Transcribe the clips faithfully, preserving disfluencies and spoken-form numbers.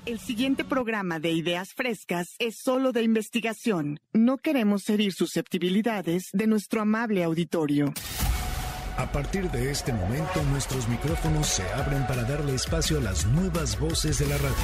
El siguiente programa de Ideas Frescas es solo de investigación. No queremos herir susceptibilidades de nuestro amable auditorio. A partir de este momento, nuestros micrófonos se abren para darle espacio a las nuevas voces de la radio.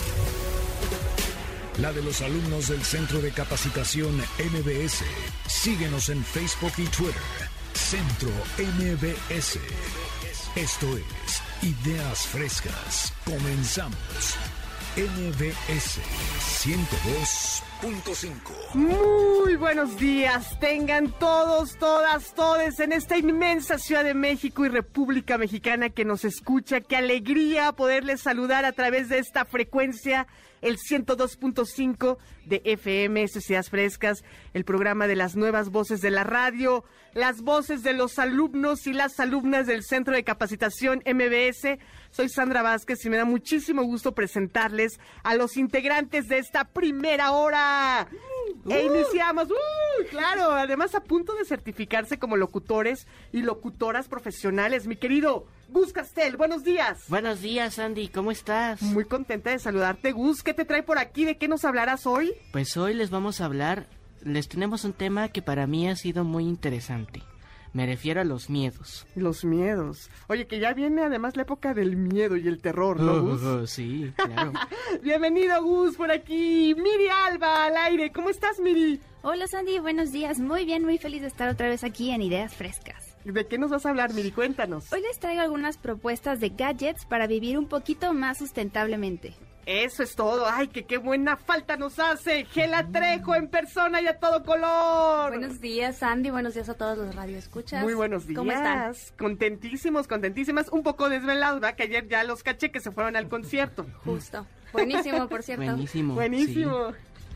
La de los alumnos del Centro de Capacitación M B S. Síguenos en Facebook y Twitter. Centro M B S. Esto es Ideas Frescas. Comenzamos. M B S ciento dos punto cinco. Muy buenos días, tengan todos, todas, todes en esta inmensa Ciudad de México y República Mexicana que nos escucha. Qué alegría poderles saludar a través de esta frecuencia, el ciento dos punto cinco de F M, Ideas Frescas, el programa de las nuevas voces de la radio, las voces de los alumnos y las alumnas del Centro de Capacitación M B S. Soy Sandra Vázquez y me da muchísimo gusto presentarles a los integrantes de esta primera hora. Uh, e iniciamos, uh, claro, además a punto de certificarse como locutores y locutoras profesionales. Mi querido Gus Castel, buenos días. Buenos días, Andy, ¿cómo estás? Muy contenta de saludarte, Gus. ¿Qué te trae por aquí? ¿De qué nos hablarás hoy? Pues hoy les vamos a hablar, les tenemos un tema que para mí ha sido muy interesante. Me refiero a los miedos. Los miedos. Oye, que ya viene además la época del miedo y el terror, ¿no, Gus? Uh, uh, sí, claro. Bienvenido, Gus, por aquí. Miri Alba, al aire. ¿Cómo estás, Miri? Hola, Sandy. Buenos días. Muy bien, muy feliz de estar otra vez aquí en Ideas Frescas. ¿De qué nos vas a hablar, Miri? Cuéntanos. Hoy les traigo algunas propuestas de gadgets para vivir un poquito más sustentablemente. Eso es todo. Ay, que qué buena falta nos hace. Gela Trejo en persona y a todo color. Buenos días, Sandy. Buenos días a todos los radioescuchas. Muy buenos días. ¿Cómo están? Contentísimos, contentísimas. Un poco desvelados, ¿verdad? Que ayer ya los caché que se fueron al concierto. Justo. Buenísimo, por cierto. Buenísimo. Buenísimo. Sí.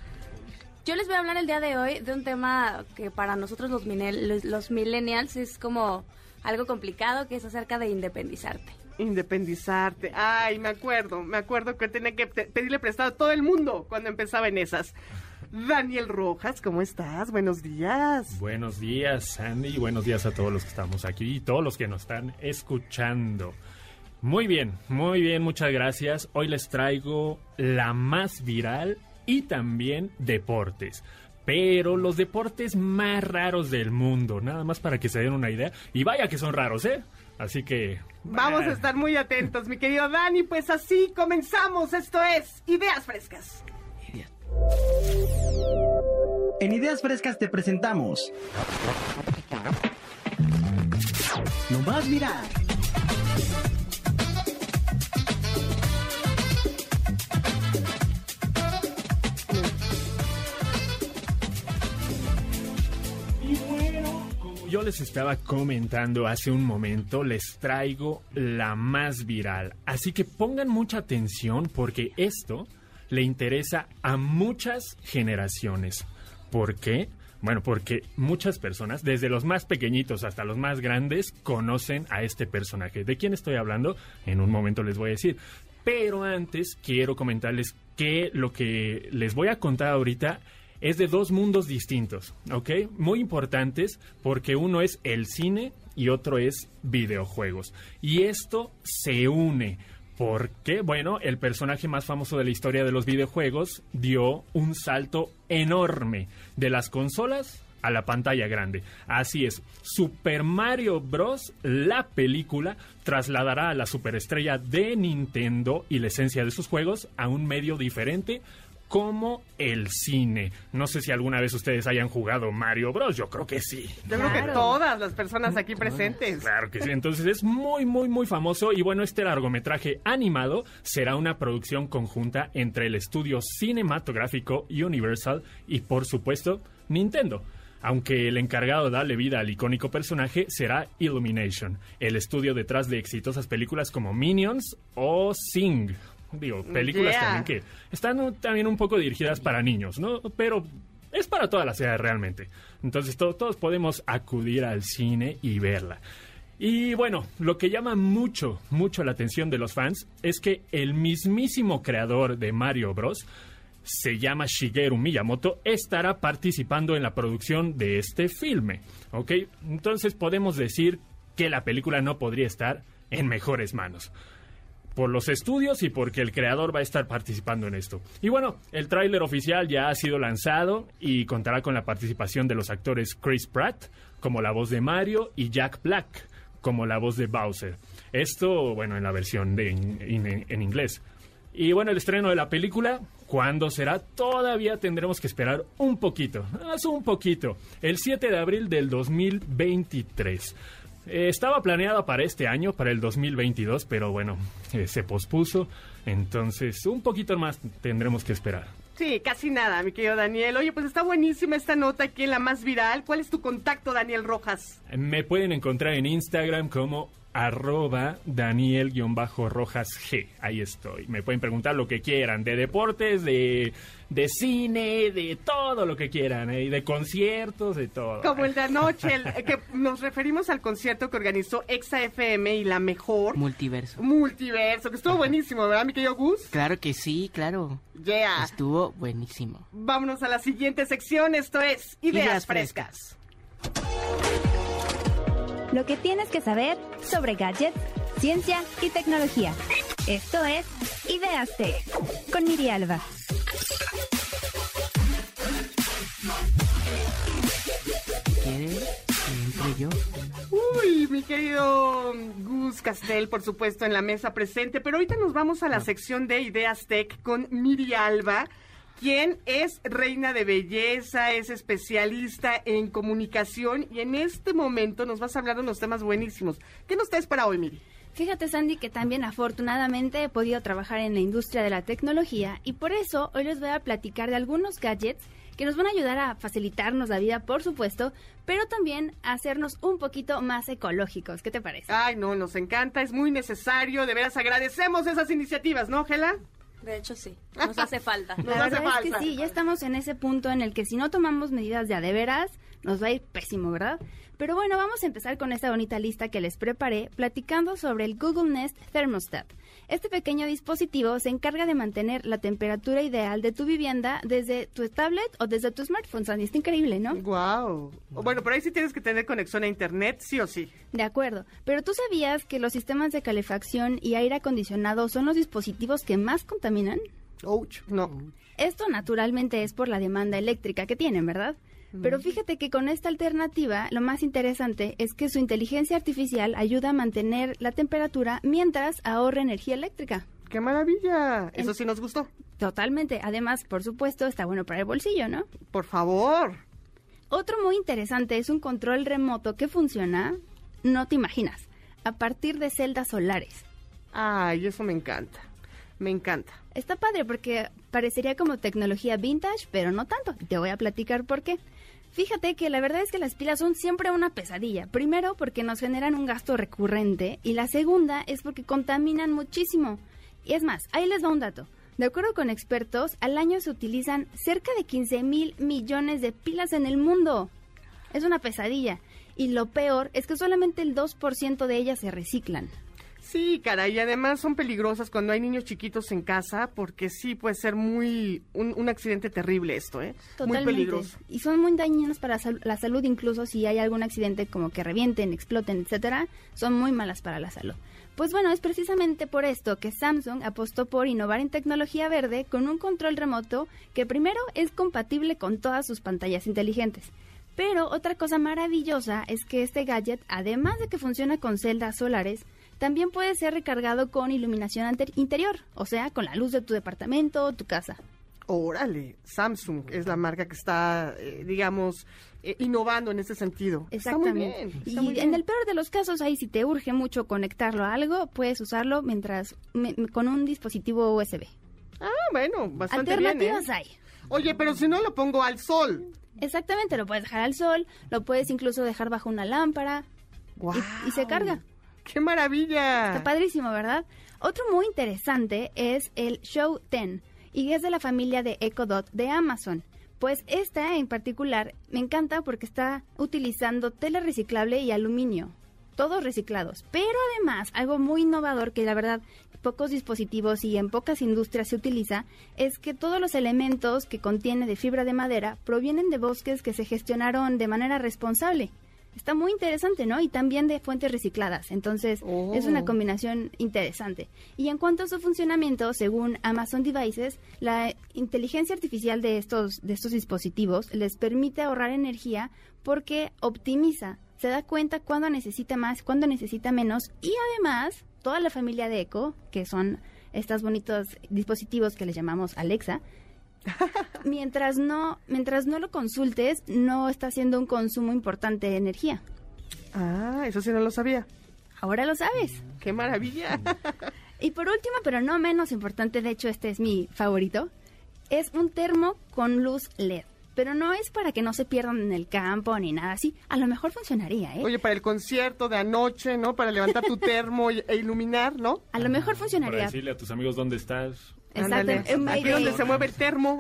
Yo les voy a hablar el día de hoy de un tema que para nosotros los, los, los millennials es como algo complicado, que es acerca de independizarte. Independizarte. Ay, me acuerdo, me acuerdo que tenía que te- pedirle prestado a todo el mundo cuando empezaba en esas. Daniel Rojas, ¿cómo estás? Buenos días. Buenos días, Sandy, y buenos días a todos los que estamos aquí y todos los que nos están escuchando. Muy bien, muy bien, muchas gracias. Hoy les traigo la más viral y también deportes. Pero los deportes más raros del mundo, nada más para que se den una idea. Y vaya que son raros, ¿eh? Así que... Vamos a estar muy atentos, mi querido Dani. Pues así comenzamos. Esto es Ideas Frescas. En Ideas Frescas te presentamos lo más viral. Yo les estaba comentando hace un momento, les traigo la más viral. Así que pongan mucha atención porque esto le interesa a muchas generaciones. ¿Por qué? Bueno, porque muchas personas, desde los más pequeñitos hasta los más grandes, conocen a este personaje. ¿De quién estoy hablando? En un momento les voy a decir. Pero antes quiero comentarles que lo que les voy a contar ahorita es de dos mundos distintos, ¿ok? Muy importantes porque uno es el cine y otro es videojuegos. Y esto se une porque, bueno, el personaje más famoso de la historia de los videojuegos dio un salto enorme de las consolas a la pantalla grande. Así es, Super Mario Bros., la película, trasladará a la superestrella de Nintendo y la esencia de sus juegos a un medio diferente como el cine. No sé si alguna vez ustedes hayan jugado Mario Bros. Yo creo que sí. Yo creo que todas las personas aquí presentes. Claro que sí. Entonces es muy, muy, muy famoso. Y bueno, este largometraje animado será una producción conjunta entre el estudio cinematográfico Universal y, por supuesto, Nintendo. Aunque el encargado de darle vida al icónico personaje será Illumination, el estudio detrás de exitosas películas como Minions o Sing. Digo, películas Yeah. también que están también un poco dirigidas para niños, ¿no? Pero es para toda la ciudad realmente. Entonces to- todos podemos acudir al cine y verla. Y bueno, lo que llama mucho, mucho la atención de los fans es que el mismísimo creador de Mario Bros., se llama Shigeru Miyamoto, estará participando en la producción de este filme, ¿ok? Entonces podemos decir que la película no podría estar en mejores manos. por los estudios y porque el creador va a estar participando en esto. Y bueno, el tráiler oficial ya ha sido lanzado y contará con la participación de los actores Chris Pratt como la voz de Mario y Jack Black como la voz de Bowser. Esto, bueno, en la versión de in, in, en inglés. Y bueno, el estreno de la película, ¿cuándo será? Todavía tendremos que esperar un poquito, es un poquito, el siete de abril del dos mil veintitrés. Eh, estaba planeada para este año, para el dos mil veintidós, pero bueno, eh, se pospuso, entonces un poquito más tendremos que esperar. Sí, casi nada, mi querido Daniel. Oye, pues está buenísima esta nota aquí en la más viral. ¿Cuál es tu contacto, Daniel Rojas? Me pueden encontrar en Instagram como arroba Daniel-Rojas G. Ahí estoy. Me pueden preguntar lo que quieran, de deportes, de, de cine, de todo lo que quieran, ¿eh? De conciertos, de todo. Como el de anoche, el, que nos referimos al concierto que organizó Exa F M y la mejor... Multiverso. Multiverso, que estuvo buenísimo, ¿verdad, mi querido Gus? Claro que sí, claro. Yeah. Estuvo buenísimo. Vámonos a la siguiente sección, esto es Ideas, Ideas Frescas. Lo que tienes que saber sobre gadgets, ciencia y tecnología. Esto es Ideas Tech con Miri Alba. ¿Quieres que entre yo? Uy, mi querido Gus Castel, por supuesto, en la mesa presente. Pero ahorita nos vamos a la sección de Ideas Tech con Miri Alba, quien es reina de belleza, es especialista en comunicación y en este momento nos vas a hablar de unos temas buenísimos. ¿Qué nos traes para hoy, Miri? Fíjate, Sandy, que también afortunadamente he podido trabajar en la industria de la tecnología y por eso hoy les voy a platicar de algunos gadgets que nos van a ayudar a facilitarnos la vida, por supuesto, pero también a hacernos un poquito más ecológicos. ¿Qué te parece? Ay, no, nos encanta, es muy necesario, de veras agradecemos esas iniciativas, ¿no, Gela? De hecho, sí. Nos hace falta. Nos La hace verdad falta. es que sí, ya estamos en ese punto en el que si no tomamos medidas de a de veras, nos va a ir pésimo, ¿verdad? Pero bueno, vamos a empezar con esta bonita lista que les preparé, platicando sobre el Google Nest Thermostat. Este pequeño dispositivo se encarga de mantener la temperatura ideal de tu vivienda desde tu tablet o desde tu smartphone, Sandy. Está increíble, ¿no? Wow. Bueno, pero ahí sí tienes que tener conexión a internet, sí o sí. De acuerdo, pero ¿tú sabías que los sistemas de calefacción y aire acondicionado son los dispositivos que más contaminan? Ouch, no. Esto naturalmente es por la demanda eléctrica que tienen, ¿verdad? Pero fíjate que con esta alternativa, lo más interesante es que su inteligencia artificial ayuda a mantener la temperatura mientras ahorra energía eléctrica. ¡Qué maravilla! Eso sí nos gustó. Totalmente. Además, por supuesto, está bueno para el bolsillo, ¿no? Por favor. Otro muy interesante es un control remoto que funciona, no te imaginas, a partir de celdas solares. Ay, eso me encanta. Me encanta. Está padre porque parecería como tecnología vintage, pero no tanto. Te voy a platicar por qué. Fíjate que la verdad es que las pilas son siempre una pesadilla. Primero, porque nos generan un gasto recurrente. Y la segunda es porque contaminan muchísimo. Y es más, ahí les va un dato. De acuerdo con expertos, al año se utilizan cerca de quince mil millones de pilas en el mundo. Es una pesadilla. Y lo peor es que solamente el dos por ciento de ellas se reciclan. Sí, caray, y además son peligrosas cuando hay niños chiquitos en casa, porque sí puede ser muy un, un accidente terrible esto, ¿eh? Totalmente. Muy peligroso. Y son muy dañinas para sal- la salud, incluso si hay algún accidente como que revienten, exploten, etcétera, son muy malas para la salud. Pues bueno, es precisamente por esto que Samsung apostó por innovar en tecnología verde con un control remoto que primero es compatible con todas sus pantallas inteligentes. Pero otra cosa maravillosa es que este gadget, además de que funciona con celdas solares, también puede ser recargado con iluminación ante- interior, o sea, con la luz de tu departamento o tu casa. Órale, Samsung es la marca que está, eh, digamos, eh, innovando en ese sentido. Exactamente. Está muy bien, está y muy bien. en el peor de los casos, ahí si te urge mucho conectarlo a algo, puedes usarlo mientras me- con un dispositivo U S B. Ah, bueno, bastante bien, Alternativas ¿eh? hay. Oye, pero si no lo pongo al sol. Exactamente, lo puedes dejar al sol, lo puedes incluso dejar bajo una lámpara ¡Guau! y, y se carga. ¡Qué maravilla! Está padrísimo, ¿verdad? Otro muy interesante es el Show diez y es de la familia de Echo Dot de Amazon. Pues esta en particular me encanta porque está utilizando tela reciclable y aluminio, todos reciclados. Pero además, algo muy innovador que la verdad pocos dispositivos y en pocas industrias se utiliza, es que todos los elementos que contiene de fibra de madera provienen de bosques que se gestionaron de manera responsable. Está muy interesante, ¿no? Y también de fuentes recicladas. Entonces, Oh. es una combinación interesante. Y en cuanto a su funcionamiento, según Amazon Devices, la inteligencia artificial de estos, de estos dispositivos les permite ahorrar energía porque optimiza, se da cuenta cuándo necesita más, cuándo necesita menos. Y además, toda la familia de Echo, que son estos bonitos dispositivos que les llamamos Alexa, mientras no mientras no lo consultes, no está haciendo un consumo importante de energía. Ah, eso sí no lo sabía. Ahora lo sabes. ¡Qué maravilla! Y por último, pero no menos importante, de hecho este es mi favorito, es un termo con luz L E D. Pero no es para que no se pierdan en el campo ni nada así. A lo mejor funcionaría, ¿eh? Oye, para el concierto de anoche, ¿no? Para levantar tu termo y- e iluminar, ¿no? A lo mejor Para funcionaría. decirle a tus amigos dónde estás. Ándale. Exacto. un Aquí Mayday. donde se mueve el termo.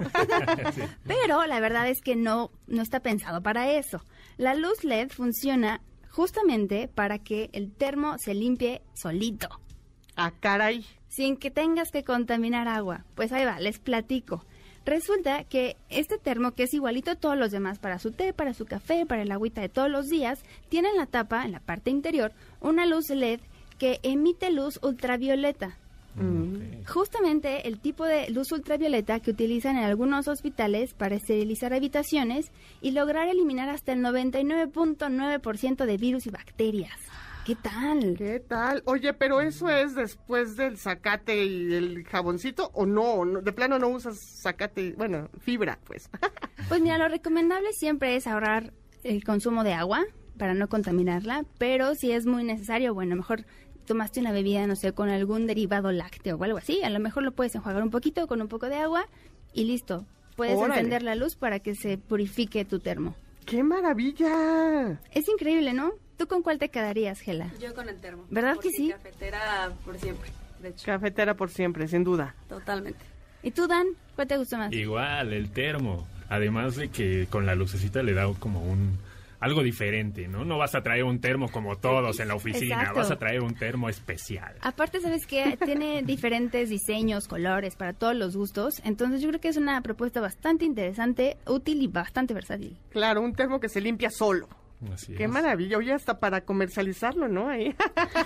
Pero la verdad es que no, no está pensado para eso. La luz L E D funciona justamente para que el termo se limpie solito, Ah, caray. sin que tengas que contaminar agua. Pues ahí va, les platico. Resulta que este termo, que es igualito a todos los demás, para su té, para su café, para el agüita de todos los días, tiene en la tapa, en la parte interior, una luz L E D que emite luz ultravioleta. Mm. Justamente el tipo de luz ultravioleta que utilizan en algunos hospitales para esterilizar habitaciones y lograr eliminar hasta el noventa y nueve punto nueve por ciento de virus y bacterias. ¿Qué tal? ¿Qué tal? Oye, pero eso es después del zacate y el jaboncito, ¿o no? No, de plano no usas zacate, bueno, fibra, pues. Pues mira, lo recomendable siempre es ahorrar el consumo de agua para no contaminarla, pero si es muy necesario, bueno, mejor tomaste una bebida, no sé, con algún derivado lácteo o algo así, a lo mejor lo puedes enjuagar un poquito con un poco de agua y listo. Puedes Órale. encender la luz para que se purifique tu termo. ¡Qué maravilla! Es increíble, ¿no? ¿Tú con cuál te quedarías, Gela? Yo con el termo. ¿Verdad Porque que sí? Cafetera por siempre, de hecho. Cafetera por siempre, sin duda. Totalmente. ¿Y tú, Dan? ¿Cuál te gustó más? Igual, el termo. Además de que con la lucecita le da como un... algo diferente, ¿no? No vas a traer un termo como todos en la oficina, Exacto. vas a traer un termo especial. Aparte, ¿sabes qué? Tiene diferentes diseños, colores, para todos los gustos. Entonces, yo creo que es una propuesta bastante interesante, útil y bastante versátil. Claro, un termo que se limpia solo. Así ¡Qué es. maravilla! Oye, hasta para comercializarlo, ¿no? Ahí.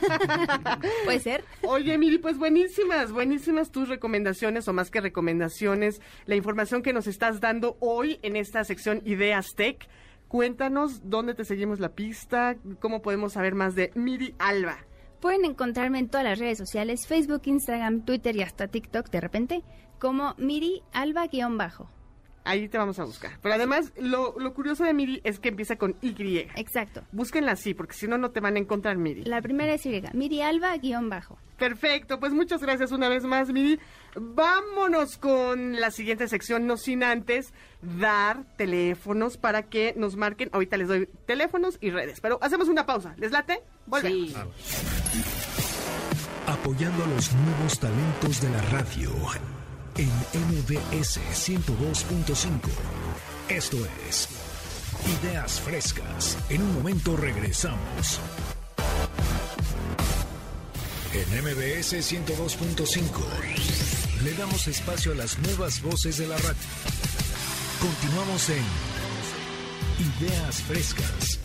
¿Puede ser? Oye, Miri, pues buenísimas, buenísimas tus recomendaciones, o más que recomendaciones, la información que nos estás dando hoy en esta sección Ideas Tech. Cuéntanos dónde te seguimos la pista, cómo podemos saber más de Miri Alba. Pueden encontrarme en todas las redes sociales, Facebook, Instagram, Twitter y hasta TikTok de repente, como Miri Alba-bajo. Ahí te vamos a buscar. Pero además, lo, lo curioso de Miri es que empieza con Y. Exacto. Búsquenla así, porque si no, no te van a encontrar, Miri. La primera es Y, Miri Alba-bajo. Perfecto, pues muchas gracias una vez más, Miri. Vámonos con la siguiente sección, no sin antes dar teléfonos para que nos marquen. Ahorita les doy teléfonos y redes, pero hacemos una pausa. ¿Les late? Volvemos. Sí. Apoyando a los nuevos talentos de la radio en M B S ciento dos punto cinco. Esto es Ideas Frescas. En un momento regresamos. En M B S ciento dos punto cinco le damos espacio a las nuevas voces de la radio. Continuamos en Ideas Frescas.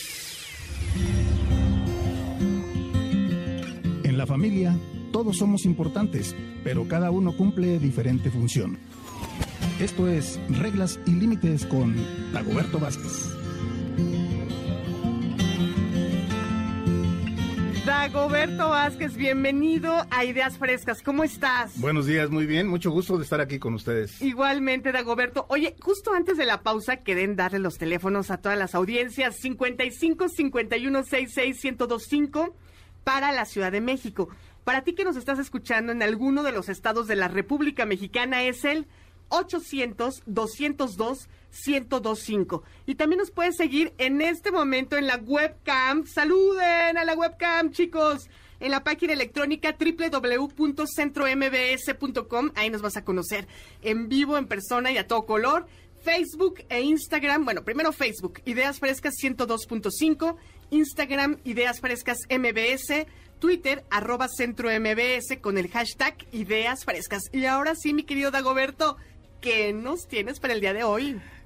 En la familia, todos somos importantes, pero cada uno cumple diferente función. Esto es Reglas y Límites con Dagoberto Vázquez. Dagoberto Vázquez, bienvenido a Ideas Frescas. ¿Cómo estás? Buenos días, muy bien. Mucho gusto de estar aquí con ustedes. Igualmente, Dagoberto. Oye, justo antes de la pausa, queden darle los teléfonos a todas las audiencias. cincuenta y cinco, cincuenta y uno, sesenta y seis, ciento veinticinco para la Ciudad de México. Para ti que nos estás escuchando en alguno de los estados de la República Mexicana es el ochocientos, doscientos dos, ciento veinticinco. Y también nos puedes seguir en este momento en la webcam. ¡Saluden a la webcam, chicos! En la página electrónica doble u doble u doble u punto centro m b s punto com. Ahí nos vas a conocer en vivo, en persona y a todo color. Facebook e Instagram. Bueno, primero Facebook, Ideas Frescas ciento dos punto cinco. Instagram, Ideas Frescas M B S. Twitter, arroba Centro M B S con el hashtag Ideas Frescas. Y ahora sí, mi querido Dagoberto, ¿qué nos tienes para el día de hoy?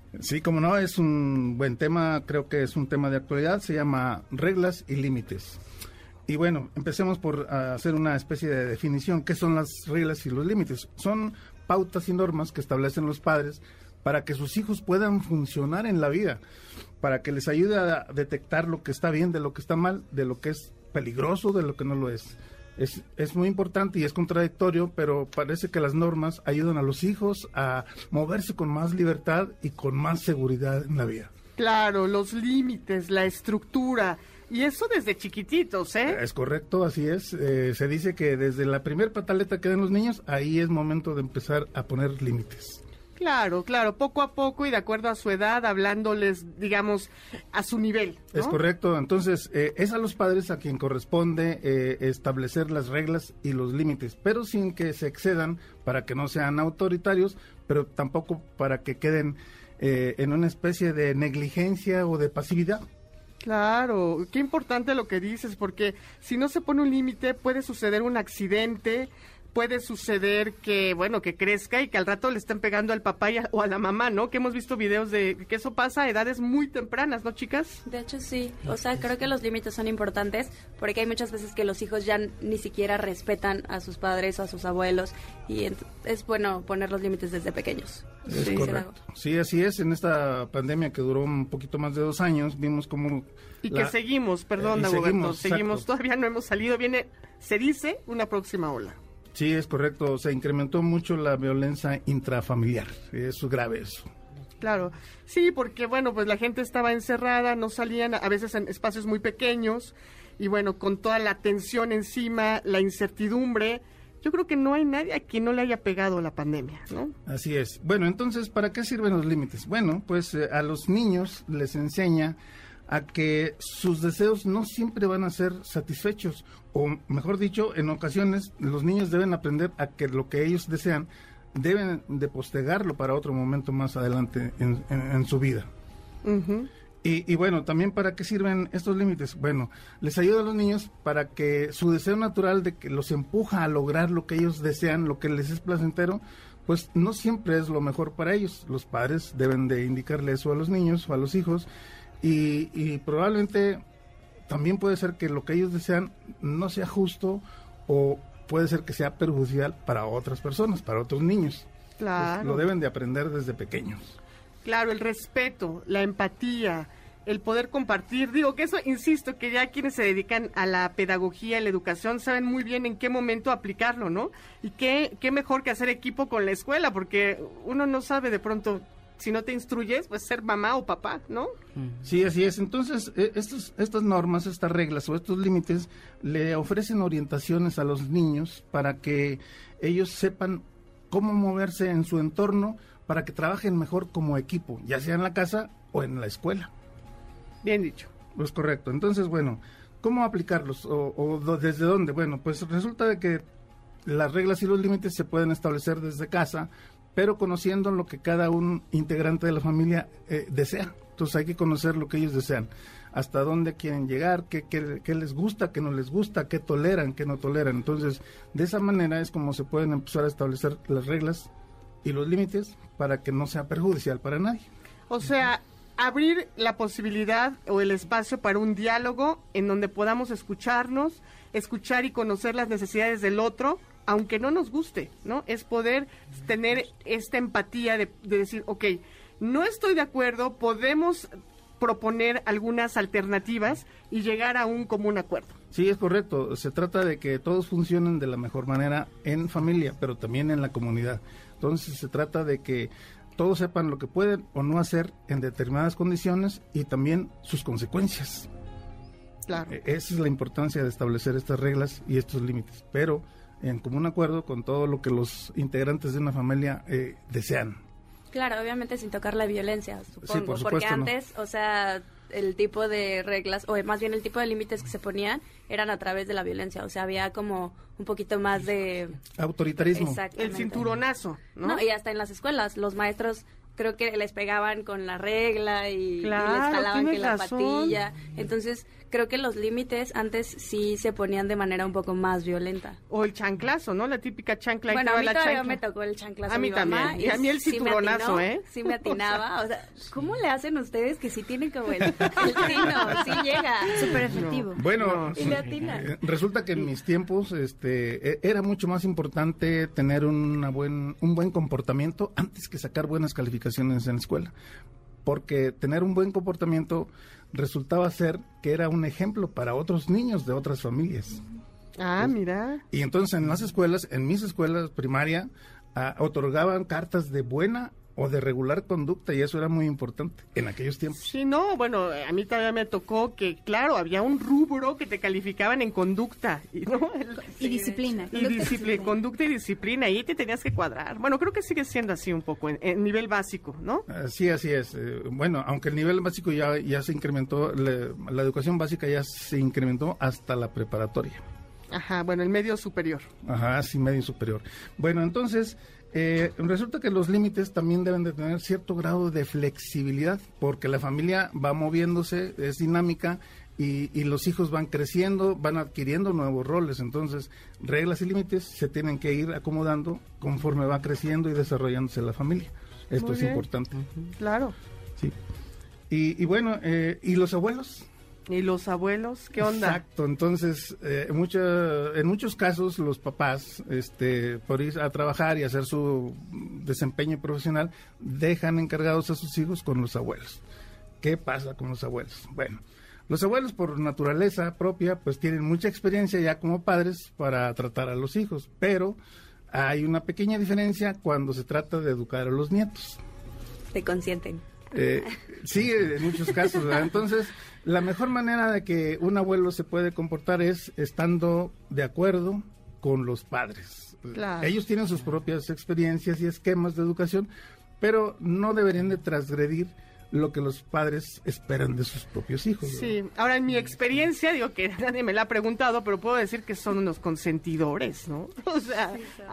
Sí, como no, es un buen tema, creo que es un tema de actualidad, se llama reglas y límites. Y bueno, empecemos por hacer una especie de definición. ¿Qué son las reglas y los límites? Son pautas y normas que establecen los padres para que sus hijos puedan funcionar en la vida, para que les ayude a detectar lo que está bien, de lo que está mal, de lo que es peligroso, de lo que no lo es. Es, es muy importante y es contradictorio, pero parece que las normas ayudan a los hijos a moverse con más libertad y con más seguridad en la vida. Claro, los límites, la estructura, y eso desde chiquititos, ¿eh? Es correcto, así es. Eh, se dice que desde la primer pataleta que dan los niños, ahí es momento de empezar a poner límites. Claro, claro, poco a poco y de acuerdo a su edad, hablándoles, digamos, a su nivel, ¿no? Es correcto, entonces eh, es a los padres a quien corresponde eh, establecer las reglas y los límites, pero sin que se excedan, para que no sean autoritarios, pero tampoco para que queden eh, en una especie de negligencia o de pasividad. Claro, qué importante lo que dices, porque si no se pone un límite puede suceder un accidente, puede suceder que, bueno, que crezca y que al rato le estén pegando al papá y a, o a la mamá, ¿no? Que hemos visto videos de que eso pasa a edades muy tempranas, ¿no, chicas? De hecho, sí. O sea, creo que los límites son importantes porque hay muchas veces que los hijos ya ni siquiera respetan a sus padres o a sus abuelos y es bueno poner los límites desde pequeños. Es sí, correcto. Sí, así es. En esta pandemia que duró un poquito más de dos años, vimos cómo... Y la... que seguimos, perdón, eh, Dagoberto, seguimos, seguimos todavía no hemos salido, viene, se dice, una próxima ola. Sí, es correcto. Se incrementó mucho la violencia intrafamiliar. Es grave eso. Claro. Sí, porque, bueno, pues la gente estaba encerrada, no salían, a veces en espacios muy pequeños, y bueno, con toda la tensión encima, la incertidumbre, yo creo que no hay nadie a quien no le haya pegado la pandemia, ¿no? Así es. Bueno, entonces, ¿para qué sirven los límites? Bueno, pues eh, a los niños les enseña a que sus deseos no siempre van a ser satisfechos, o mejor dicho, en ocasiones los niños deben aprender a que lo que ellos desean deben de postergarlo para otro momento más adelante en, en, en su vida. Uh-huh. Y, y bueno, también ¿para qué sirven estos límites? Bueno, les ayuda a los niños para que su deseo natural de que los empuja a lograr lo que ellos desean, lo que les es placentero, pues no siempre es lo mejor para ellos. Los padres deben de indicarle eso a los niños o a los hijos. Y, y probablemente también puede ser que lo que ellos desean no sea justo o puede ser que sea perjudicial para otras personas, para otros niños. Claro. Pues lo deben de aprender desde pequeños. Claro, el respeto, la empatía, el poder compartir. Digo que eso, insisto, que ya quienes se dedican a la pedagogía, a la educación, saben muy bien en qué momento aplicarlo, ¿no? Y qué, qué mejor que hacer equipo con la escuela, porque uno no sabe de pronto... Si no te instruyes, pues ser mamá o papá, ¿no? Sí, así es. Entonces, eh, estos, estas normas, estas reglas o estos límites le ofrecen orientaciones a los niños para que ellos sepan cómo moverse en su entorno para que trabajen mejor como equipo, ya sea en la casa o en la escuela. Bien dicho. Pues correcto. Entonces, bueno, ¿cómo aplicarlos o, o do, desde dónde? Bueno, pues resulta de que las reglas y los límites se pueden establecer desde casa, pero conociendo lo que cada un integrante de la familia eh, desea. Entonces hay que conocer lo que ellos desean, hasta dónde quieren llegar, qué, qué, qué les gusta, qué no les gusta, qué toleran, qué no toleran. Entonces, de esa manera es como se pueden empezar a establecer las reglas y los límites para que no sea perjudicial para nadie. O sea, abrir la posibilidad o el espacio para un diálogo en donde podamos escucharnos, escuchar y conocer las necesidades del otro, aunque no nos guste, ¿no? Es poder tener esta empatía de, de decir, ok, no estoy de acuerdo, podemos proponer algunas alternativas y llegar a un común acuerdo. Sí, es correcto. Se trata de que todos funcionen de la mejor manera en familia, pero también en la comunidad. Entonces se trata de que todos sepan lo que pueden o no hacer en determinadas condiciones y también sus consecuencias. Claro. Esa es la importancia de establecer estas reglas y estos límites, pero en común acuerdo con todo lo que los integrantes de una familia eh, desean. Claro, obviamente sin tocar la violencia, supongo, sí, por supuesto, porque antes, no. o sea, el tipo de reglas, o más bien el tipo de límites que se ponían eran a través de la violencia, o sea, había como un poquito más de... autoritarismo. El cinturonazo, ¿no? No, y hasta en las escuelas, los maestros creo que les pegaban con la regla y, Claro, y les jalaban que tienes la razón. patilla. Entonces, creo que los límites antes sí se ponían de manera un poco más violenta. O el chanclazo, ¿no? La típica chancla. ahí Bueno, te a va mí la todavía chancla. me tocó el chanclazo A mí mi mamá, también. Y a mí el sí me cinturonazo, atinó, ¿eh? Sí me atinaba. O sea, ¿cómo le hacen ustedes que sí tienen como el, el tino? Sí llega. Súper efectivo. Bueno, Y le atina. eh, resulta que en mis tiempos este, e- era mucho más importante tener una buen, un buen comportamiento antes que sacar buenas calificaciones en la escuela. Porque tener un buen comportamiento resultaba ser que era un ejemplo para otros niños de otras familias. Ah, mira. Y entonces en las escuelas, en mis escuelas primaria, ah, otorgaban cartas de buena o de regular conducta y eso era muy importante en aquellos tiempos. Sí, no, bueno, a mí todavía me tocó que, claro, había un rubro que te calificaban en conducta. Y, ¿no? Y disciplina. Y Conducta y disciplina, disciplina. conducta y disciplina, ahí te tenías que cuadrar. Bueno, creo que sigue siendo así un poco, en, en nivel básico, ¿no? Sí, así es. Eh, bueno, aunque el nivel básico ya, ya se incrementó, le- la educación básica ya se incrementó hasta la preparatoria. Ajá, bueno, el medio superior. Ajá, sí, medio superior. Bueno, entonces, eh, resulta que los límites también deben de tener cierto grado de flexibilidad, porque la familia va moviéndose, es dinámica, y, y los hijos van creciendo, van adquiriendo nuevos roles. Entonces, reglas y límites se tienen que ir acomodando conforme va creciendo y desarrollándose la familia. Esto Muy es bien. importante. Claro. Sí. Y, y bueno, eh, ¿y los abuelos? ¿Y los abuelos? ¿Qué onda? Exacto, entonces eh, mucha- en muchos casos los papás, este, por ir a trabajar y hacer su desempeño profesional, dejan encargados a sus hijos con los abuelos. ¿Qué pasa con los abuelos? Bueno, los abuelos por naturaleza propia pues tienen mucha experiencia ya como padres para tratar a los hijos, pero hay una pequeña diferencia cuando se trata de educar a los nietos. Te consienten. Eh, sí, en muchos casos, ¿verdad? Entonces, la mejor manera de que un abuelo se puede comportar es estando de acuerdo con los padres. Claro. Ellos tienen sus propias experiencias y esquemas de educación, pero no deberían de transgredir lo que los padres esperan de sus propios hijos, ¿verdad? Sí, ahora en mi experiencia, digo que nadie me la ha preguntado, pero puedo decir que son unos consentidores, ¿no? O sea,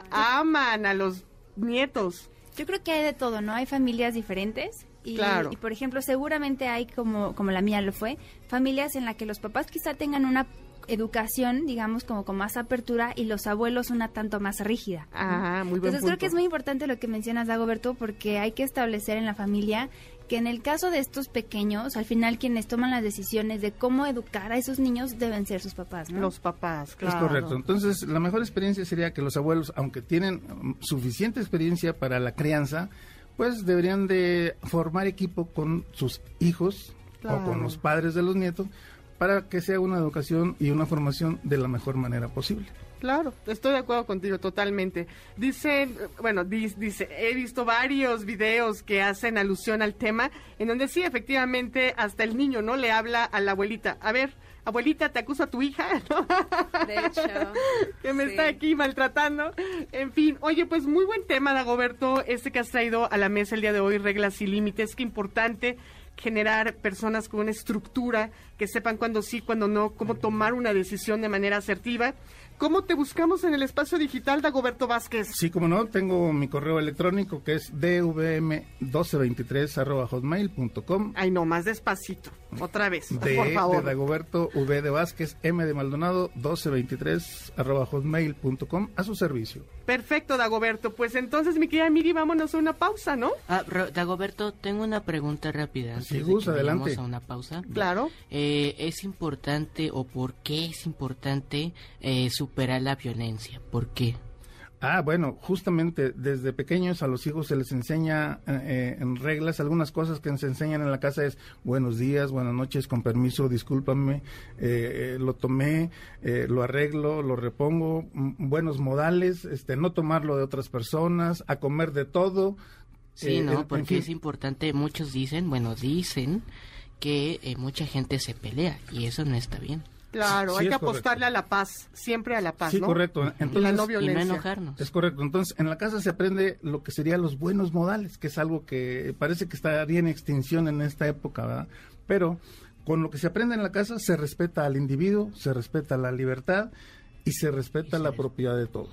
aman a los nietos. Yo creo que hay de todo, ¿no? Hay familias diferentes. Y, Claro. y, por ejemplo, seguramente hay, como, como la mía lo fue, familias en las que los papás quizá tengan una educación, digamos, como con más apertura y los abuelos una tanto más rígida. ¿no? Ah, muy buen Entonces creo punto. que es muy importante lo que mencionas, Dagoberto, porque hay que establecer en la familia que en el caso de estos pequeños, al final quienes toman las decisiones de cómo educar a esos niños deben ser sus papás, ¿no? Los papás, claro. Es correcto. Entonces, la mejor experiencia sería que los abuelos, aunque tienen um, suficiente experiencia para la crianza, pues deberían de formar equipo con sus hijos Claro. o con los padres de los nietos para que sea una educación y una formación de la mejor manera posible. Claro, estoy de acuerdo contigo totalmente. Dicen, bueno, dis- dice, he visto varios videos que hacen alusión al tema, en donde sí, efectivamente, hasta el niño, ¿no? Le habla a la abuelita, a ver, abuelita, te acuso a tu hija, ¿no? De hecho. que me sí. está aquí maltratando. En fin, oye, pues muy buen tema, Dagoberto, este que has traído a la mesa el día de hoy, reglas y límites, qué importante generar personas con una estructura que sepan cuándo sí, cuándo no, cómo tomar una decisión de manera asertiva. ¿Cómo te buscamos en el espacio digital, Dagoberto Vázquez? Sí, como no, tengo mi correo electrónico que es d v m uno dos dos tres arroba hotmail punto com. Ay, no, más despacito. Otra vez, De, por de favor. Dagoberto V de Vázquez, M de Maldonado, doce veintitrés arroba hotmail punto com, a su servicio. Perfecto, Dagoberto. Pues entonces, mi querida Miri, vámonos a una pausa, ¿no? Ah, Ro- Dagoberto, tengo una pregunta rápida. Antes Sí, de Gus, que vayamos adelante. a una pausa. Claro. Eh, ¿Es importante o por qué es importante eh, superar la violencia? ¿Por qué? Ah, bueno, justamente desde pequeños a los hijos se les enseña eh, en reglas, algunas cosas que se enseñan en la casa es buenos días, buenas noches, con permiso, discúlpame, eh, eh, lo tomé, eh, lo arreglo, lo repongo, m- buenos modales, este, no tomarlo de otras personas, a comer de todo. Sí, eh, ¿no? en- en Porque fin. es importante, muchos dicen, bueno, dicen que eh, mucha gente se pelea y eso no está bien. Claro, Sí, hay es que correcto. apostarle a la paz, siempre a la paz, Sí, ¿no? correcto. Y la Entonces, no Y no violencia. enojarnos. Es correcto. Entonces, en la casa se aprende lo que serían los buenos modales, que es algo que parece que estaría en extinción en esta época, ¿verdad? Pero con lo que se aprende en la casa se respeta al individuo, se respeta la libertad y se respeta Y se la res- propiedad de todos.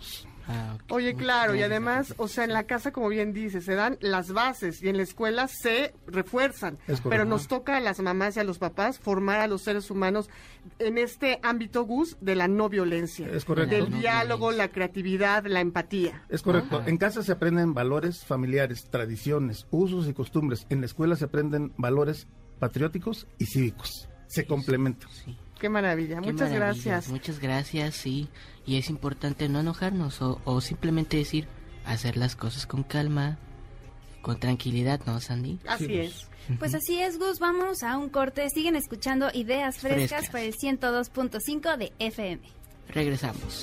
Ah, okay. Oye, claro, y Muchas además, gracias. o sea, en la casa, como bien dices, se dan las bases y en la escuela se refuerzan. Es correcto. Pero nos toca a las mamás y a los papás formar a los seres humanos en este ámbito, Gus, de la no violencia. Es correcto. Del No diálogo, violencia. la creatividad, la empatía. Es correcto. Ajá. En casa se aprenden valores familiares, tradiciones, usos y costumbres. En la escuela se aprenden valores patrióticos y cívicos. Se complementan. Sí. Qué maravilla. Qué Muchas maravilla, gracias. Muchas gracias, sí. Y es importante no enojarnos o, o simplemente decir, hacer las cosas con calma, con tranquilidad, ¿no, Sandy? Así Sí, es. Pues así es, Gus, vámonos a un corte. Siguen escuchando Ideas Frescas, Frescas. por el ciento dos punto cinco de F M. Regresamos.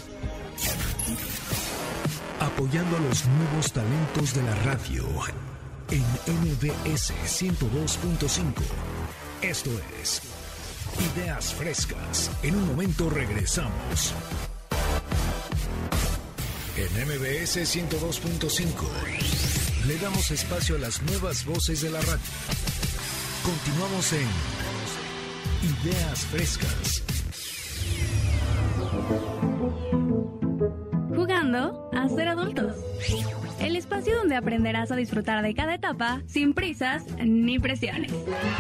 Apoyando a los nuevos talentos de la radio en M B S ciento dos punto cinco. Esto es Ideas Frescas. En un momento regresamos. En M B S ciento dos punto cinco le damos espacio a las nuevas voces de la radio. Continuamos en Ideas Frescas. Jugando a ser adultos. El espacio donde aprenderás a disfrutar de cada etapa sin prisas ni presiones.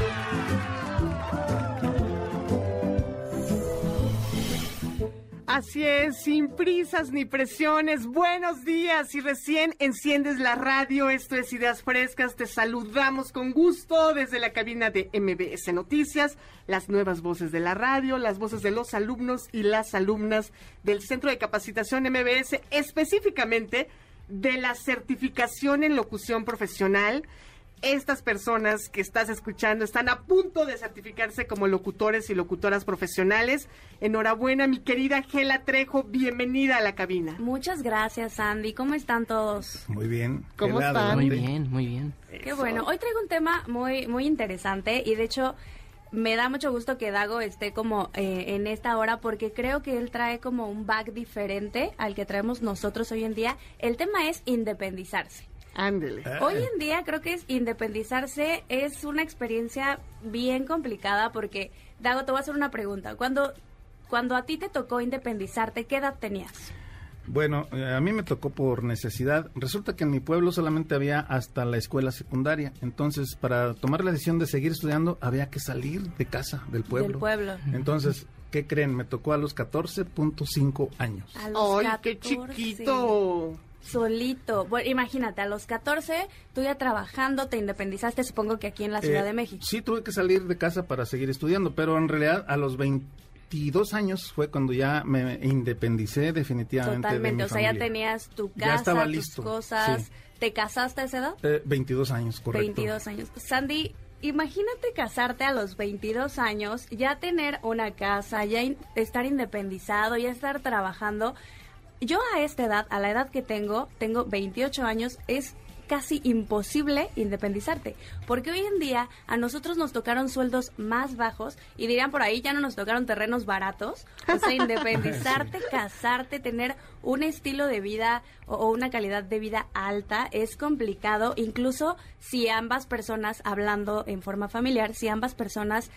Así es, sin prisas ni presiones. Buenos días. Si recién enciendes la radio, esto es Ideas Frescas. Te saludamos con gusto desde la cabina de M B S Noticias, las nuevas voces de la radio, las voces de los alumnos y las alumnas del Centro de Capacitación M B S, específicamente de la certificación en locución profesional. Estas personas que estás escuchando están a punto de certificarse como locutores y locutoras profesionales. Enhorabuena, mi querida Gela Trejo, bienvenida a la cabina. Muchas gracias, Sandy. ¿Cómo están todos? Muy bien. ¿Cómo Queda están? Muy adelante. bien, muy bien. Qué bueno. Hoy traigo un tema muy, muy interesante y de hecho me da mucho gusto que Dago esté como eh, en esta hora porque creo que él trae como un back diferente al que traemos nosotros hoy en día. El tema es independizarse. Ándele. Ah. Hoy en día creo que es independizarse es una experiencia bien complicada porque, Dago, te voy a hacer una pregunta. Cuando, cuando a ti te tocó independizarte, ¿qué edad tenías? Bueno, eh, a mí me tocó por necesidad. Resulta que en mi pueblo solamente había hasta la escuela secundaria. Entonces, para tomar la decisión de seguir estudiando, había que salir de casa, del pueblo. Del pueblo. Entonces, ¿qué creen? Me tocó a los catorce punto cinco años. A los ¡Ay, qué catorce. chiquito! Solito. Bueno, imagínate, a los catorce, tú ya trabajando, te independizaste, supongo que aquí en la Ciudad Eh, de México. Sí, tuve que salir de casa para seguir estudiando, pero en realidad a los veintidós años fue cuando ya me independicé definitivamente Totalmente, de mi o sea, ya familia. tenías tu Ya casa, estaba tus listo, cosas. sí. ¿Te casaste a esa edad? Eh, veintidós años, correcto. veintidós años. Sandy, imagínate casarte a los veintidós años, ya tener una casa, ya in- estar independizado, ya estar trabajando. Yo a esta edad, a la edad que tengo, tengo veintiocho años, es casi imposible independizarte, porque hoy en día a nosotros nos tocaron sueldos más bajos y dirían por ahí ya no nos tocaron terrenos baratos, o sea, independizarte, casarte, tener un estilo de vida o, o una calidad de vida alta es complicado, incluso si ambas personas, hablando en forma familiar, si ambas personas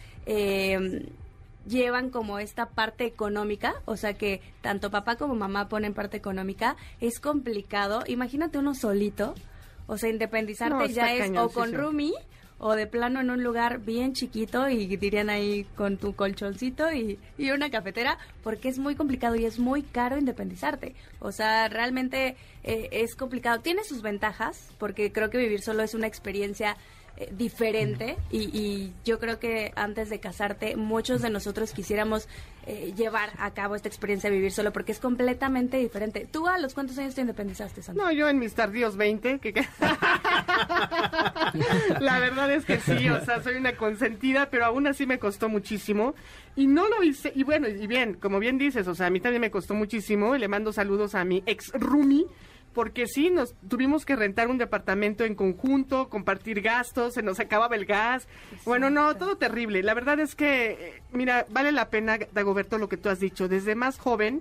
eh, llevan como esta parte económica, o sea que tanto papá como mamá ponen parte económica, es complicado. Imagínate uno solito, o sea, independizarte No, está ya es cañón, o sí, con sí. roomie o de plano en un lugar bien chiquito y dirían ahí con tu colchoncito y, y una cafetera, porque es muy complicado y es muy caro independizarte. O sea, realmente eh, es complicado. Tiene sus ventajas, porque creo que vivir solo es una experiencia eh, diferente y, y yo creo que antes de casarte muchos de nosotros quisiéramos eh, llevar a cabo esta experiencia de vivir solo porque es completamente diferente. ¿Tú a los cuántos años te independizaste, Sandra? No, yo en mis tardíos veinte, que... que- la verdad es que sí, o sea, soy una consentida, pero aún así me costó muchísimo y no lo hice, y bueno, y bien, como bien dices, o sea, a mí también me costó muchísimo y le mando saludos a mi ex roomie, porque sí, nos tuvimos que rentar un departamento en conjunto, compartir gastos, se nos acababa el gas. Bueno, no, todo terrible. La verdad es que, eh, mira, vale la pena, Dagoberto, lo que tú has dicho. Desde más joven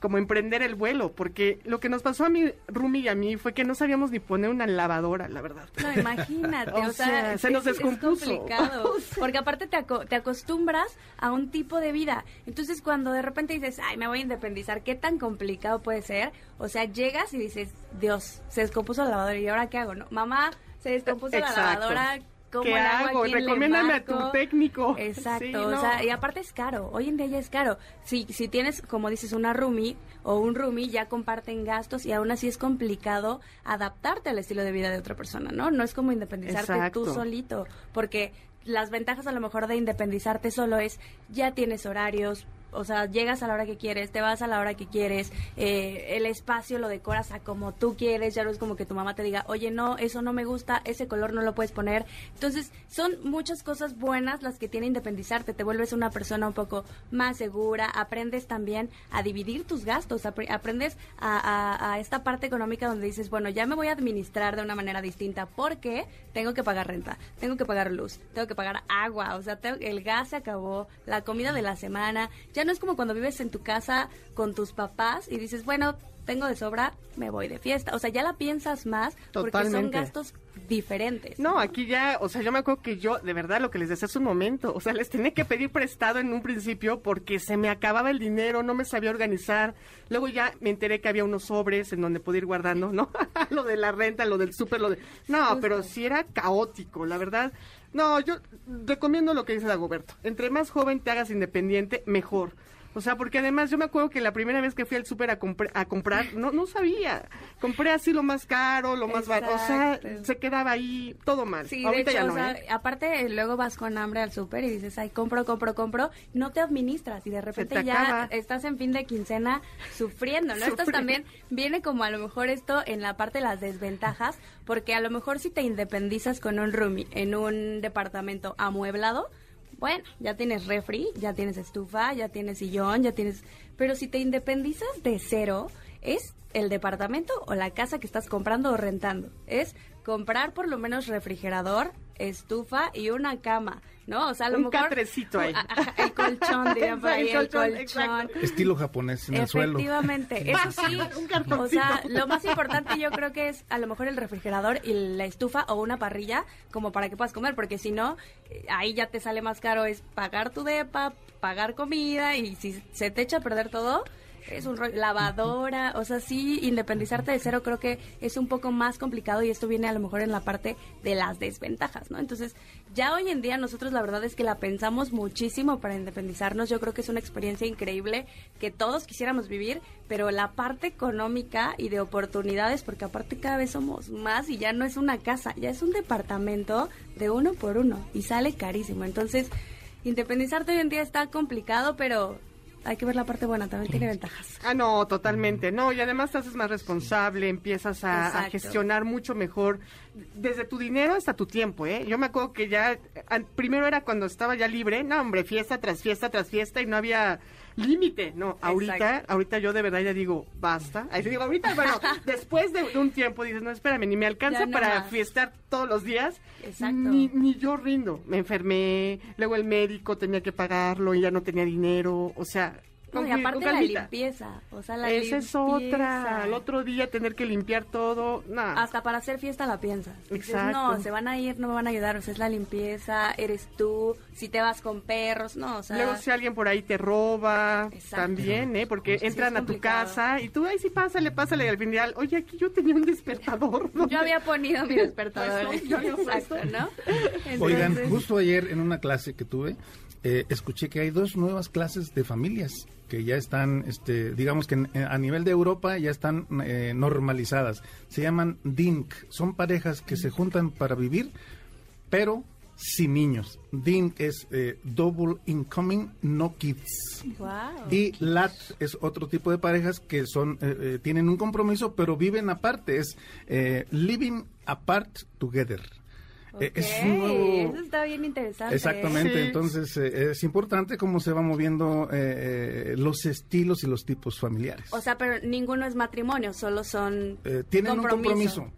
como emprender el vuelo, porque lo que nos pasó a mi Rumi y a mí fue que no sabíamos ni poner una lavadora, la verdad. No, imagínate, o, o sea, sea, se es, nos descompuso. Es complicado, porque aparte te, aco te acostumbras a un tipo de vida. Entonces, cuando de repente dices, ay, me voy a independizar, ¿qué tan complicado puede ser? O sea, llegas y dices, Dios, se descompuso la lavadora, ¿y ahora qué hago? No, mamá, se descompuso Exacto. la lavadora. ¿Cómo ¿Qué hago? Recomiéndame a tu técnico. Exacto, sí, o no. sea, y aparte es caro, hoy en día ya es caro. Si, si tienes, como dices, una roomie o un roomie, ya comparten gastos y aún así es complicado adaptarte al estilo de vida de otra persona, ¿no? No es como independizarte Exacto. tú solito, porque las ventajas a lo mejor de independizarte solo es, ya tienes horarios, o sea, llegas a la hora que quieres, te vas a la hora que quieres, eh, el espacio lo decoras a como tú quieres, ya no es como que tu mamá te diga, oye, no, eso no me gusta, ese color no lo puedes poner. Entonces, son muchas cosas buenas las que tiene independizarte, te vuelves una persona un poco más segura, aprendes también a dividir tus gastos, ap aprendes a, a, a esta parte económica donde dices, bueno, ya me voy a administrar de una manera distinta porque tengo que pagar renta, tengo que pagar luz, tengo que pagar agua, o sea, tengo, el gas se acabó, la comida de la semana, ya no es como cuando vives en tu casa con tus papás y dices, bueno, tengo de sobra, me voy de fiesta. O sea, ya la piensas más porque Totalmente. son gastos diferentes. No, aquí ya, o sea, yo me acuerdo que yo, de verdad, lo que les decía hace un momento, o sea, les tenía que pedir prestado en un principio porque se me acababa el dinero, no me sabía organizar. Luego ya me enteré que había unos sobres en donde podía ir guardando, ¿no? Lo de la renta, lo del súper, lo de... No, Justo. pero sí era caótico, la verdad. No, yo recomiendo lo que dice Dagoberto. Entre más joven te hagas independiente, mejor. O sea, porque además yo me acuerdo que la primera vez que fui al súper a, compr a comprar, no no sabía. Compré así lo más caro, lo más barato. O sea, se quedaba ahí todo mal. Sí, Ahorita de hecho, ya no, o sea, ¿eh? aparte luego vas con hambre al súper y dices, ay, compro, compro, compro, no te administras y de repente te ya acaba. estás en fin de quincena sufriendo, ¿no? Esto Sufriendo. también viene como a lo mejor esto en la parte de las desventajas, porque a lo mejor si te independizas con un roomie en un departamento amueblado, bueno, ya tienes refri, ya tienes estufa, ya tienes sillón, ya tienes... Pero si te independizas de cero, es el departamento o la casa que estás comprando o rentando. Es comprar por lo menos refrigerador, estufa y una cama, ¿no? O sea, a lo un mejor... catrecito ahí. Ajá, el colchón, dirían por ahí, el colchón. exacto. Estilo japonés en el suelo. Efectivamente, eso sí, Un cartoncito. o sea, lo más importante yo creo que es a lo mejor el refrigerador y la estufa o una parrilla como para que puedas comer, porque si no, eh, ahí ya te sale más caro es pagar tu depa, pagar comida y si se te echa a perder todo, es un rollo, lavadora, o sea, sí, independizarte de cero creo que es un poco más complicado y esto viene a lo mejor en la parte de las desventajas, ¿no? Entonces, ya hoy en día nosotros la verdad es que la pensamos muchísimo para independizarnos, yo creo que es una experiencia increíble que todos quisiéramos vivir, pero la parte económica y de oportunidades, porque aparte cada vez somos más y ya no es una casa, ya es un departamento de uno por uno y sale carísimo, entonces, independizarte hoy en día está complicado, pero... hay que ver la parte buena, también tiene ventajas. Ah, no, totalmente, no, y además te haces más responsable, empiezas a, a Exacto. gestionar mucho mejor, desde tu dinero hasta tu tiempo, ¿eh? Yo me acuerdo que ya, al- primero era cuando estaba ya libre, no, hombre, fiesta tras fiesta tras fiesta y no había límite, no, ahorita, Exacto. ahorita yo de verdad ya digo, basta, ahí digo, ahorita, bueno, después de, de un tiempo dices, no, espérame, ni me alcanza Ya no para más. fiestar todos los días, Exacto. ni, ni yo rindo, me enfermé, luego el médico tenía que pagarlo y ya no tenía dinero, o sea... No, y con- aparte con la calmita. limpieza, o sea, la Esa es otra. limpieza. Al otro día tener que limpiar todo. Nah. Hasta para hacer fiesta la piensas. Dices, Exacto. no, se van a ir, no me van a ayudar. O sea, es la limpieza, eres tú. Si te vas con perros, no, o sea... Luego si alguien por ahí te roba, Exacto. también, ¿eh? Porque Sí, entran es a tu complicado. casa y tú, ay, sí, pásale, pásale. Y al final, oye, aquí yo tenía un despertador. ¿no? Yo había ponido mi despertador. Pues, no, yo había Exacto, puesto. ¿no? Oigan, Entonces, justo ayer en una clase que tuve, eh, escuché que hay dos nuevas clases de familias que ya están, este, digamos que en- a nivel de Europa ya están eh, normalizadas. Se llaman D I N C. Son parejas que se juntan para vivir, pero sin niños. D I N C es eh, Double Incoming, No Kids. Wow. Y L A T es otro tipo de parejas que son eh, eh, tienen un compromiso, pero viven aparte. Es eh, Living Apart Together. Eh, Ok, es un nuevo... eso está bien interesante. Exactamente, Sí. entonces eh, es importante cómo se van moviendo eh, eh, los estilos y los tipos familiares. O sea, pero ninguno es matrimonio, solo son Eh, tienen un compromiso.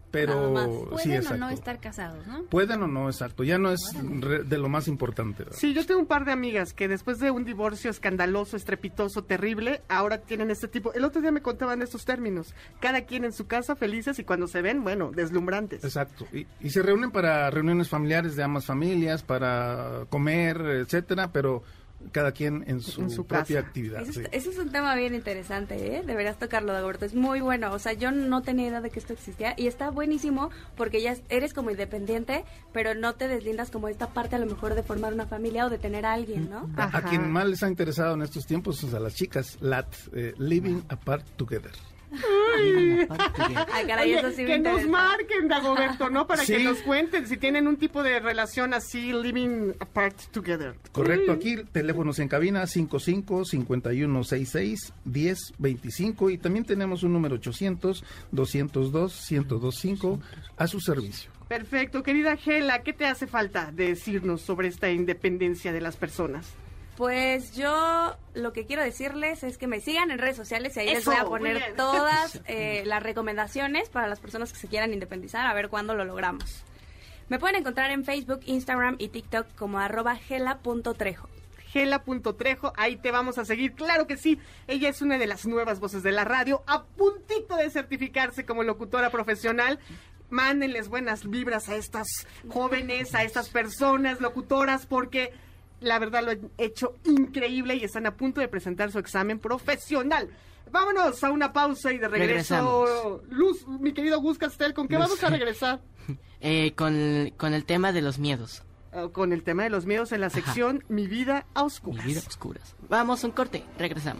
pero pueden sí, exacto. o no estar casados, ¿no? Pueden o no, exacto. Ya no es re- de lo más importante, ¿verdad? Sí, yo tengo un par de amigas que después de un divorcio escandaloso, estrepitoso, terrible, ahora tienen este tipo. El otro día me contaban estos términos. Cada quien en su casa, felices, y cuando se ven, bueno, deslumbrantes. Exacto. Y, y se reúnen para reuniones familiares de ambas familias, para comer, etcétera, pero cada quien en su, En su propia casa. actividad. Ese, sí. es, ese es un tema bien interesante, ¿eh? Deberías tocarlo, Dagoberto. Es muy bueno. O sea, yo no tenía idea de que esto existía y está buenísimo porque ya eres como independiente, pero no te deslindas como esta parte a lo mejor de formar una familia o de tener a alguien, ¿no? A, a quien más les ha interesado en estos tiempos es a las chicas, L A T, eh, Living Apart Together. Ay. Ay, caray, Oye, eso sí me que nos interesa. marquen, Dagoberto, ¿no? Para Sí. que nos cuenten si tienen un tipo de relación así, living apart together. Correcto, Uy. aquí teléfonos en cabina cinco cinco, cinco uno seis seis, diez veinticinco y también tenemos un número ochocientos, doscientos dos, ciento veinticinco a su servicio. Perfecto, querida Gela, ¿qué te hace falta decirnos sobre esta independencia de las personas? Pues yo lo que quiero decirles es que me sigan en redes sociales y ahí les Eso, voy a muy poner bien. todas eh, las recomendaciones para las personas que se quieran independizar, a ver cuándo lo logramos. Me pueden encontrar en Facebook, Instagram y TikTok como arroba gela.trejo. Gela.trejo, ahí te vamos a seguir, claro que sí, ella es una de las nuevas voces de la radio, a puntito de certificarse como locutora profesional. Mándenles buenas vibras a estas jóvenes, a estas personas locutoras, porque la verdad lo han hecho increíble y están a punto de presentar su examen profesional. Vámonos a una pausa y de regreso, Regresamos. Luz, mi querido Gus Castel, ¿con qué Luz. vamos a regresar? Eh, con, con el tema de los miedos. Uh, con el tema de los miedos en la sección Mi vida a oscuras. Mi vida a oscuras. Vamos, un corte, regresamos.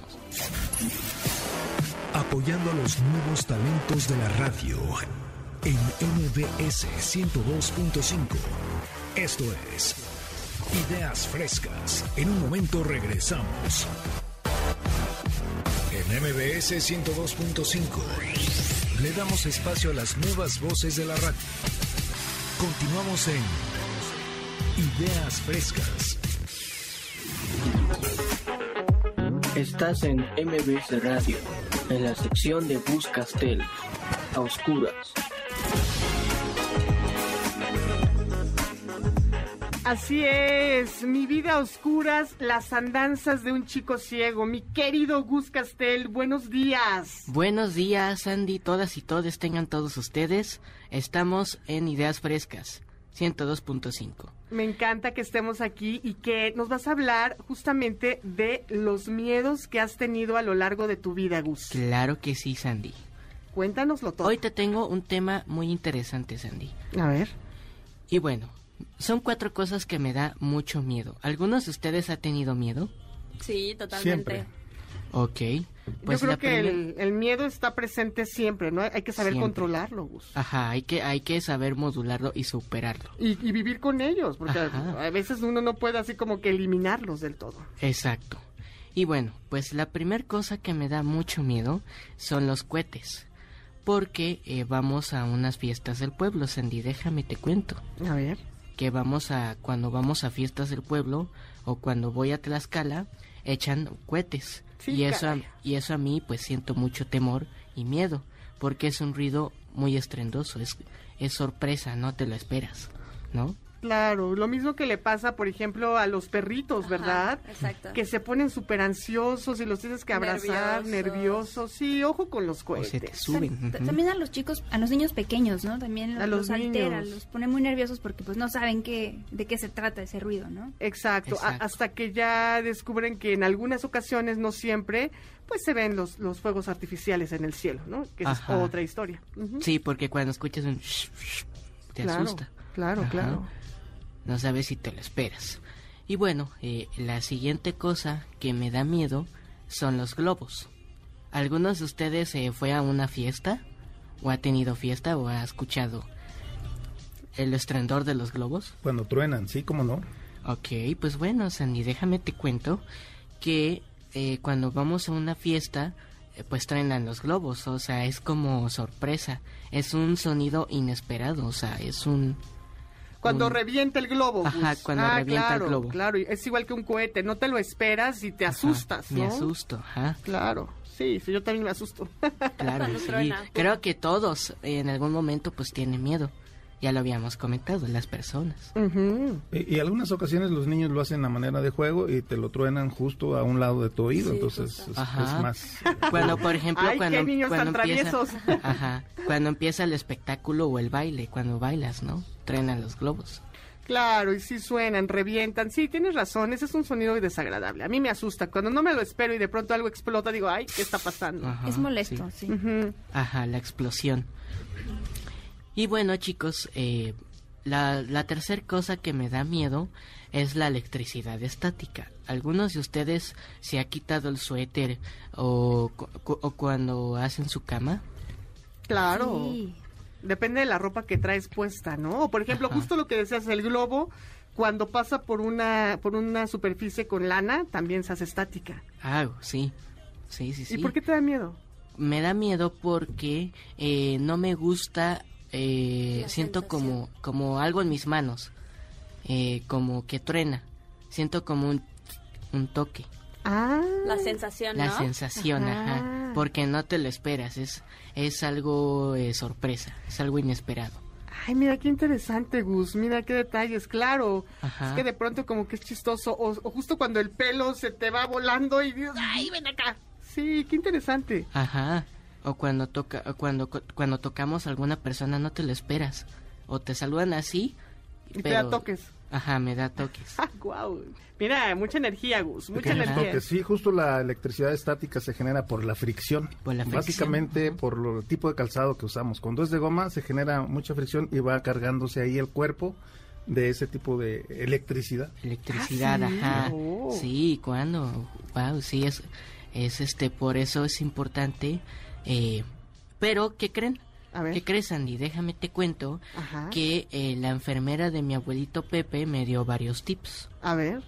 Apoyando a los nuevos talentos de la radio en M B S ciento dos punto cinco. Esto es Ideas Frescas. En un momento regresamos. En M B S ciento dos punto cinco le damos espacio a las nuevas voces de la radio. Continuamos en Ideas Frescas. Estás en M B S Radio, en la sección de Gus Castel, a oscuras. Así es, Mi vida a oscuras, las andanzas de un chico ciego. Mi querido Gus Castel, buenos días. Buenos días, Andy, todas y todos, tengan todos ustedes. Estamos en Ideas Frescas, ciento dos punto cinco. Me encanta que estemos aquí y que nos vas a hablar justamente de los miedos que has tenido a lo largo de tu vida, Gus. Claro que sí, Sandy. Cuéntanoslo todo. Hoy te tengo un tema muy interesante, Sandy. A ver. Y bueno, son cuatro cosas que me da mucho miedo. ¿Algunos de ustedes han tenido miedo? Sí, totalmente. Siempre. Ok. Pues Yo creo la que primer- el, el miedo está presente siempre, ¿no? Hay que saber Siempre. controlarlo, Gus. Ajá, hay que, hay que saber modularlo y superarlo. Y, y vivir con ellos, porque Ajá. a veces uno no puede así como que eliminarlos del todo. Exacto. Y bueno, pues la primera cosa que me da mucho miedo son los cohetes. Porque eh, vamos a unas fiestas del pueblo, Sandy, déjame te cuento. A ver. Que vamos a, cuando vamos a fiestas del pueblo o cuando voy a Tlaxcala, echan cohetes. Sí, y eso, a, caray. y eso a mí pues siento mucho temor y miedo, porque es un ruido muy estrendoso, es, es sorpresa, no te lo esperas, ¿no? Claro, lo mismo que le pasa, por ejemplo, a los perritos, Ajá, ¿verdad? exacto. Que se ponen súper ansiosos y los tienes que abrazar, Nerviosos. nerviosos. Sí, ojo con los O se te cohetes. suben. T- ujú. También a los chicos, a los niños pequeños, ¿no? También A los, los altera, niños. los pone muy nerviosos porque pues no saben qué, de qué se trata ese ruido, ¿no? Exacto, a- Exacto. hasta que ya descubren que en algunas ocasiones, no siempre, pues se ven los, los fuegos artificiales en el cielo, ¿no? Que esa es Ajá. otra historia. Ujú. Sí, porque cuando escuchas un shh, shh, te Claro, asusta. Claro, Ajá. claro. No sabes si te lo esperas. Y bueno, eh, la siguiente cosa que me da miedo son los globos. ¿Algunos de ustedes eh, fue a una fiesta? ¿O ha tenido fiesta? ¿O ha escuchado el estrendor de los globos? Cuando truenan, sí, cómo no. Ok, pues bueno, Sandy, déjame te cuento que eh, cuando vamos a una fiesta, eh, pues truenan los globos. O sea, es como sorpresa. Es un sonido inesperado, o sea, es un... Cuando un- revienta el globo. Ajá, Gus. cuando Ah, revienta el claro, globo. Claro, es igual que un cohete, no te lo esperas y te asustas, ¿no? Me asusto, ajá. Claro, sí, sí, yo también me asusto. Claro, Cuando sí. truena. Creo que todos eh, en algún momento pues tienen miedo. Ya lo habíamos comentado, las personas. Ujú. Y, y algunas ocasiones los niños lo hacen a manera de juego y te lo truenan justo a un lado de tu oído, Sí, entonces justo. es, Ajá. es más... Cuando, por ejemplo, Ay, cuando, qué niños cuando tan empieza, traviesos. ajá, cuando empieza el espectáculo o el baile, cuando bailas, ¿no? Truenan los globos. Claro, y sí suenan, revientan. Sí, tienes razón, ese es un sonido desagradable. A mí me asusta. Cuando no me lo espero y de pronto algo explota, digo, ay, ¿qué está pasando? Ajá, Es molesto, sí. Ujú. Ajá, la explosión. Y bueno, chicos, eh, la, la tercera cosa que me da miedo es la electricidad estática. ¿Algunos de ustedes se ha quitado el suéter o, cu- cu- o cuando hacen su cama? Claro. Sí. Depende de la ropa que traes puesta, ¿no? O por ejemplo, Ajá. justo lo que decías, el globo, cuando pasa por una por una superficie con lana, también se hace estática. Ah, sí. Sí, sí, sí. ¿Y por qué te da miedo? Me da miedo porque eh, no me gusta, eh, La siento sensación. como, como algo en mis manos, eh, como que truena, siento como un, un toque, Ah. La sensación, ¿no? la sensación, Ajá. ajá, porque no te lo esperas, es, es algo eh, sorpresa, es algo inesperado. Ay, mira qué interesante, Gus. Mira qué detalles, claro. Ajá. Es que de pronto como que es chistoso. O, o justo cuando el pelo se te va volando y dices, ¡ay, ven acá! Sí, qué interesante. Ajá, o cuando toca, o cuando, cuando tocamos a alguna persona no te lo esperas, o te saludan así, Y te pero- da toques. Ajá, me da toques. Ah, guau. Mira, mucha energía, Gus. Mucha Pequeños energía. toques. Sí, justo la electricidad estática se genera por la fricción. Por la fricción, Básicamente ajá. por lo- el tipo de calzado que usamos. Cuando es de goma se genera mucha fricción y va cargándose ahí el cuerpo de ese tipo de electricidad. Electricidad, Ah, ¿sí? ajá. Oh. Sí, ¿cuándo? Wow, sí, es, es este, por eso es importante. Eh, pero, ¿qué creen? A ver. ¿Qué crees, Andy? Déjame te cuento Ajá. que eh, la enfermera de mi abuelito Pepe me dio varios tips. A ver.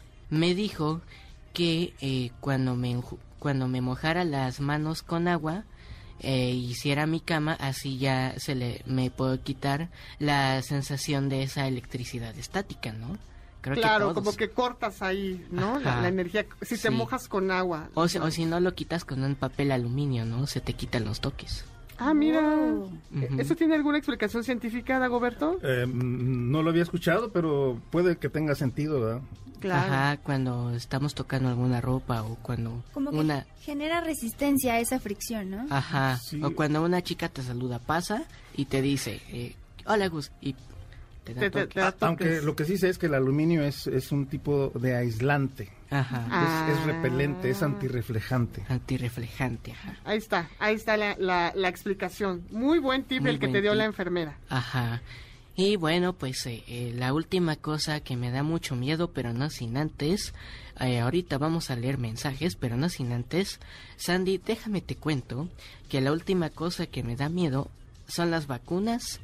Me dijo que eh, cuando me enju- cuando me mojara las manos con agua, eh, hiciera mi cama, así ya se le me puedo quitar la sensación de esa electricidad estática, ¿no? Creo que Claro, todos. como que cortas ahí, ¿no? La, Ajá. la energía. Si te Sí. mojas con agua. O si, o si no lo quitas con un papel aluminio, ¿no? Se te quitan los toques. Ah, mira. Oh. Ujú. ¿Eso tiene alguna explicación científica, Dagoberto? Eh, mm, no lo había escuchado, pero puede que tenga sentido, ¿verdad? Claro. Ajá, cuando estamos tocando alguna ropa o cuando Como que una... genera resistencia a esa fricción, ¿no? Ajá, Sí. o cuando una chica te saluda, pasa y te dice, eh, hola Gus, y te da Te- te- toque. te da Aunque toques. lo que sí sé es que el aluminio es, es un tipo de aislante. Ajá, Ah. Es, es repelente, es antirreflejante. antirreflejante, ajá. Ahí está, ahí está la, la, la explicación. Muy buen tip Muy el que buen te dio tip. la enfermera. Ajá. Y bueno, pues eh, eh, la última cosa que me da mucho miedo, pero no sin antes, eh, ahorita vamos a leer mensajes, pero no sin antes, Sandy, déjame te cuento que la última cosa que me da miedo son las vacunas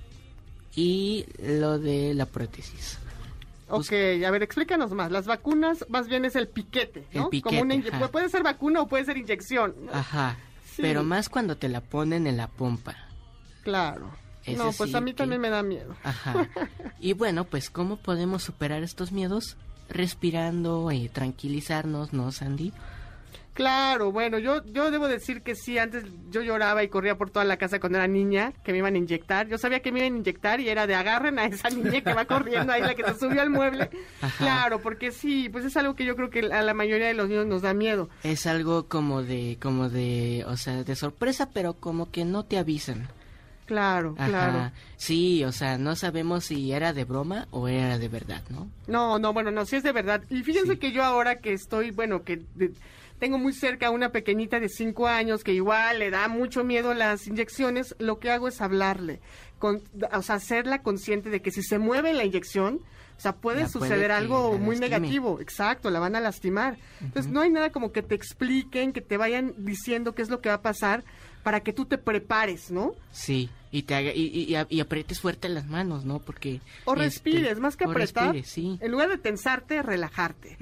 y lo de la prótesis. Ok, a ver, explícanos más. Las vacunas, más bien es el piquete, ¿no? El piquete, Como una inye- ajá. puede ser vacuna o puede ser inyección. ¿no? Ajá, Sí. pero más cuando te la ponen en la pompa. Claro. Es no, pues decir a mí que- también me da miedo. Ajá. Y bueno, pues ¿cómo podemos superar estos miedos? Respirando y tranquilizarnos, ¿no, Sandy? Claro, bueno, yo yo debo decir que sí, antes yo lloraba y corría por toda la casa cuando era niña, que me iban a inyectar. Yo sabía que me iban a inyectar y era de agarren a esa niña que va corriendo ahí, la que se subió al mueble. Ajá. Claro, porque sí, pues es algo que yo creo que a la mayoría de los niños nos da miedo. Es algo como de, como de, o sea, de sorpresa, pero como que no te avisan. Claro, Ajá. claro. Sí, o sea, no sabemos si era de broma o era de verdad, ¿no? No, no, bueno, no, sí es de verdad. Y fíjense Sí. que yo ahora que estoy, bueno, que de- tengo muy cerca a una pequeñita de cinco años que igual le da mucho miedo las inyecciones, lo que hago es hablarle, con, o sea, hacerla consciente de que si se mueve la inyección, o sea, puede La puede suceder que algo la muy lastime. negativo, exacto, la van a lastimar. Entonces, no hay nada como que te expliquen, que te vayan diciendo qué es lo que va a pasar para que tú te prepares, ¿no? Sí, y te haga, y, y, y a- y aprietes fuerte las manos, ¿no? Porque... O este, respires, más que o apretar, respires, sí. en lugar de tensarte, relajarte.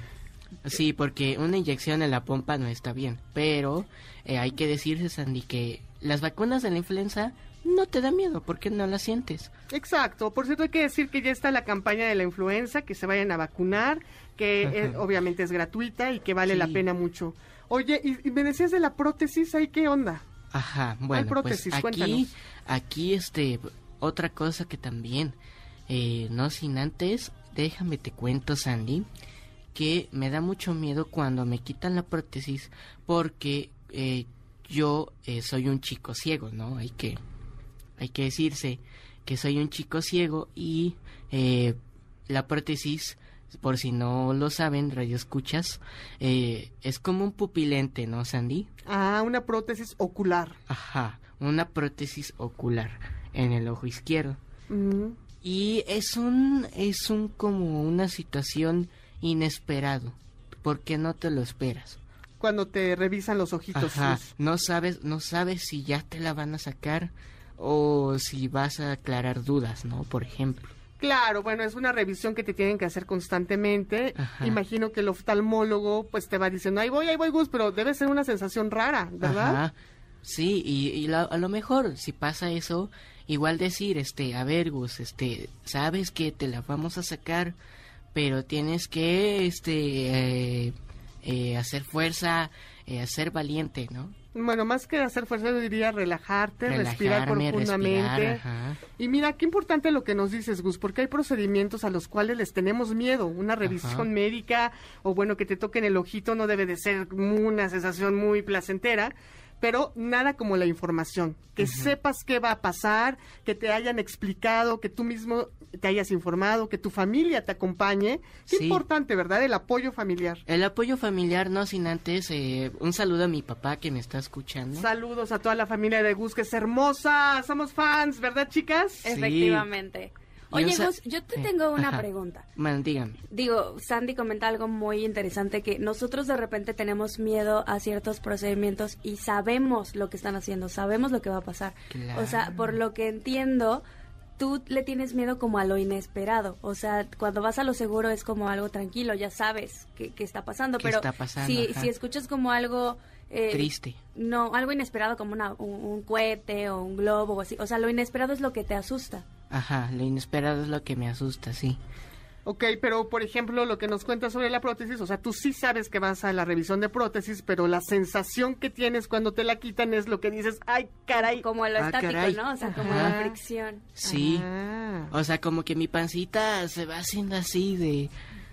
Sí, porque una inyección en la pompa no está bien, pero eh, hay que decirse, Sandy, que las vacunas de la influenza no te da miedo porque no la sientes. Exacto. Por cierto, hay que decir que ya está la campaña de la influenza, que se vayan a vacunar, que eh, obviamente es gratuita y que vale Sí. la pena mucho. Oye, y, y me decías de la prótesis, ¿ahí qué onda? Ajá, bueno, prótesis? pues aquí, Cuéntanos. aquí, este, otra cosa que también, eh, no sin antes, déjame te cuento, Sandy, que me da mucho miedo cuando me quitan la prótesis porque eh, yo eh, soy un chico ciego, ¿no? Hay que, hay que decirse que soy un chico ciego y eh, la prótesis, por si no lo saben, radioescuchas, eh, es como un pupilente, ¿no, Sandy? Ah, una prótesis ocular. Ajá, una prótesis ocular en el ojo izquierdo. Mm. Y es un, es un como una situación inesperado, porque no te lo esperas. Cuando te revisan los ojitos. Ajá, sí. no sabes, no sabes si ya te la van a sacar o si vas a aclarar dudas, ¿no? Por ejemplo. Claro, bueno, es una revisión que te tienen que hacer constantemente. Ajá. Imagino que el oftalmólogo pues te va diciendo, ahí voy, ahí voy, Gus, pero debe ser una sensación rara, ¿verdad? Ajá. Sí, y, y la- a lo mejor si pasa eso, igual decir, este, a ver, Gus, este, sabes que te la vamos a sacar, pero tienes que, este, eh, eh, hacer fuerza, eh, ser valiente, ¿no? Bueno, más que hacer fuerza, yo diría relajarte, respirar Relajarme, profundamente. respirar, ajá. Y mira, qué importante lo que nos dices, Gus, porque hay procedimientos a los cuales les tenemos miedo. Una revisión Ajá. médica, o bueno, que te toquen el ojito, no debe de ser una sensación muy placentera, pero nada como la información. Que Ujú. sepas qué va a pasar, que te hayan explicado, que tú mismo te hayas informado, que tu familia te acompañe. Qué Sí. importante, ¿verdad? El apoyo familiar. El apoyo familiar, no sin antes, eh, un saludo a mi papá que me está escuchando. Saludos a toda la familia de Gus, que es hermosa. Somos fans, ¿verdad, chicas? Sí. Efectivamente. Y Oye, un sa- Gus, yo te eh, tengo una ajá. pregunta. Man, dígame. Digo, Sandy comenta algo muy interesante, que nosotros de repente tenemos miedo a ciertos procedimientos y sabemos lo que están haciendo, sabemos lo que va a pasar. Claro. O sea, por lo que entiendo, tú le tienes miedo como a lo inesperado. O sea, cuando vas a lo seguro es como algo tranquilo, ya sabes qué, qué está pasando. ¿Qué pero está pasando? si, Ajá. si escuchas como algo... eh, Triste. No, algo inesperado como una, un, un cohete o un globo o así. O sea, lo inesperado es lo que te asusta. Ajá, lo inesperado es lo que me asusta, sí. Ok, pero por ejemplo, lo que nos cuentas sobre la prótesis, o sea, tú sí sabes que vas a la revisión de prótesis, pero la sensación que tienes cuando te la quitan es lo que dices, ay, caray. Como lo Ah, estático, caray. ¿no? O sea, como Ajá. la fricción. Sí. Ah. O sea, como que mi pancita se va haciendo así de...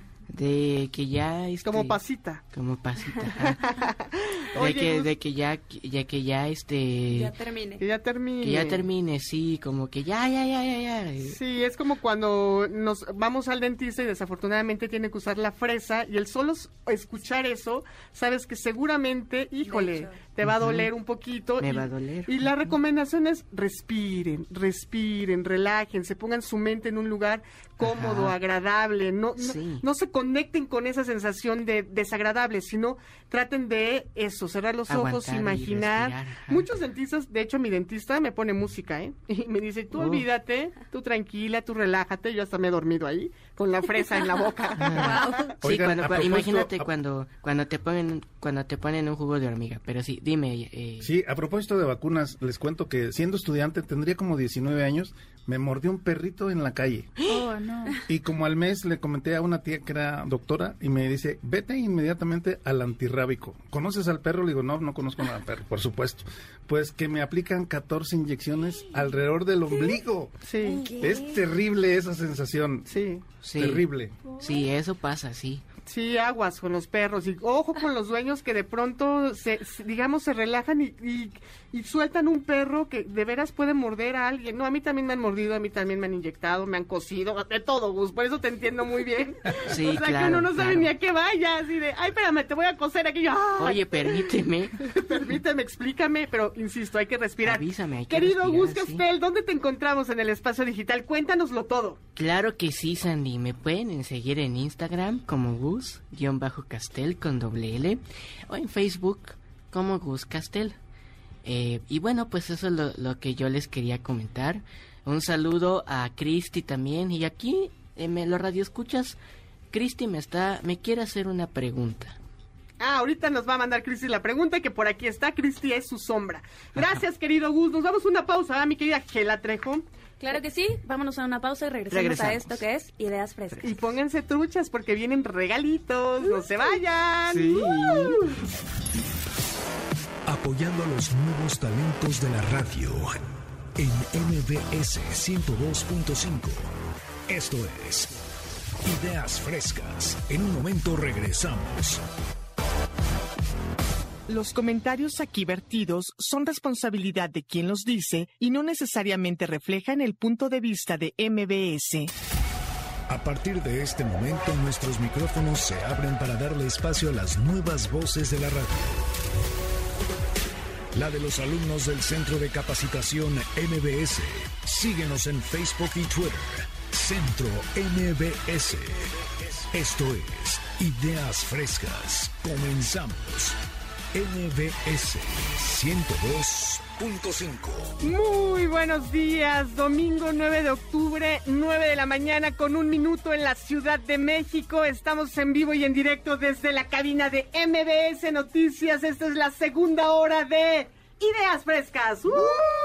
De que ya... Este, Como pasita. Como pasita, ajá. De Oye, que, Gus. de que ya, ya que ya este... Ya termine. Que ya termine. Que ya termine, sí, como que ya, ya, ya, ya, ya. Sí, es como cuando nos vamos al dentista y desafortunadamente tiene que usar la fresa y el solo s- escuchar eso, sabes que seguramente, híjole, hecho. te va a Ujú. doler un poquito. Me y, va a doler. Y la recomendación es respiren, respiren, relajen, se pongan su mente en un lugar cómodo, Ajá. agradable, no, no, Sí. no se conecten con esa sensación de desagradable, sino traten de eso, cerrar los ojos, Aguantar y imaginar. respirar, ajá. Muchos dentistas, de hecho mi dentista me pone música, ¿eh? Y me dice, tú Oh. olvídate, tú tranquila, tú relájate, yo hasta me he dormido ahí, con la fresa en la boca. Sí, Oigan, cuando, a cua- propósito- imagínate a- cuando cuando te ponen cuando te ponen un jugo de hormiga, pero sí, dime. Eh, Sí, a propósito de vacunas, les cuento que siendo estudiante, tendría como diecinueve años, me mordió un perrito en la calle. Oh, no. Y como al mes le comenté a una tía que era doctora y me dice, vete inmediatamente al antirrábico. ¿Conoces al perro? Le digo, no, no conozco al perro, por supuesto. Pues que me aplican catorce inyecciones alrededor del ombligo. Sí, Es terrible esa sensación. sí. sí, Terrible. Sí, eso pasa, sí. Sí, aguas con los perros y ojo con los dueños que de pronto, se, se- digamos, se relajan y, y, y sueltan un perro que de veras puede morder a alguien. No, a mí también me han mordido, a mí también me han inyectado, me han cosido, de todo, Gus. Por eso te entiendo muy bien. Sí, o sea, claro, que uno no sabe claro. ni a qué vaya, así de, ay, espérame, te voy a coser aquí. Yo, "Ay, Oye, permíteme. permíteme, explícame, pero insisto, hay que respirar. Avísame, hay que Querido respirar, Gus sí. Castel, ¿dónde te encontramos en el espacio digital? Cuéntanoslo todo. Claro que sí, Sandy. Me pueden seguir en Instagram como Gus-Castel con doble L o en Facebook como Gus Castel. Eh, y bueno, pues eso es lo, lo que yo les quería comentar. Un saludo a Cristi también. Y aquí, eh, me lo radio escuchas, Cristi me está, me quiere hacer una pregunta. Ah, ahorita nos va a mandar Cristi la pregunta, que por aquí está. Cristi es su sombra. Gracias, querido Gus. Nos vamos a una pausa, ¿verdad, mi querida Gela Trejo? Claro que sí. Vámonos a una pausa y regresamos, regresamos. a esto que es Ideas Frescas. Y pónganse truchas porque vienen regalitos. ¡No se vayan! Sí. ¡Uh! Apoyando a los nuevos talentos de la radio en M B S ciento dos punto cinco. Esto es Ideas Frescas. En un momento regresamos. Los comentarios aquí vertidos son responsabilidad de quien los dice y no necesariamente reflejan el punto de vista de M B S. A partir de este momento, nuestros micrófonos se abren para darle espacio a las nuevas voces de la radio. La de los alumnos del Centro de Capacitación M B S. Síguenos en Facebook y Twitter. Centro M B S. Esto es Ideas Frescas. Comenzamos. M B S ciento dos punto cinco. Muy buenos días, domingo nueve de octubre, nueve de la mañana con un minuto en la Ciudad de México. Estamos en vivo y en directo desde la cabina de M B S Noticias. Esta es la segunda hora de Ideas Frescas. ¡Uh!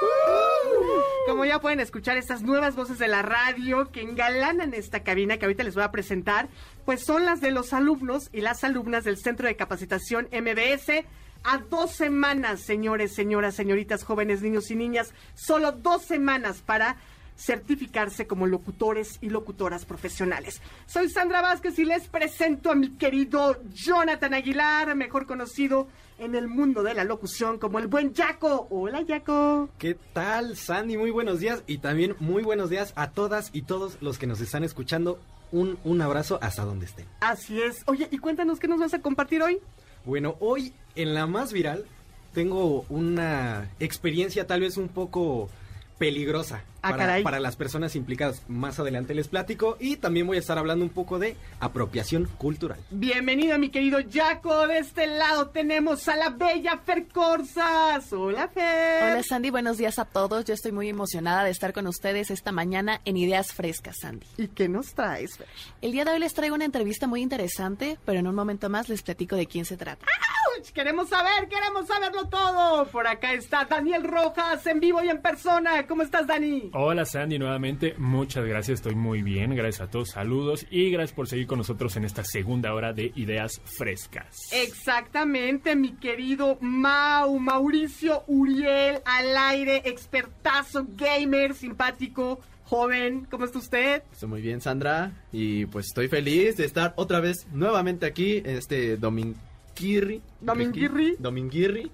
Como ya pueden escuchar, estas nuevas voces de la radio que engalanan esta cabina que ahorita les voy a presentar, pues son las de los alumnos y las alumnas del Centro de Capacitación M B S. A dos semanas, señores, señoras, señoritas, jóvenes, niños y niñas, solo dos semanas para certificarse como locutores y locutoras profesionales. Soy Sandra Vázquez y les presento a mi querido Jonathan Aguilar, mejor conocido en el mundo de la locución como el buen Yaco. Hola, Yaco. ¿Qué tal, Sandy? Muy buenos días y también muy buenos días a todas y todos los que nos están escuchando. Un, un abrazo hasta donde estén. Así es. Oye, y cuéntanos, ¿qué nos vas a compartir hoy? Bueno, hoy en la más viral tengo una experiencia tal vez un poco peligrosa ah, para, para las personas implicadas. Más adelante les platico y también voy a estar hablando un poco de apropiación cultural. Bienvenido, mi querido Yaco. De este lado tenemos a la bella Fer Corsas. Hola, Fer. Hola, Sandy. Buenos días a todos. Yo estoy muy emocionada de estar con ustedes esta mañana en Ideas Frescas, Sandy. ¿Y qué nos traes, Fer? El día de hoy les traigo una entrevista muy interesante, pero en un momento más les platico de quién se trata. ¡Auch! Queremos saber, queremos saberlo todo. Por acá está Daniel Rojas en vivo y en persona. ¿Cómo estás, Dani? Hola, Sandy, nuevamente, muchas gracias, estoy muy bien, gracias a todos, saludos y gracias por seguir con nosotros en esta segunda hora de Ideas Frescas. Exactamente, mi querido Mau, Mauricio Uriel, al aire, expertazo, gamer, simpático, joven, ¿cómo está usted? Estoy muy bien, Sandra, y pues estoy feliz de estar otra vez nuevamente aquí, este domingo. Kirri, Dominguirri Dominguirri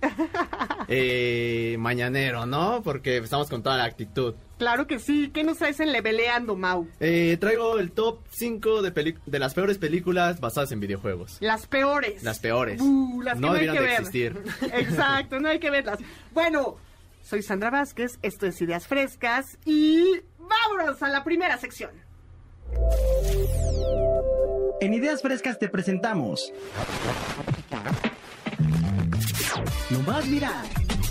eh, mañanero, ¿no? Porque estamos con toda la actitud. Claro que sí. ¿Qué nos traes en Leveleando, Mau? Eh, traigo el top cinco de, peli- de las peores películas basadas en videojuegos. Las peores. Las peores. Uh, las que no, no debieran hay que de ver. existir. Exacto, no hay que verlas. Bueno, soy Sandra Vázquez, esto es Ideas Frescas y vámonos a la primera sección. En Ideas Frescas te presentamos Lo más viral.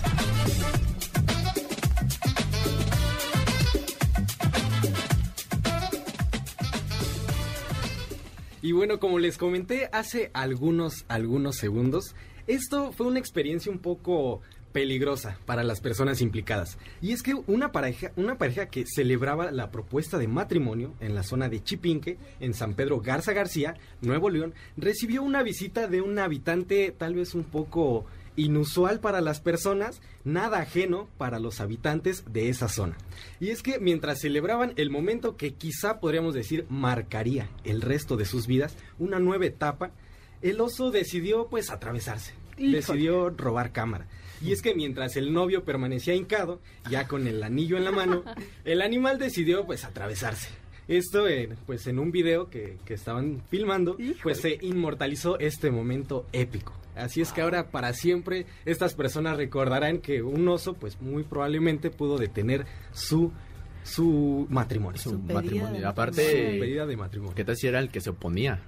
Y bueno, como les comenté hace algunos, algunos segundos, esto fue una experiencia un poco peligrosa para las personas implicadas. Y es que una pareja, una pareja que celebraba la propuesta de matrimonio en la zona de Chipinque, en San Pedro Garza García, Nuevo León, recibió una visita de un habitante tal vez un poco inusual para las personas, nada ajeno para los habitantes de esa zona. Y es que mientras celebraban el momento que quizá podríamos decir marcaría el resto de sus vidas, una nueva etapa, el oso decidió pues atravesarse, Híjole. decidió robar cámara. Y es que mientras el novio permanecía hincado, ya con el anillo en la mano, el animal decidió pues atravesarse. Esto en, pues en un video que, que estaban filmando, Híjole. pues se inmortalizó este momento épico. Así es que ahora para siempre estas personas recordarán que un oso pues muy probablemente pudo detener su su matrimonio. Su matrimonio. Aparte, su pedida de matrimonio. ¿Qué tal si era el que se oponía?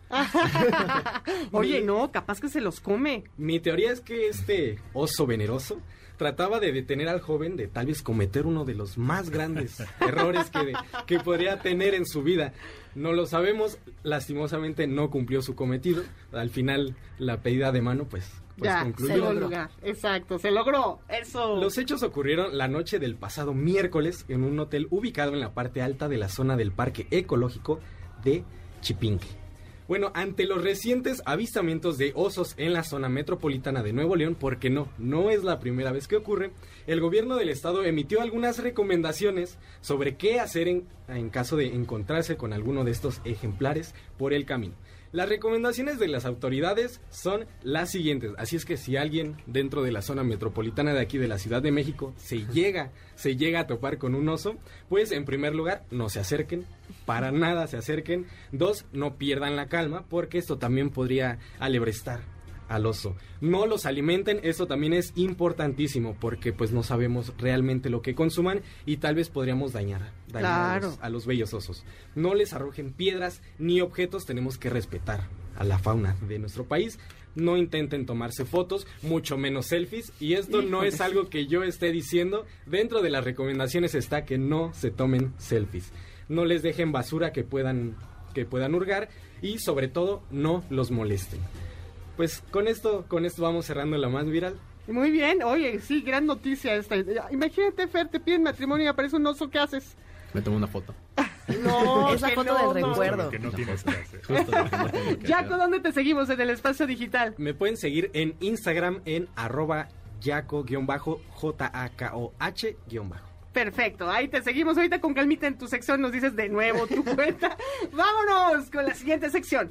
Oye, no, capaz que se los come. Mi teoría es que este oso veneroso trataba de detener al joven de tal vez cometer uno de los más grandes errores que, de, que podría tener en su vida. No lo sabemos, lastimosamente no cumplió su cometido. Al final, la pedida de mano, pues, pues ya, concluyó. se logró. Exacto, se logró. Eso. Los hechos ocurrieron la noche del pasado miércoles en un hotel ubicado en la parte alta de la zona del Parque Ecológico de Chipinque. Bueno, ante los recientes avistamientos de osos en la zona metropolitana de Nuevo León, porque no, no es la primera vez que ocurre, el gobierno del estado emitió algunas recomendaciones sobre qué hacer en, en caso de encontrarse con alguno de estos ejemplares por el camino. Las recomendaciones de las autoridades son las siguientes, así es que si alguien dentro de la zona metropolitana de aquí de la Ciudad de México se llega, se llega a topar con un oso, pues en primer lugar no se acerquen, para nada se acerquen. Dos, no pierdan la calma porque esto también podría alebrestar al oso. No los alimenten, esto también es importantísimo porque pues no sabemos realmente lo que consuman y tal vez podríamos dañar, dañar claro. a, los, a los bellos osos. No les arrojen piedras ni objetos, tenemos que respetar a la fauna de nuestro país. No intenten tomarse fotos, mucho menos selfies, y esto Híjole. no es algo que yo esté diciendo. Dentro de las recomendaciones está que no se tomen selfies. No les dejen basura que puedan, que puedan hurgar y sobre todo no los molesten. Pues con esto, con esto vamos cerrando la más viral. Muy bien, oye, sí, gran noticia esta. Imagínate, Fer, te piden matrimonio y aparece un oso, ¿qué haces? Me tomo una foto. No, esa foto no, del no. recuerdo. Que no tienes que hacer. Jaco, ¿dónde te seguimos en el espacio digital? Me pueden seguir en Instagram en arroba Jaco-J A K O H bajo. Perfecto, ahí te seguimos. Ahorita con calmita en tu sección nos dices de nuevo tu cuenta. Vámonos con la siguiente sección.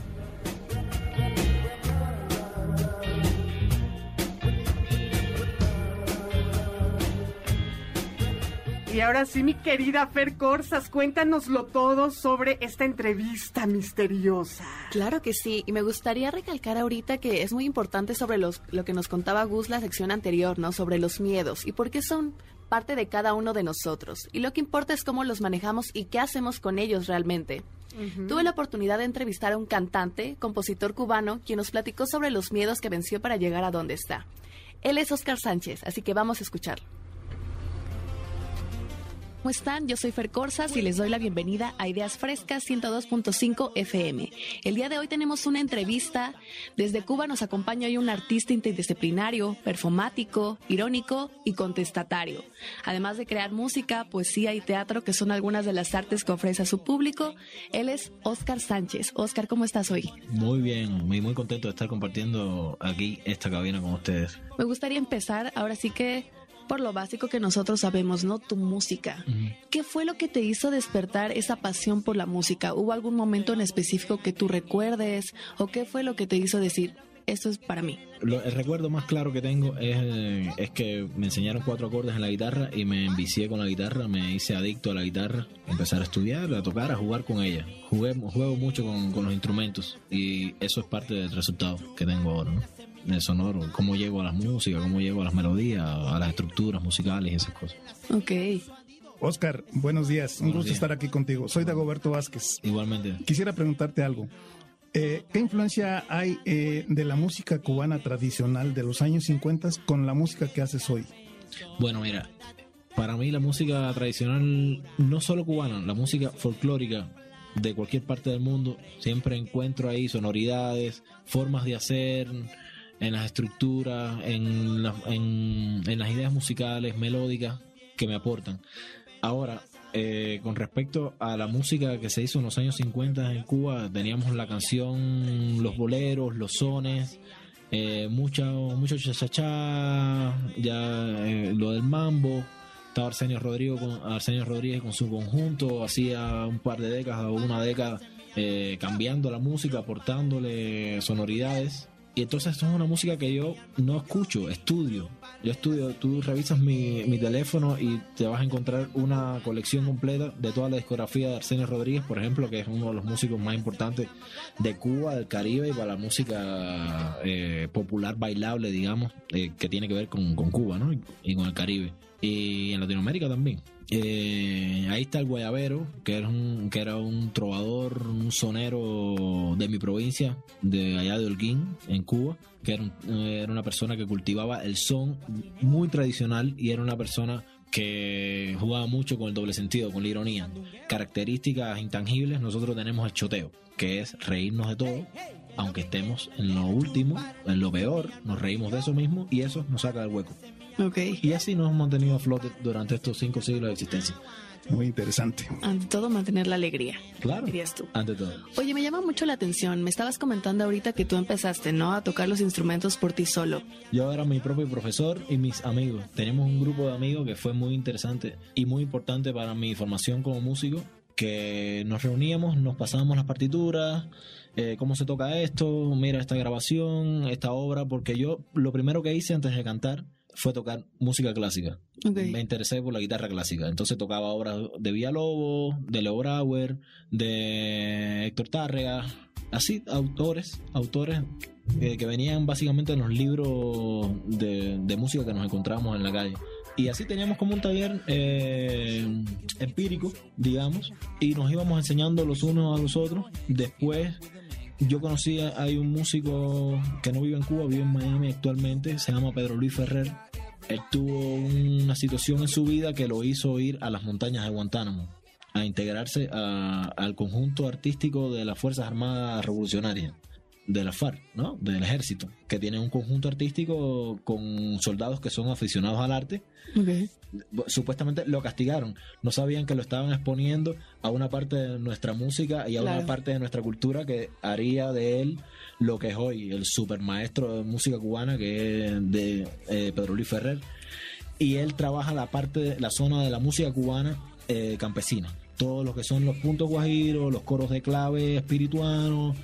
Y ahora sí, mi querida Fer Corsas, cuéntanoslo todo sobre esta entrevista misteriosa. Claro que sí, y me gustaría recalcar ahorita que es muy importante sobre los, lo que nos contaba Gus la sección anterior, ¿no? Sobre los miedos y por qué son parte de cada uno de nosotros. Y lo que importa es cómo los manejamos y qué hacemos con ellos realmente. Uh-huh. Tuve la oportunidad de entrevistar a un cantante, compositor cubano, quien nos platicó sobre los miedos que venció para llegar a donde está. Él es Óscar Sánchez, así que vamos a escucharlo. ¿Cómo están? Yo soy Fer Corsas y les doy la bienvenida a Ideas Frescas ciento dos punto cinco F M. El día de hoy tenemos una entrevista. Desde Cuba nos acompaña hoy un artista interdisciplinario, performático, irónico y contestatario. Además de crear música, poesía y teatro, que son algunas de las artes que ofrece a su público, él es Óscar Sánchez. Óscar, ¿cómo estás hoy? Muy bien, muy, muy contento de estar compartiendo aquí esta cabina con ustedes. Me gustaría empezar, ahora sí que... por lo básico que nosotros sabemos, ¿no? Tu música. Uh-huh. ¿Qué fue lo que te hizo despertar esa pasión por la música? ¿Hubo algún momento en específico que tú recuerdes? ¿O qué fue lo que te hizo decir, esto es para mí? Lo, el recuerdo más claro que tengo es, eh, es que me enseñaron cuatro acordes en la guitarra y me envicié con la guitarra, me hice adicto a la guitarra, empezar a estudiar, a tocar, a jugar con ella. Jugué, juego mucho con, con los instrumentos y eso es parte del resultado que tengo ahora, ¿no? El sonoro, cómo llego a las músicas, cómo llego a las melodías, a las estructuras musicales y esas cosas. Ok. Óscar, buenos días. Un Buenos gusto días. estar aquí contigo. Soy Dagoberto Vázquez. Igualmente. Quisiera preguntarte algo. Eh, ¿Qué influencia hay eh, de la música cubana tradicional de los años cincuenta con la música que haces hoy? Bueno, mira, para mí la música tradicional, no solo cubana, la música folclórica de cualquier parte del mundo, siempre encuentro ahí sonoridades, formas de hacer... en las estructuras, en, la, en, en las ideas musicales, melódicas que me aportan. Ahora, eh, con respecto a la música que se hizo en los años cincuenta en Cuba, teníamos la canción, los boleros, los sones, eh, mucho, mucho cha-cha-cha, ya eh, lo del mambo. Estaba Arsenio Rodríguez, con, Arsenio Rodríguez con su conjunto, hacía un par de décadas o una década eh, cambiando la música, aportándole sonoridades. Y entonces esto es una música que yo no escucho, estudio. Yo estudio, tú revisas mi, mi teléfono y te vas a encontrar una colección completa de toda la discografía de Arsenio Rodríguez, por ejemplo, que es uno de los músicos más importantes de Cuba, del Caribe y para la música eh, popular, bailable, digamos, eh, que tiene que ver con, con Cuba, ¿no? Y, y con el Caribe. y en Latinoamérica también. Eh, ahí está el Guayabero, que era un, que era un trovador, un sonero de mi provincia, de allá de Holguín, en Cuba, que era, un, era una persona que cultivaba el son muy tradicional y era una persona que jugaba mucho con el doble sentido, con la ironía. Características intangibles, nosotros tenemos el choteo, que es reírnos de todo, aunque estemos en lo último, en lo peor, nos reímos de eso mismo y eso nos saca del hueco. Okay. Y así nos hemos mantenido a flote durante estos cinco siglos de existencia. Muy interesante. Ante todo, mantener la alegría. Claro. Dirías tú. Ante todo. Oye, me llama mucho la atención. Me estabas comentando ahorita que tú empezaste, ¿no? A tocar los instrumentos por ti solo. Yo era mi propio profesor y mis amigos. Teníamos un grupo de amigos que fue muy interesante y muy importante para mi formación como músico, que nos reuníamos, nos pasábamos las partituras, eh, cómo se toca esto, mira esta grabación, esta obra, porque yo lo primero que hice antes de cantar fue tocar música clásica. Okay. Me interesé por la guitarra clásica. Entonces tocaba obras de Villalobos, de Leo Brauer, de Héctor Tárrega, así, autores, autores eh, que venían básicamente en los libros de, de música que nos encontrábamos en la calle. Y así teníamos como un taller eh, empírico, digamos, y nos íbamos enseñando los unos a los otros. Después yo conocí, hay un músico que no vive en Cuba, vive en Miami actualmente, se llama Pedro Luis Ferrer. Él tuvo una situación en su vida que lo hizo ir a las montañas de Guantánamo a integrarse a, al conjunto artístico de las Fuerzas Armadas Revolucionarias, de la FARC, ¿no? Del ejército, que tiene un conjunto artístico con soldados que son aficionados al arte. Okay. Supuestamente lo castigaron, no sabían que lo estaban exponiendo a una parte de nuestra música y a claro. una parte de nuestra cultura que haría de él lo que es hoy el super maestro de música cubana, que es de eh, Pedro Luis Ferrer, y él trabaja la parte de, la zona de la música cubana eh, campesina, todos los que son los puntos guajiros, los coros de clave espirituanos,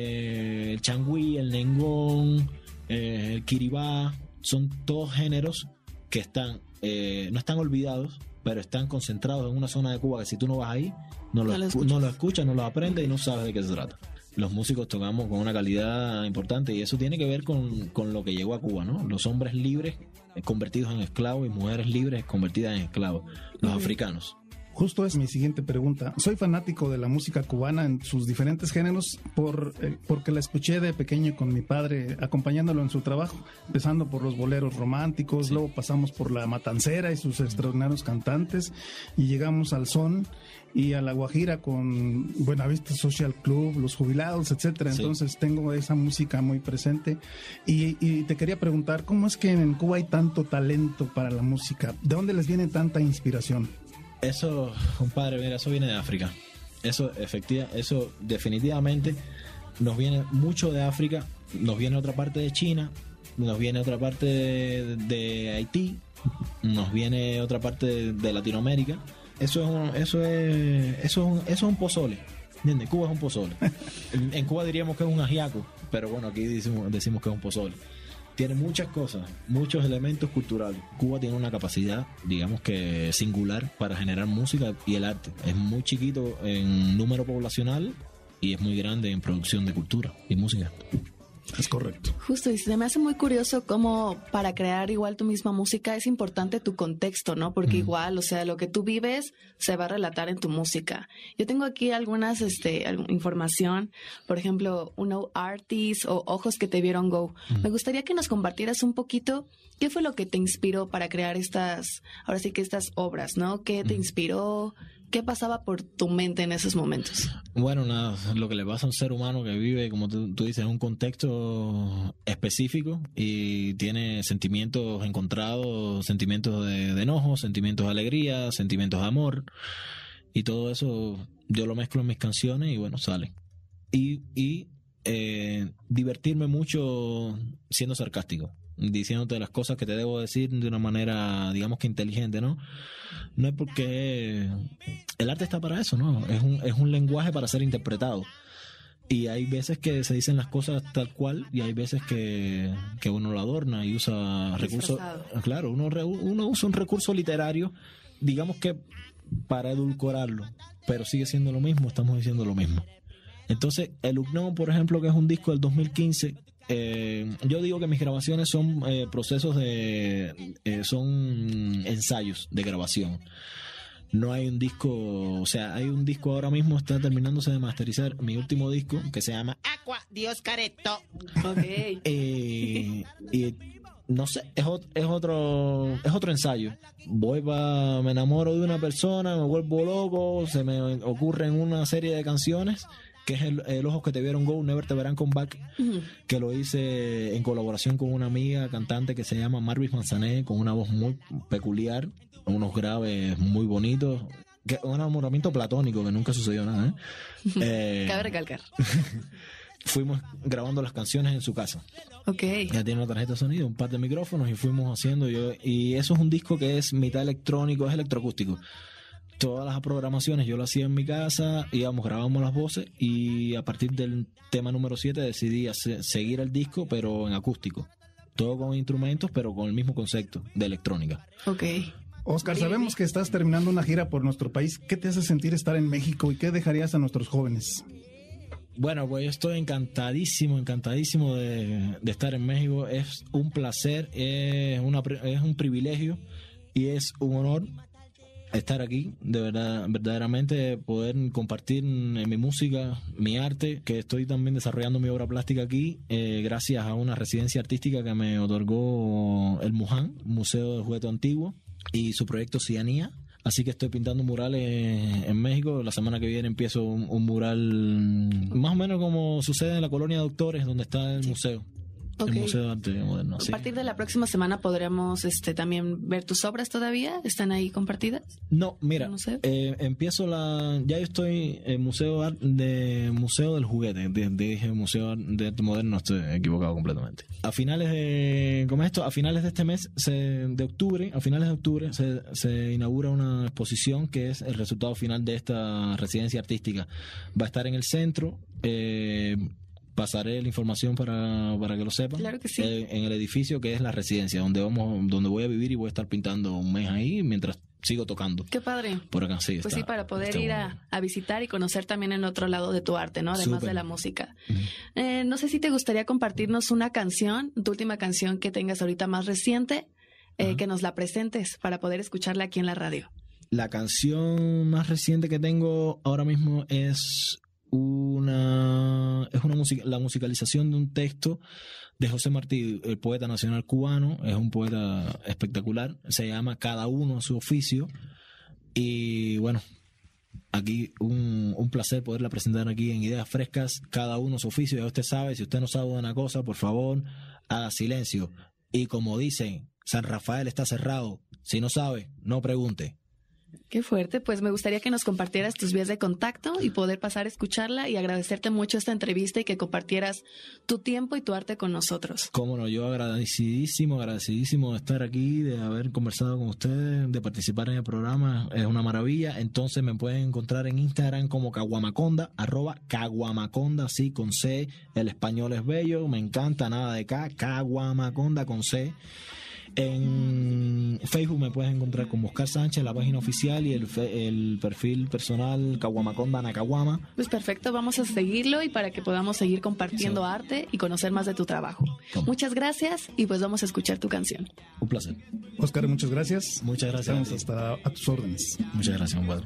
eh, el changüí, el nengón, eh, el kiribá, son todos géneros que están eh, no están olvidados, pero están concentrados en una zona de Cuba que si tú no vas ahí, no lo, no lo, escu- no lo escuchas, no lo aprendes y no sabes de qué se trata. Los músicos tocamos con una calidad importante y eso tiene que ver con, con lo que llegó a Cuba, ¿no? Los hombres libres convertidos en esclavos y mujeres libres convertidas en esclavos, los uh-huh. africanos. Justo es mi siguiente pregunta. Soy fanático de la música cubana en sus diferentes géneros por, eh, porque la escuché de pequeño con mi padre, acompañándolo en su trabajo, empezando por los boleros románticos, sí. Luego pasamos por la matancera y sus extraordinarios cantantes y llegamos al son y a la guajira con Buenavista Social Club, Los Jubilados, etcétera. Sí. Entonces tengo esa música muy presente y, y te quería preguntar, ¿cómo es que en Cuba hay tanto talento para la música? ¿De dónde les viene tanta inspiración? Eso, compadre, mira, eso viene de África. Eso, efectiva, eso definitivamente nos viene mucho de África, nos viene otra parte de China, nos viene otra parte de, de Haití, nos viene otra parte de, de Latinoamérica. Eso es un, eso es, eso es un, eso es un pozole. ¿Entiendes? Cuba es un pozole. En, en Cuba diríamos que es un ajiaco, pero bueno, aquí decimos, decimos que es un pozole. Tiene muchas cosas, muchos elementos culturales. Cuba tiene una capacidad, digamos que singular, para generar música y el arte. Es muy chiquito en número poblacional y es muy grande en producción de cultura y música. Es correcto. Justo, y se me hace muy curioso cómo para crear igual tu misma música es importante tu contexto, ¿no? Porque mm. igual, o sea, lo que tú vives se va a relatar en tu música. Yo tengo aquí algunas este, información, por ejemplo, uno Artist o Ojos que te vieron go. Mm. Me gustaría que nos compartieras un poquito qué fue lo que te inspiró para crear estas, ahora sí que estas obras, ¿no? ¿Qué te mm. inspiró? ¿Qué pasaba por tu mente en esos momentos? Bueno, nada, lo que le pasa a un ser humano que vive, como tú, tú dices, en un contexto específico y tiene sentimientos encontrados, sentimientos de, de enojo, sentimientos de alegría, sentimientos de amor, y todo eso yo lo mezclo en mis canciones y bueno, sale. Y, y eh, divertirme mucho siendo sarcástico, diciéndote las cosas que te debo decir de una manera, digamos que inteligente, ¿no? No es porque el arte está para eso, ¿no? Es un, es un lenguaje para ser interpretado. Y hay veces que se dicen las cosas tal cual y hay veces que, que uno lo adorna y usa recursos. Claro, uno, uno usa un recurso literario, digamos que para edulcorarlo, pero sigue siendo lo mismo, estamos diciendo lo mismo. Entonces, el Unknown, por ejemplo, que es un disco del dos mil quince, eh, yo digo que mis grabaciones son eh, procesos de... Eh, son ensayos de grabación. No hay un disco, o sea, hay un disco ahora mismo, está terminándose de masterizar mi último disco, que se llama Aqua Dios Careto. Ok. Eh, y no sé, es, ot- es otro es otro ensayo. Voy pa, me enamoro de una persona, me vuelvo loco, se me ocurren una serie de canciones, que es el, el Ojos que te vieron go, Never te verán come back, Ujú. que lo hice en colaboración con una amiga cantante que se llama Marvis Manzané, con una voz muy peculiar, unos graves muy bonitos, que un enamoramiento platónico que nunca sucedió nada, ¿eh? Eh, Cabe recalcar. fuimos grabando las canciones en su casa. Ok. Ya tiene una tarjeta de sonido, un par de micrófonos y fuimos haciendo. Yo, y eso es un disco que es mitad electrónico, es electroacústico. Todas las programaciones yo lo hacía en mi casa, íbamos, grabamos las voces y a partir del tema número siete decidí hacer, seguir el disco pero en acústico. Todo con instrumentos pero con el mismo concepto de electrónica. Ok. Oscar, sabemos que estás terminando una gira por nuestro país. ¿Qué te hace sentir estar en México y qué dejarías a nuestros jóvenes? Bueno, pues yo estoy encantadísimo, encantadísimo de, de estar en México. Es un placer, es, una, es un privilegio y es un honor estar aquí, de verdad, verdaderamente poder compartir mi música, mi arte, que estoy también desarrollando mi obra plástica aquí, eh, gracias a una residencia artística que me otorgó el MUJAN, Museo del Juguete Antiguo, y su proyecto Cianía. Así que estoy pintando murales en México. La semana que viene empiezo un, un mural más o menos como sucede en la colonia Doctores, donde está el museo. Ok. El Museo de Arte Moderno. A Sí. partir de la próxima semana podremos este, también ver tus obras todavía. ¿Están ahí compartidas? No, mira, ¿El museo? eh, empiezo la... Ya yo estoy en Museo de, Ar- de Museo del Juguete. De, de- dije Museo de Arte Moderno, estoy equivocado completamente. A finales de... ¿Cómo es esto? A finales de este mes, se, de octubre, a finales de octubre, se, se inaugura una exposición que es el resultado final de esta residencia artística. Va a estar en el centro... Eh, pasaré la información para, para que lo sepan. Claro que sí. Eh, en el edificio que es la residencia, donde vamos, donde voy a vivir y voy a estar pintando un mes ahí mientras sigo tocando. Qué padre. Por acá, sí. Pues está- sí, para poder está ir bueno. a, a visitar y conocer también el otro lado de tu arte, ¿no? Además Súper. de la música. Eh, no sé si te gustaría compartirnos una canción, tu última canción que tengas ahorita más reciente, eh, que nos la presentes para poder escucharla aquí en la radio. La canción más reciente que tengo ahora mismo es una es una música, la musicalización de un texto de José Martí, el poeta nacional cubano. Es un poeta espectacular, se llama Cada uno a su oficio, y bueno, aquí un, un placer poderla presentar aquí en Ideas Frescas. Cada uno a su oficio. Ya usted sabe, si usted no sabe una cosa, por favor haga silencio, y como dicen, San Rafael está cerrado, si no sabe, no pregunte. Qué fuerte, pues me gustaría que nos compartieras tus vías de contacto y poder pasar a escucharla y agradecerte mucho esta entrevista y que compartieras tu tiempo y tu arte con nosotros. Cómo no, yo agradecidísimo, agradecidísimo de estar aquí, de haber conversado con ustedes, de participar en el programa, es una maravilla. Entonces me pueden encontrar en Instagram como Caguamaconda, arroba Caguamaconda, así con C, el español es bello, me encanta, nada de K, Caguamaconda con C. En Facebook me puedes encontrar como Oscar Sánchez, la página oficial, y el, fe- el perfil personal Caguamaconda Nacaguama. Pues perfecto, vamos a seguirlo y para que podamos seguir compartiendo Sí. arte y conocer más de tu trabajo. ¿Cómo? Muchas gracias y pues vamos a escuchar tu canción. Un placer. Oscar, muchas gracias. Muchas gracias. Estamos hasta a tus órdenes. Muchas gracias, compadre.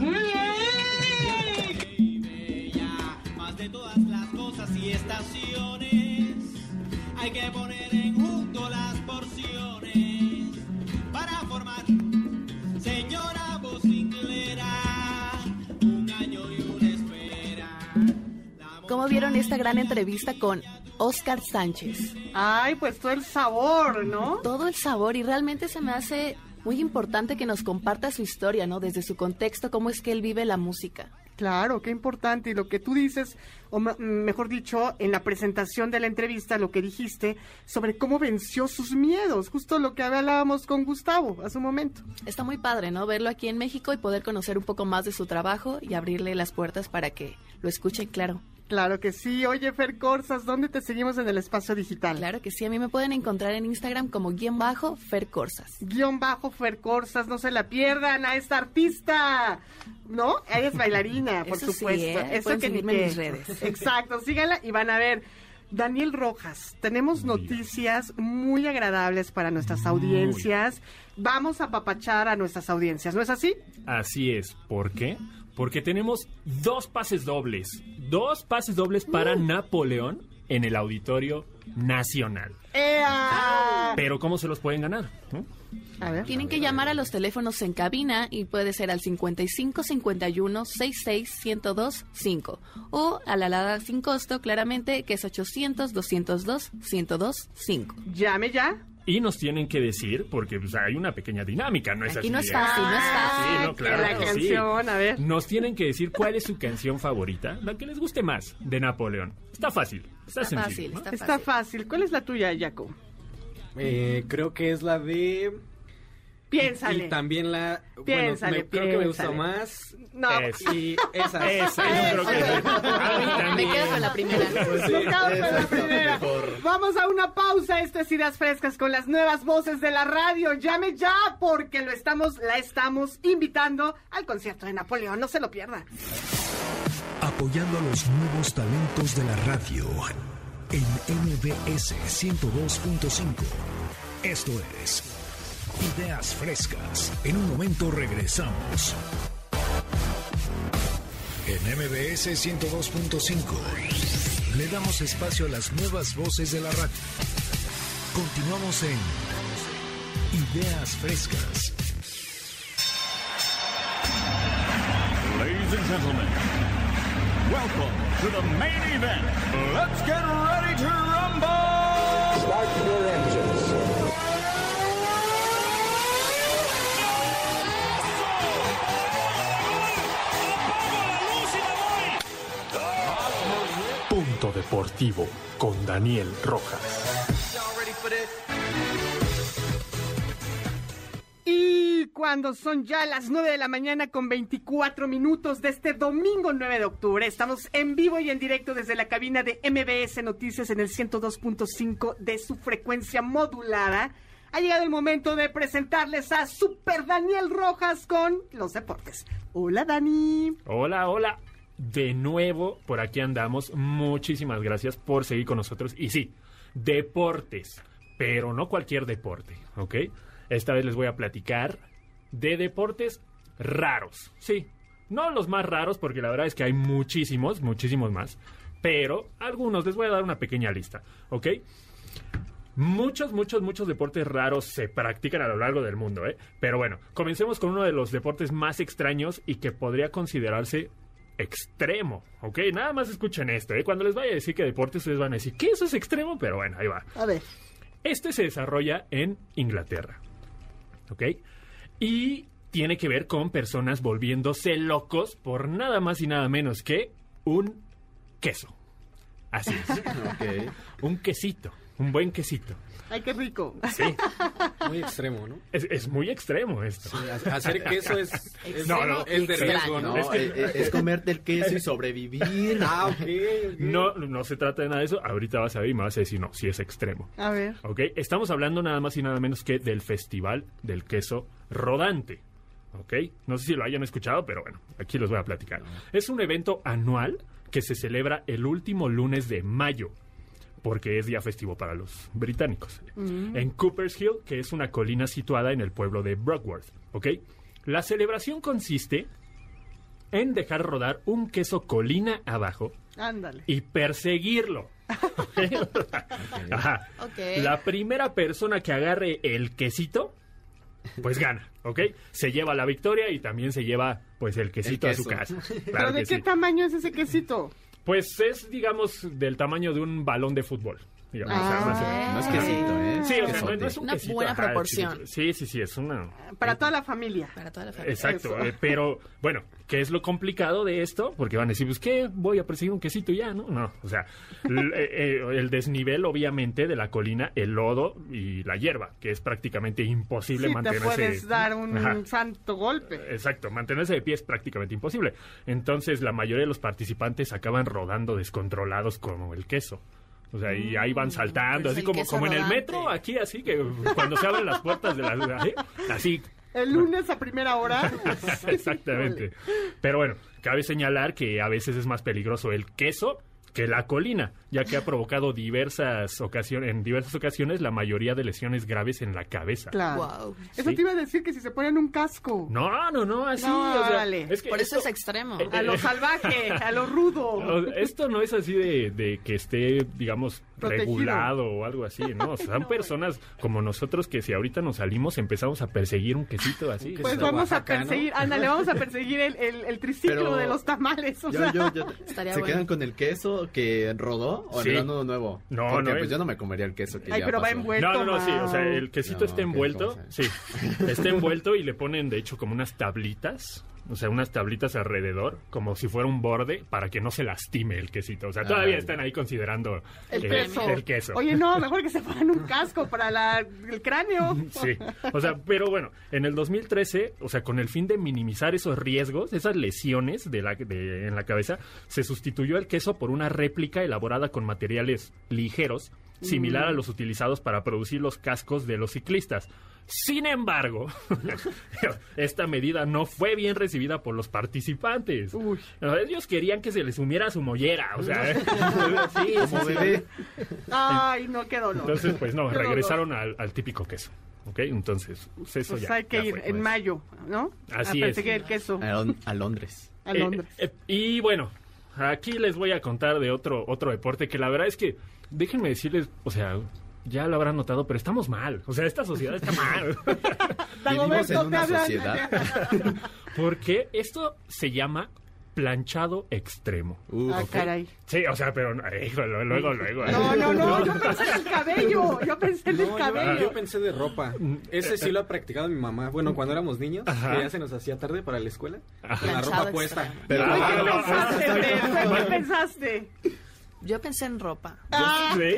Más de todas las cosas y estaciones, hay que poner en junto las porciones para formar, señora vocinglera, un año y una espera. ¿Cómo vieron esta gran entrevista con Oscar Sánchez? Ay, pues todo el sabor, ¿no? Todo el sabor, y realmente se me hace muy importante que nos comparta su historia, ¿no? Desde su contexto, cómo es que él vive la música. Claro, qué importante. Y lo que tú dices, o me- mejor dicho, en la presentación de la entrevista, lo que dijiste sobre cómo venció sus miedos, justo lo que hablábamos con Gustavo hace un momento. Está muy padre, ¿no? Verlo aquí en México y poder conocer un poco más de su trabajo y abrirle las puertas para que lo escuchen, claro. Claro que sí. Oye, Fer Corsas, ¿dónde te seguimos en el espacio digital? Claro que sí, a mí me pueden encontrar en Instagram como guión bajo Fer Corsas. Guión bajo Fer Corsas, no se la pierdan a esta artista, ¿no? Ella es bailarina, por Eso sí, supuesto. ¿eh? Eso Pueden que ni seguirme en qué. mis redes. Exacto, síganla y van a ver. Daniel Rojas, tenemos noticias muy agradables para nuestras audiencias. Vamos a apapachar a nuestras audiencias, ¿no es así? Así es. ¿Por qué? Porque tenemos dos pases dobles. Dos pases dobles para Uh. Napoleón en el Auditorio Nacional. ¡Ea! Pero ¿cómo se los pueden ganar? ¿No? A ver. Tienen que llamar a los teléfonos en cabina y puede ser al cincuenta y cinco cincuenta y uno sesenta y seis ciento dos cinco o a la alada sin costo, claramente, que es ochocientos doscientos dos ciento dos cinco. Llame ya. Y nos tienen que decir, porque pues, hay una pequeña dinámica, ¿no es Aquí así? no es fácil, no es fácil. Sí, no, claro la que sí. canción, a ver. Nos tienen que decir cuál es su canción favorita, la que les guste más de Napoleón. Está fácil, está, Está sencillo. fácil, ¿no? Está fácil. ¿Cuál es la tuya, Jaco? Eh, creo que es la de... Piénsale. Y también la... Piénsale, bueno, me- creo que me gusta piénsale. más... No. Es- Y esa. Esa, yo creo que sí. A mí Me también. quedo con la primera. Pues sí, Nos quedamos con esa la está primera. mejor. Vamos a una pausa. Esto es Ideas Frescas con las nuevas voces de la radio. Llame ya porque lo estamos, la estamos invitando al concierto de Napoleón. No se lo pierda. Apoyando a los nuevos talentos de la radio en M B S ciento dos punto cinco. Esto es Ideas Frescas. En un momento regresamos. En M B S ciento dos punto cinco le damos espacio a las nuevas voces de la radio. Continuamos en Ideas Frescas. Ladies and gentlemen, welcome to the main event. Let's get ready to rumble! Start your engines. Punto Deportivo con Daniel Rojas. Y cuando son ya las nueve de la mañana con veinticuatro minutos de este domingo nueve de octubre, estamos en vivo y en directo desde la cabina de M B S Noticias en el ciento dos punto cinco de su frecuencia modulada. Ha llegado el momento de presentarles a Super Daniel Rojas con los deportes. Hola, Dani. Hola, hola. De nuevo, por aquí andamos. Muchísimas gracias por seguir con nosotros. Y sí, deportes, pero no cualquier deporte, ¿ok? Esta vez les voy a platicar de deportes raros. Sí, no los más raros, porque la verdad es que hay muchísimos, muchísimos más. Pero algunos, les voy a dar una pequeña lista, ¿ok? Muchos, muchos, muchos deportes raros se practican a lo largo del mundo, ¿eh? Pero bueno, comencemos con uno de los deportes más extraños y que podría considerarse extremo, ¿ok? Nada más escuchen esto, ¿eh? Cuando les vaya a decir que deportes, ustedes van a decir, ¿qué eso es extremo? Pero bueno, ahí va. A ver. Este se desarrolla en Inglaterra, ¿ok? Y tiene que ver con personas volviéndose locos por nada más y nada menos que un queso. Así es. Ok. Un quesito, un buen quesito. Ay, qué rico. Sí. Muy extremo, ¿no? Es, es muy extremo esto. Sí, ha- hacer queso es, es, No, no, es de extraño. riesgo, ¿no? No, Es que- es, es- es comerte el queso y sobrevivir. Ah, ok, ok. No, no se trata de nada de eso. Ahorita vas a ver y me vas a decir, no, sí es extremo. A ver. ¿Ok? Estamos hablando nada más y nada menos que del Festival del Queso Rodante. ¿Ok? No sé si lo hayan escuchado, pero bueno, aquí les voy a platicar. Es un evento anual que se celebra el último lunes de mayo, porque es día festivo para los británicos. Mm. En Cooper's Hill, que es una colina situada en el pueblo de Brockworth. ¿Ok? La celebración consiste en dejar rodar un queso colina abajo Ándale. y perseguirlo. Ajá. Ok. La primera persona que agarre el quesito, pues gana, ¿ok? Se lleva la victoria y también se lleva, pues, el quesito El a su queso. casa. ¿Pero Claro de que qué sí. tamaño es ese quesito? Pues es, digamos, del tamaño de un balón de fútbol. digamos. Ah, o sea, más o- no es quesito, ¿eh? Sí, o sea, no, Quesote. no es un Una quesito, buena ajá, proporción. chiquito. Sí, sí, sí, es una... Para toda la familia. Para toda la familia. Exacto, Eso. eh, pero bueno, ¿qué es lo complicado de esto? Porque van a decir, pues, ¿qué? Voy a perseguir un quesito y ya, ¿no? No, o sea, l- eh, eh, el desnivel, obviamente, de la colina, el lodo y la hierba, que es prácticamente imposible Sí, te mantenerse... puedes dar un Ajá. santo golpe. Exacto, mantenerse de pie es prácticamente imposible. Entonces, la mayoría de los participantes acaban rodando descontrolados como el queso. O sea, y ahí van saltando, pues así el como, queso como en el rodante. metro, aquí así, que cuando se abren las puertas de la... ¿eh? Así, El lunes a primera hora. exactamente. Pero bueno, cabe señalar que a veces es más peligroso el queso que la colina, ya que ha provocado diversas ocasiones, en diversas ocasiones la mayoría de lesiones graves en la cabeza. Claro. Wow. Eso Sí. te iba a decir que si se ponen un casco. No, no, no, así. No, o sea, órale. es que Por eso esto- es extremo. eh, A lo salvaje, a lo rudo. o sea, esto no es así de, de que esté, digamos, Protegido. regulado o algo así, ¿no? O sea, son personas como nosotros que si ahorita nos salimos empezamos a perseguir un quesito así. Pues de vamos a Oaxaca, ¿no? perseguir, ándale, vamos a perseguir el, el, el triciclo Pero- de los tamales. O Yo, sea, yo, yo- Estaría ¿Se bueno. quedan con el queso que rodó o Sí. le dan uno nuevo? No, Porque, no, pues es- yo no me comería el queso que Ay, ya pero va pasó. envuelto. No, no, no, sí, o sea, Mau. el quesito No, está ok, envuelto, ¿cómo sí, está envuelto y le ponen, de hecho, como unas tablitas, o sea, unas tablitas alrededor, como si fuera un borde, para que no se lastime el quesito. O sea, todavía Ay. están ahí considerando El eh, queso. el queso. Oye, no, mejor que se pongan un casco para la, el cráneo. Sí, o sea, pero bueno, en el dos mil trece, o sea, con el fin de minimizar esos riesgos, esas lesiones de la, de- en la cabeza, se sustituyó el queso por una réplica elaborada con materiales ligeros, similar a los utilizados para producir los cascos de los ciclistas. Sin embargo, esta medida no fue bien recibida por los participantes. Uy. Ellos querían que se les sumiera su mollera, o sea, sí, Como sí, sí. bebé. Ay, no, qué dolor. Entonces, pues no, Qué dolor. regresaron al, al típico queso. ¿Ok? Entonces, pues eso Pues ya. hay que ya ir fue, en pues. mayo, ¿no? Así a es. perseguir el queso A, Lon- a Londres. a Eh, Londres. eh, y bueno, aquí les voy a contar de otro, otro deporte que la verdad es que, déjenme decirles, o sea, ya lo habrán notado, pero estamos mal. O sea, esta sociedad está mal. Vivimos en Dagoberto, te una hablan. sociedad. Porque esto se llama planchado extremo. Uf, Ah, ¿ok? caray. Sí, o sea, pero eh, luego, luego, luego. No, no, no, yo pensé en el cabello. Yo pensé en el No, yo, cabello. yo pensé de ropa. Ese sí lo ha practicado mi mamá. Bueno, cuando éramos niños, Ajá. que ya se nos hacía tarde para la escuela. Ajá. Con la Planchado ropa puesta. extremo. Pero Oye, Ah, ¿qué no, pensaste, ah, Fer? ah, ¿Qué ah, pensaste? Yo pensé en ropa. Ah, Sí.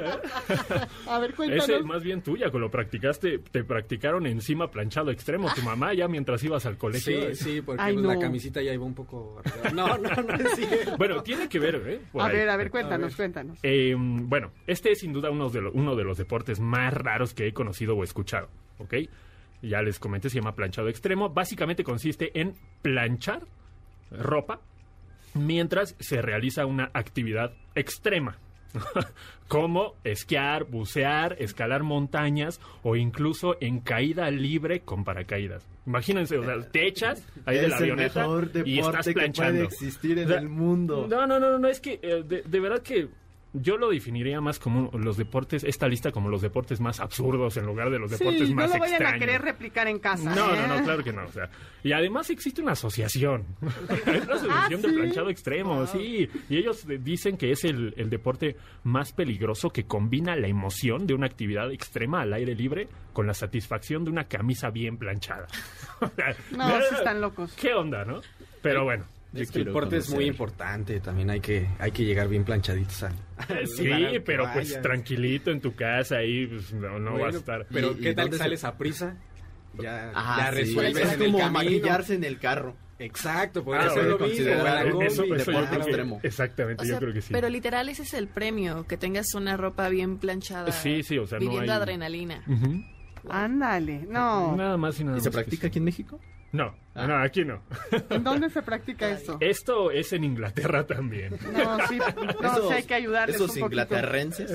a ver, cuéntanos. Ese más bien tuya, cuando lo practicaste, te practicaron encima planchado extremo. Tu mamá ya mientras ibas al colegio. Sí, sí, porque Ay, pues, no. la camisita ya iba un poco... arreglada. No, no, no, sí. Bueno, tiene que ver, ¿eh? Por A ahí. ver, a ver, cuéntanos, cuéntanos. Eh, bueno, este es sin duda uno de, lo- uno de los deportes más raros que he conocido o escuchado, ¿ok? Ya les comenté, se llama planchado extremo. Básicamente consiste en planchar ropa mientras se realiza una actividad extrema. Como esquiar, bucear, escalar montañas o incluso en caída libre con paracaídas. Imagínense, o sea, te echas ahí de la Es el avioneta mejor y estás deporte que planchando. puede existir en O sea, el mundo. No, no, no, no, es que eh, de, de verdad que yo lo definiría más como los deportes, esta lista como los deportes más absurdos en lugar de los deportes Sí, no más lo vayan extraños. a querer replicar en casa. No, ¿eh? no, no, claro que no. O sea, y además existe una asociación. Es la asociación Ah, de ¿sí? planchado extremo, sí. Y ellos eh, dicen que es el, el deporte más peligroso que combina la emoción de una actividad extrema al aire libre con la satisfacción de una camisa bien planchada. O sea, No, sí están locos. ¿Qué onda, no? Pero bueno. Yo Es que el quiero deporte es muy conocer. importante. También hay que, hay que llegar bien planchaditos al, al Sí, lugar al que pero pues vayas. tranquilito en tu casa ahí, pues, no, no Bueno, vas a estar. Pero ¿Y- ¿qué y tal dónde que se- sales a prisa? Ya, Ah, ya sí. resuelves Es en el como camino. maquillarse en el carro. Exacto, Ah, podría ser bueno, lo mismo. considerar o la algo- combi. eso, eso yo deporte creo que- extremo. exactamente, O yo sea, creo que sí. pero literal ese es el premio, que tengas una ropa bien planchada. Sí, sí, o sea, no viviendo hay- adrenalina. Ujú. Ándale, no. Nada más y nada ¿Y se más que practica aquí en México? sí. No, no, aquí no. ¿En dónde se practica eso? Esto es en Inglaterra también. No, sí, no, Esos- sí hay que ayudarles Esos un poquito. inglaterrenses.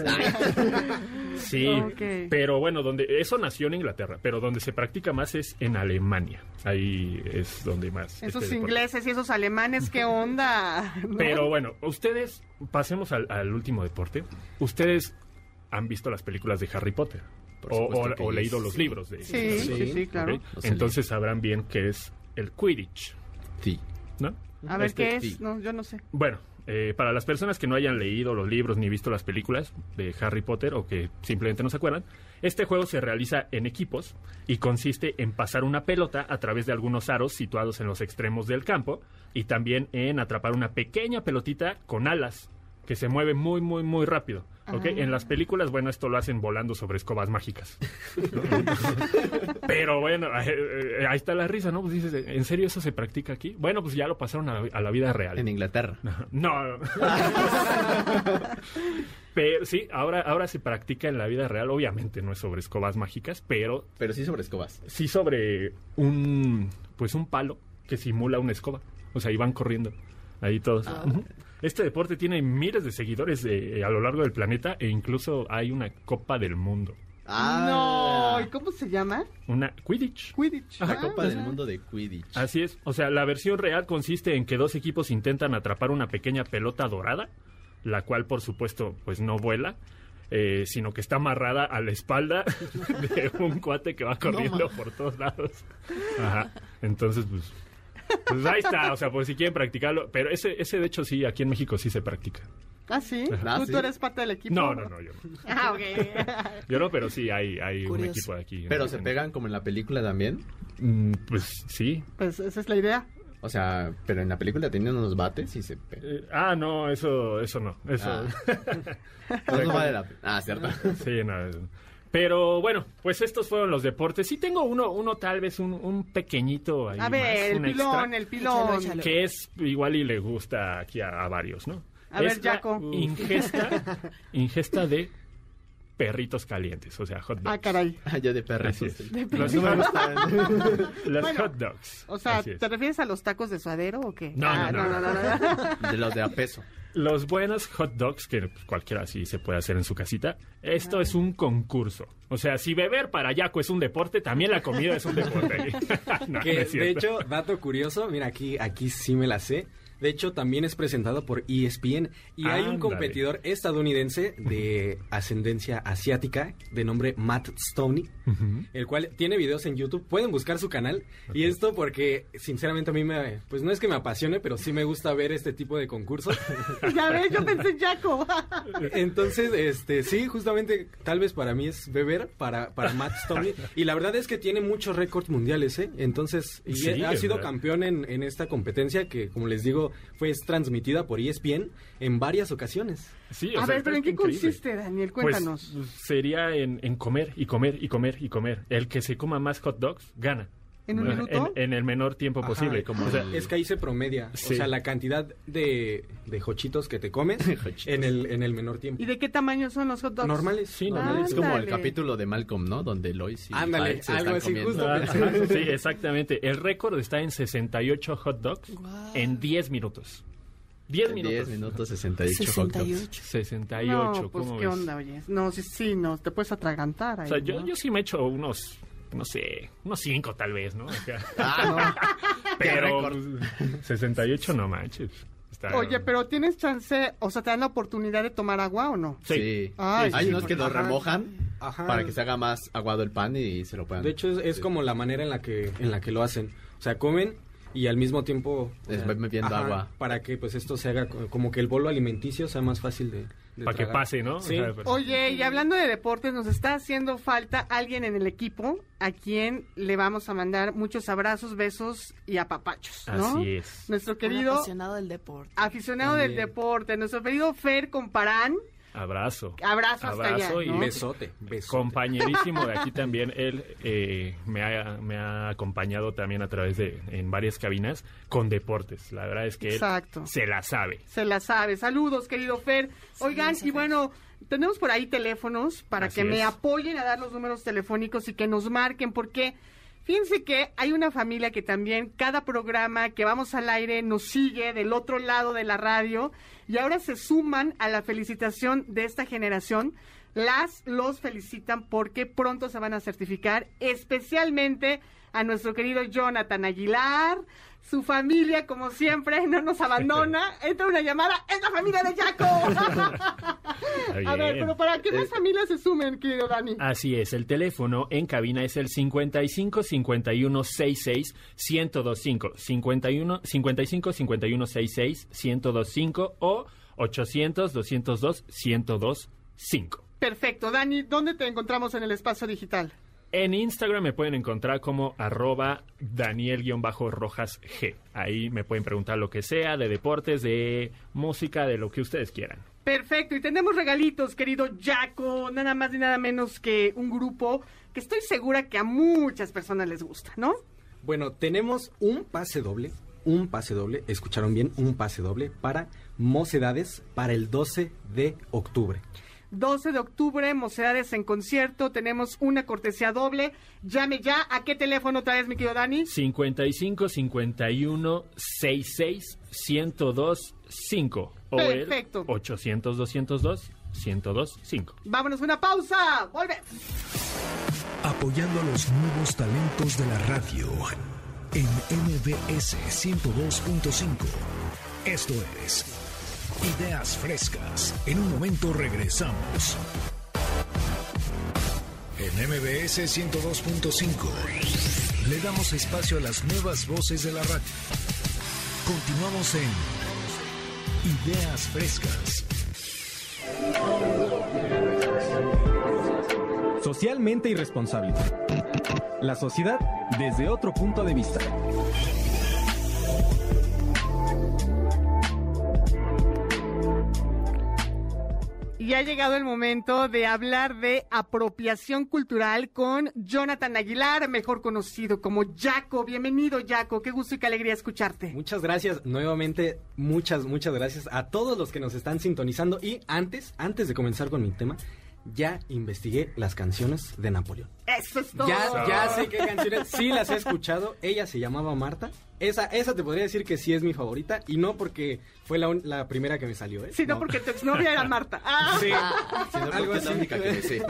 Sí, Ok. pero bueno, donde eso nació en Inglaterra, pero donde se practica más es en Alemania. Ahí es donde más. Esos este deporte. ingleses y esos alemanes, ¿qué onda? ¿No? Pero bueno, ustedes, pasemos al, al último deporte. Ustedes han visto las películas de Harry Potter. Por O, supuesto o- que o sí. leído los libros de Sí, sí, sí, claro. ¿ok? No se Entonces sabrán bien qué es el Quidditch, Sí. ¿no? A ver, Este, ¿qué es? sí. No, yo no sé. Bueno, eh, para las personas que no hayan leído los libros ni visto las películas de Harry Potter o que simplemente no se acuerdan, este juego se realiza en equipos y consiste en pasar una pelota a través de algunos aros situados en los extremos del campo y también en atrapar una pequeña pelotita con alas que se mueve muy, muy, muy rápido. ¿Ok? Ah. En las películas, bueno, esto lo hacen volando sobre escobas mágicas. Pero bueno, eh, eh, ahí está la risa, ¿no? Pues dices, ¿en serio eso se practica aquí? Bueno, pues ya lo pasaron a, a la vida real. En Inglaterra. No. Pero sí, ahora, ahora se practica en la vida real. Obviamente no es sobre escobas mágicas, pero... Pero sí sobre escobas. Sí sobre un... Pues un palo que simula una escoba. O sea, ahí van corriendo. Ahí todos. Ah. Ujú. Este deporte tiene miles de seguidores eh, a lo largo del planeta e incluso hay una Copa del Mundo. No, ¿y cómo se llama? Una Quidditch. Quidditch. La Ah, Copa ya. del Mundo de Quidditch. Así es. O sea, la versión real consiste en que dos equipos intentan atrapar una pequeña pelota dorada, la cual, por supuesto, pues no vuela, eh, sino que está amarrada a la espalda de un cuate que va corriendo por todos lados. Ajá. Entonces, pues... Pues ahí está, o sea, pues si quieren practicarlo. Pero ese, ese de hecho, sí, aquí en México sí se practica. ¿Ah, sí? Ah, ¿Tú, sí. tú eres parte del equipo? No, no, no, yo no. Ah, ok. Yo no, pero sí hay, hay un Curioso. equipo de aquí. Pero en- se en- pegan como en la película también. Mm, pues sí. Pues esa es la idea. O sea, pero en la película tenían unos bates y se pegan. Eh, ah, no, eso, eso no. Eso. Ah. No vale la pena. Ah, cierto. Sí, no. Pero bueno, pues estos fueron los deportes. Sí tengo uno, uno tal vez un, un pequeñito ahí A ver, más, un el pilón, extra, el pilón. Échalo, échalo. que es igual y le gusta aquí a, a varios, ¿no? A es ver, la Jaco. ingesta, ingesta de perritos calientes, o sea, hot dogs. Ah, caray. Ah, ya de Así perritos. es. De Los, No me gustan. los Bueno, hot dogs. O sea, Así es. ¿te refieres a los tacos de suadero o qué? No, Ah, no, no, no, no. De los de a peso. Los buenos hot dogs, que pues, cualquiera así se puede hacer en su casita, esto es un concurso. O sea, si beber para Yaco es un deporte, también la comida es un deporte. No, Que, no es de cierto. hecho, dato curioso, mira, aquí, aquí sí me la sé. De hecho, también es presentado por E S P N y hay un Ándale. competidor estadounidense de ascendencia asiática de nombre Matt Stoney, Ujú. el cual tiene videos en YouTube. Pueden buscar su canal. Y esto porque, sinceramente, a mí me... Pues no es que me apasione, pero sí me gusta ver este tipo de concursos. Ya ves, yo pensé en Jaco. Entonces, este, sí, justamente, tal vez para mí es beber, para, para Matt Stoney. Y la verdad es que tiene muchos récords mundiales, ¿eh? Entonces, y Sí, ha es sido verdad. campeón en, en esta competencia que, como les digo, fue transmitida por E S P N en varias ocasiones. Sí, o A sea, ver, está pero ¿en qué increíble. consiste, Daniel? Pues, Cuéntanos. sería en, en comer y comer y comer y comer. El que se coma más hot dogs gana. ¿En un Ajá, minuto? En, en el menor tiempo Ajá, posible. como O sea, es que ahí se promedia, Sí. o sea, la cantidad de, de jochitos que te comes en el, en el menor tiempo. ¿Y de qué tamaño son los hot dogs? Normales. Sí, normales. Es como el Ándale. capítulo de Malcolm, ¿no? Donde Lois y Ándale, Mike se algo están así, comiendo. justo. Ajá, sí, exactamente. El récord está en sesenta y ocho hot dogs en diez minutos. diez minutos. diez minutos, sesenta y ocho hot sesenta y dogs. ocho. sesenta y ocho, No, pues ¿cómo qué ves? onda, oye. No, sí, sí, no, te puedes atragantar ahí, O sea, yo, ¿no? yo sí me echo unos, no sé, unos cinco tal vez, ¿no? O sea, Ah, pero récord. pues, sesenta y ocho no manches. Está- Oye, pero tienes chance, o sea, ¿te dan la oportunidad de tomar agua o no? Sí. Sí. Ay, Hay sí, unos que los Ajá. remojan Ajá. para que se haga más aguado el pan y se lo puedan. De hecho, es, es Sí. como la manera en la que en la que lo hacen. O sea, comen y al mismo tiempo Es eh, bebiendo agua. para que pues esto se haga co- como que el bolo alimenticio sea más fácil de, de Para que tragar. pase, ¿no? Sí. O sea, pues- Oye, y hablando de deportes, nos está haciendo falta alguien en el equipo a quien le vamos a mandar muchos abrazos, besos y apapachos, ¿no? Así es. Nuestro Un querido apasionado del deporte. aficionado del También. deporte, nuestro querido Fer Comparán. Abrazo. Abrazo hasta Abrazo allá, y ¿no? Besote, besote. Compañerísimo de aquí también. Él eh, me, ha, me ha acompañado también a través de en varias cabinas con deportes. La verdad es que Exacto. él se la sabe. Se la sabe. Saludos, querido Fer. Oigan, Saludos a y Fer. bueno, tenemos por ahí teléfonos para Así que me es. apoyen a dar los números telefónicos y que nos marquen, porque fíjense que hay una familia que también cada programa que vamos al aire nos sigue del otro lado de la radio y ahora se suman a la felicitación de esta generación. Las, los felicitan porque pronto se van a certificar, especialmente a nuestro querido Jonathan Aguilar. Su familia, como siempre, no nos abandona. Entra una llamada, ¡es la familia de Jaco! A ver, pero para que más familias se sumen, querido Dani. Así es, el teléfono en cabina es el cincuenta y cinco, cincuenta y uno, sesenta y seis, ciento veinticinco. cincuenta y uno, cincuenta y cinco, cincuenta y uno, sesenta y seis, ciento veinticinco o ochocientos, doscientos dos, ciento veinticinco. Perfecto. Dani, ¿dónde te encontramos en el espacio digital? En Instagram me pueden encontrar como arroba Daniel-Rojas G. Ahí me pueden preguntar lo que sea, de deportes, de música, de lo que ustedes quieran. Perfecto, y tenemos regalitos, querido Jaco, nada más ni nada menos que un grupo que estoy segura que a muchas personas les gusta, ¿no? Bueno, tenemos un pase doble, un pase doble, escucharon bien, un pase doble para Mocedades para el doce de octubre. doce de octubre, Mocedades en concierto, tenemos una cortesía doble. Llame ya. ¿A qué teléfono traes, mi querido Dani? cincuenta y cinco, cincuenta y uno, sesenta y seis, ciento veinticinco. O perfecto. El ochocientos, doscientos dos, ciento veinticinco. Vámonos, una pausa. Vuelve. Apoyando a los nuevos talentos de la radio en M B S ciento dos punto cinco. Esto es Ideas Frescas. En un momento regresamos. En M B S ciento dos punto cinco le damos espacio a las nuevas voces de la radio. Continuamos en Ideas Frescas. Socialmente irresponsable. La sociedad desde otro punto de vista. Y ha llegado el momento de hablar de apropiación cultural con Jonathan Aguilar, mejor conocido como Jaco. Bienvenido, Jaco. Qué gusto y qué alegría escucharte. Muchas gracias. Nuevamente, muchas, muchas gracias a todos los que nos están sintonizando. Y antes, antes de comenzar con mi tema, ya investigué las canciones de Napoleón. Eso es todo. Ya, ya sé qué canciones, sí las he escuchado. Ella se llamaba Marta. Esa, esa te podría decir que sí es mi favorita. Y no porque fue la, la primera que me salió, ¿eh? Sí, no, no porque tu exnovia era Marta. Ah. Sí, sino algo porque es la así. única que me sé.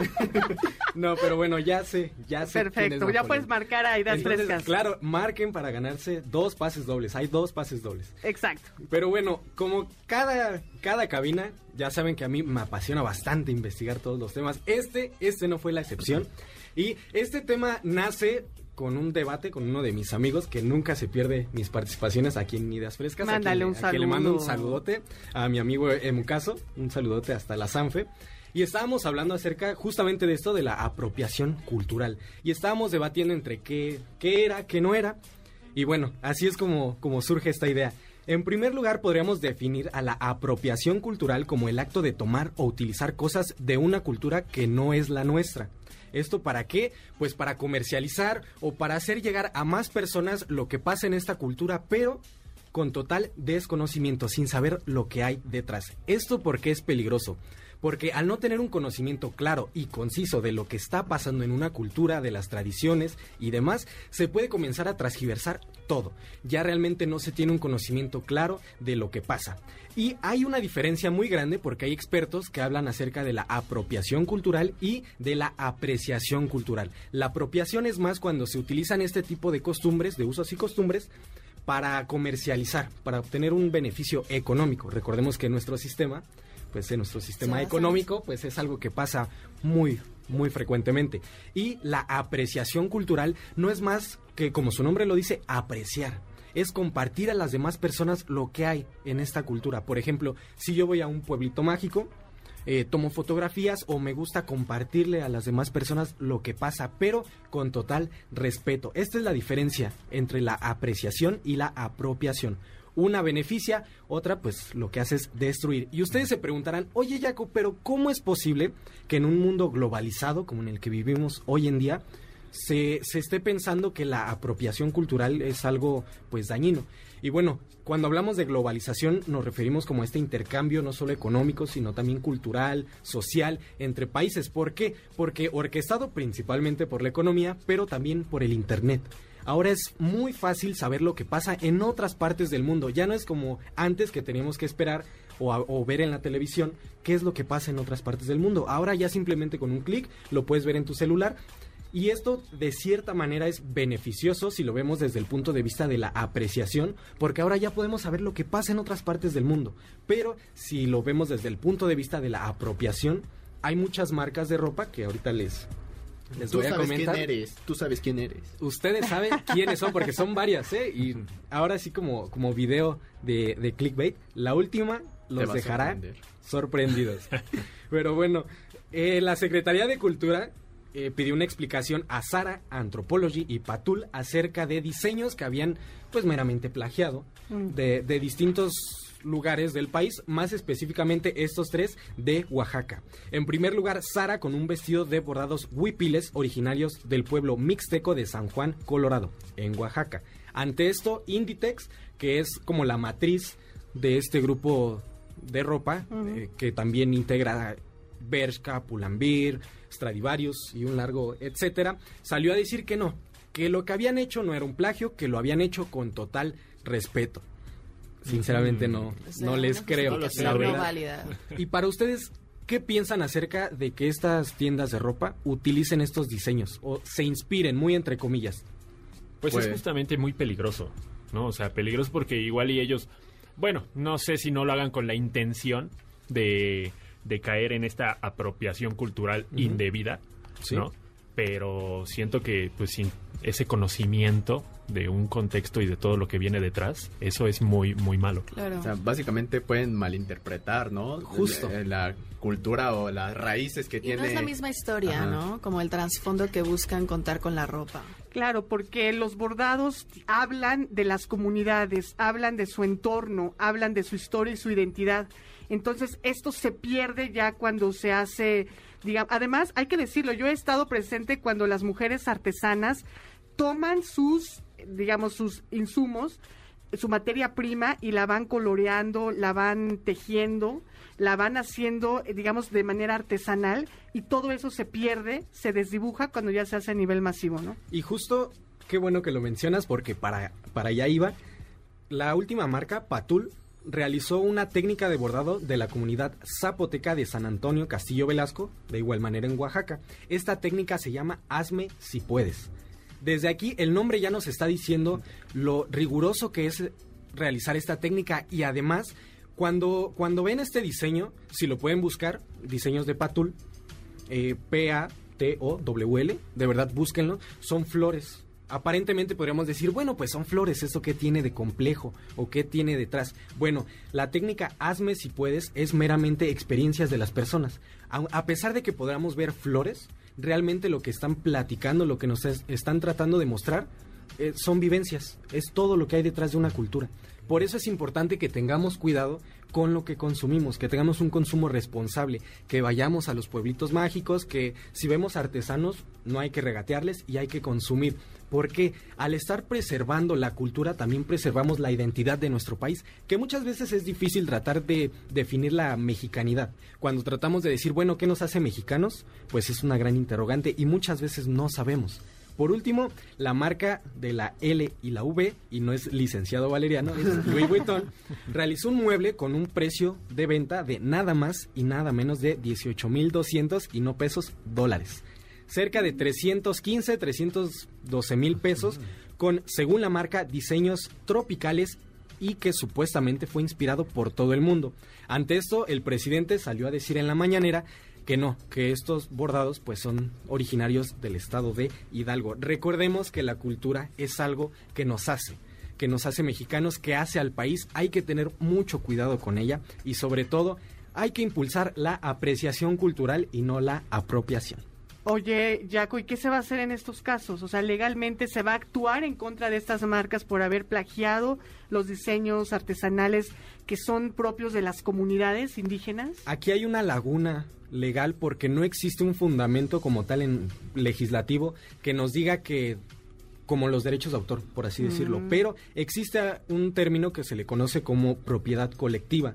No, pero bueno, ya sé, ya sé. Perfecto, ya puedes marcar a Ideas Entonces, Frescas. Claro, marquen para ganarse dos pases dobles. Hay dos pases dobles. Exacto. Pero bueno, como cada, cada cabina, ya saben que a mí me apasiona bastante investigar todos los temas. Este, este no fue la excepción. Y este tema nace con un debate con uno de mis amigos que nunca se pierde mis participaciones aquí en Ideas Frescas. Mándale a quien, un saludo. A quien le mando un saludote a mi amigo Emucaso, un saludote hasta la Sanfe. Y estábamos hablando acerca justamente de esto de la apropiación cultural. Y estábamos debatiendo entre qué, qué era, qué no era. Y bueno, así es como, como surge esta idea. En primer lugar, podríamos definir a la apropiación cultural como el acto de tomar o utilizar cosas de una cultura que no es la nuestra. ¿Esto para qué? Pues para comercializar o para hacer llegar a más personas lo que pasa en esta cultura, pero con total desconocimiento, sin saber lo que hay detrás. ¿Esto por qué es peligroso? Porque al no tener un conocimiento claro y conciso de lo que está pasando en una cultura, de las tradiciones y demás, se puede comenzar a transgiversar todo. Ya realmente no se tiene un conocimiento claro de lo que pasa. Y hay una diferencia muy grande porque hay expertos que hablan acerca de la apropiación cultural y de la apreciación cultural. La apropiación es más cuando se utilizan este tipo de costumbres, de usos y costumbres, para comercializar, para obtener un beneficio económico. Recordemos que nuestro sistema... pues en nuestro sistema económico, pues es algo que pasa muy, muy frecuentemente. Y la apreciación cultural no es más que, como su nombre lo dice, apreciar. Es compartir a las demás personas lo que hay en esta cultura. Por ejemplo, si yo voy a un pueblito mágico, eh, tomo fotografías o me gusta compartirle a las demás personas lo que pasa, pero con total respeto. Esta es la diferencia entre la apreciación y la apropiación. Una beneficia, otra pues lo que hace es destruir. Y ustedes se preguntarán, oye Jaco, pero ¿cómo es posible que en un mundo globalizado como en el que vivimos hoy en día se, se esté pensando que la apropiación cultural es algo pues dañino? Y bueno, cuando hablamos de globalización nos referimos como a este intercambio no solo económico, sino también cultural, social, entre países. ¿Por qué? Porque orquestado principalmente por la economía, pero también por el Internet. Ahora es muy fácil saber lo que pasa en otras partes del mundo. Ya no es como antes que teníamos que esperar o, a, o ver en la televisión qué es lo que pasa en otras partes del mundo. Ahora ya simplemente con un clic lo puedes ver en tu celular Y esto de cierta manera es beneficioso si lo vemos desde el punto de vista de la apreciación, porque ahora ya podemos saber lo que pasa en otras partes del mundo. Pero si lo vemos desde el punto de vista de la apropiación, hay muchas marcas de ropa que ahorita les, les Tú voy a sabes comentar. quién eres, tú sabes quién eres. Ustedes saben quiénes son, porque son varias, ¿eh? Y ahora sí como, como video de, de clickbait, la última los dejará sorprender. sorprendidos. Pero bueno, eh, la Secretaría de Cultura eh, pidió una explicación a Zara, Anthropologie y Patul acerca de diseños que habían pues meramente plagiado mm. de, de distintos lugares del país, más específicamente estos tres de Oaxaca. En primer lugar, Zara con un vestido de bordados huipiles originarios del pueblo mixteco de San Juan, Colorado, en Oaxaca. Ante esto, Inditex, que es como la matriz de este grupo de ropa, uh-huh. eh, que también integra Bershka, Pull&Bear, Stradivarius y un largo etcétera, salió a decir que no, que lo que habían hecho no era un plagio, que lo habían hecho con total respeto. Sinceramente no, o sea, no les creo. La verdad. Válida. Y para ustedes, ¿qué piensan acerca de que estas tiendas de ropa utilicen estos diseños o se inspiren, muy entre comillas? Pues, pues es justamente muy peligroso, ¿no? O sea, peligroso porque igual y ellos, bueno, no sé si no lo hagan con la intención de, de caer en esta apropiación cultural uh-huh. indebida, ¿sí? ¿no? Pero siento que pues sin ese conocimiento de un contexto y de todo lo que viene detrás, eso es muy muy malo. Claro. O sea, básicamente pueden malinterpretar, ¿no? Justo. La, la cultura o las raíces que y tiene. No es la misma historia, Ajá. ¿no? Como el trasfondo que buscan contar con la ropa. Claro, porque los bordados hablan de las comunidades, hablan de su entorno, hablan de su historia y su identidad. Entonces, esto se pierde ya cuando se hace, digamos, además, hay que decirlo, yo he estado presente cuando las mujeres artesanas toman sus, digamos, sus insumos, su materia prima y la van coloreando, la van tejiendo, la van haciendo, digamos, de manera artesanal y todo eso se pierde, se desdibuja cuando ya se hace a nivel masivo, ¿no? Y justo, qué bueno que lo mencionas porque para, para allá iba, la última marca, Patul, realizó una técnica de bordado de la comunidad zapoteca de San Antonio Castillo Velasco, de igual manera en Oaxaca. Esta técnica se llama Hazme si puedes. Desde aquí el nombre ya nos está diciendo lo riguroso que es realizar esta técnica y además cuando, cuando ven este diseño, si lo pueden buscar, diseños de Patul, eh, P A T O W L, de verdad búsquenlo, son flores. Aparentemente podríamos decir, bueno, pues son flores, ¿eso qué tiene de complejo? ¿O qué tiene detrás? Bueno, la técnica Hazme si puedes es meramente experiencias de las personas. A, a pesar de que podamos ver flores, realmente lo que están platicando, lo que nos es, están tratando de mostrar, eh, son vivencias. Es todo lo que hay detrás de una cultura. Por eso es importante que tengamos cuidado con lo que consumimos, que tengamos un consumo responsable, que vayamos a los pueblitos mágicos, que si vemos artesanos no hay que regatearles y hay que consumir. Porque al estar preservando la cultura también preservamos la identidad de nuestro país, que muchas veces es difícil tratar de definir la mexicanidad. Cuando tratamos de decir, bueno, ¿qué nos hace mexicanos? Pues es una gran interrogante y muchas veces no sabemos. Por último, la marca de la L y la V, y no es licenciado Valeriano, es Louis Vuitton, realizó un mueble con un precio de venta de nada más y nada menos de dieciocho mil doscientos y no pesos dólares. Cerca de trescientos quince, trescientos doce mil pesos, con, según la marca, diseños tropicales y que supuestamente fue inspirado por todo el mundo. Ante esto, el presidente salió a decir en la mañanera que no, que estos bordados pues son originarios del estado de Hidalgo. Recordemos que la cultura es algo que nos hace, que nos hace mexicanos, que hace al país. Hay que tener mucho cuidado con ella y sobre todo hay que impulsar la apreciación cultural y no la apropiación. Oye, Jaco, ¿y qué se va a hacer en estos casos? O sea, legalmente se va a actuar en contra de estas marcas por haber plagiado los diseños artesanales que son propios de las comunidades indígenas. Aquí hay una laguna legal porque no existe un fundamento como tal en legislativo que nos diga que como los derechos de autor, por así decirlo, mm. pero existe un término que se le conoce como propiedad colectiva,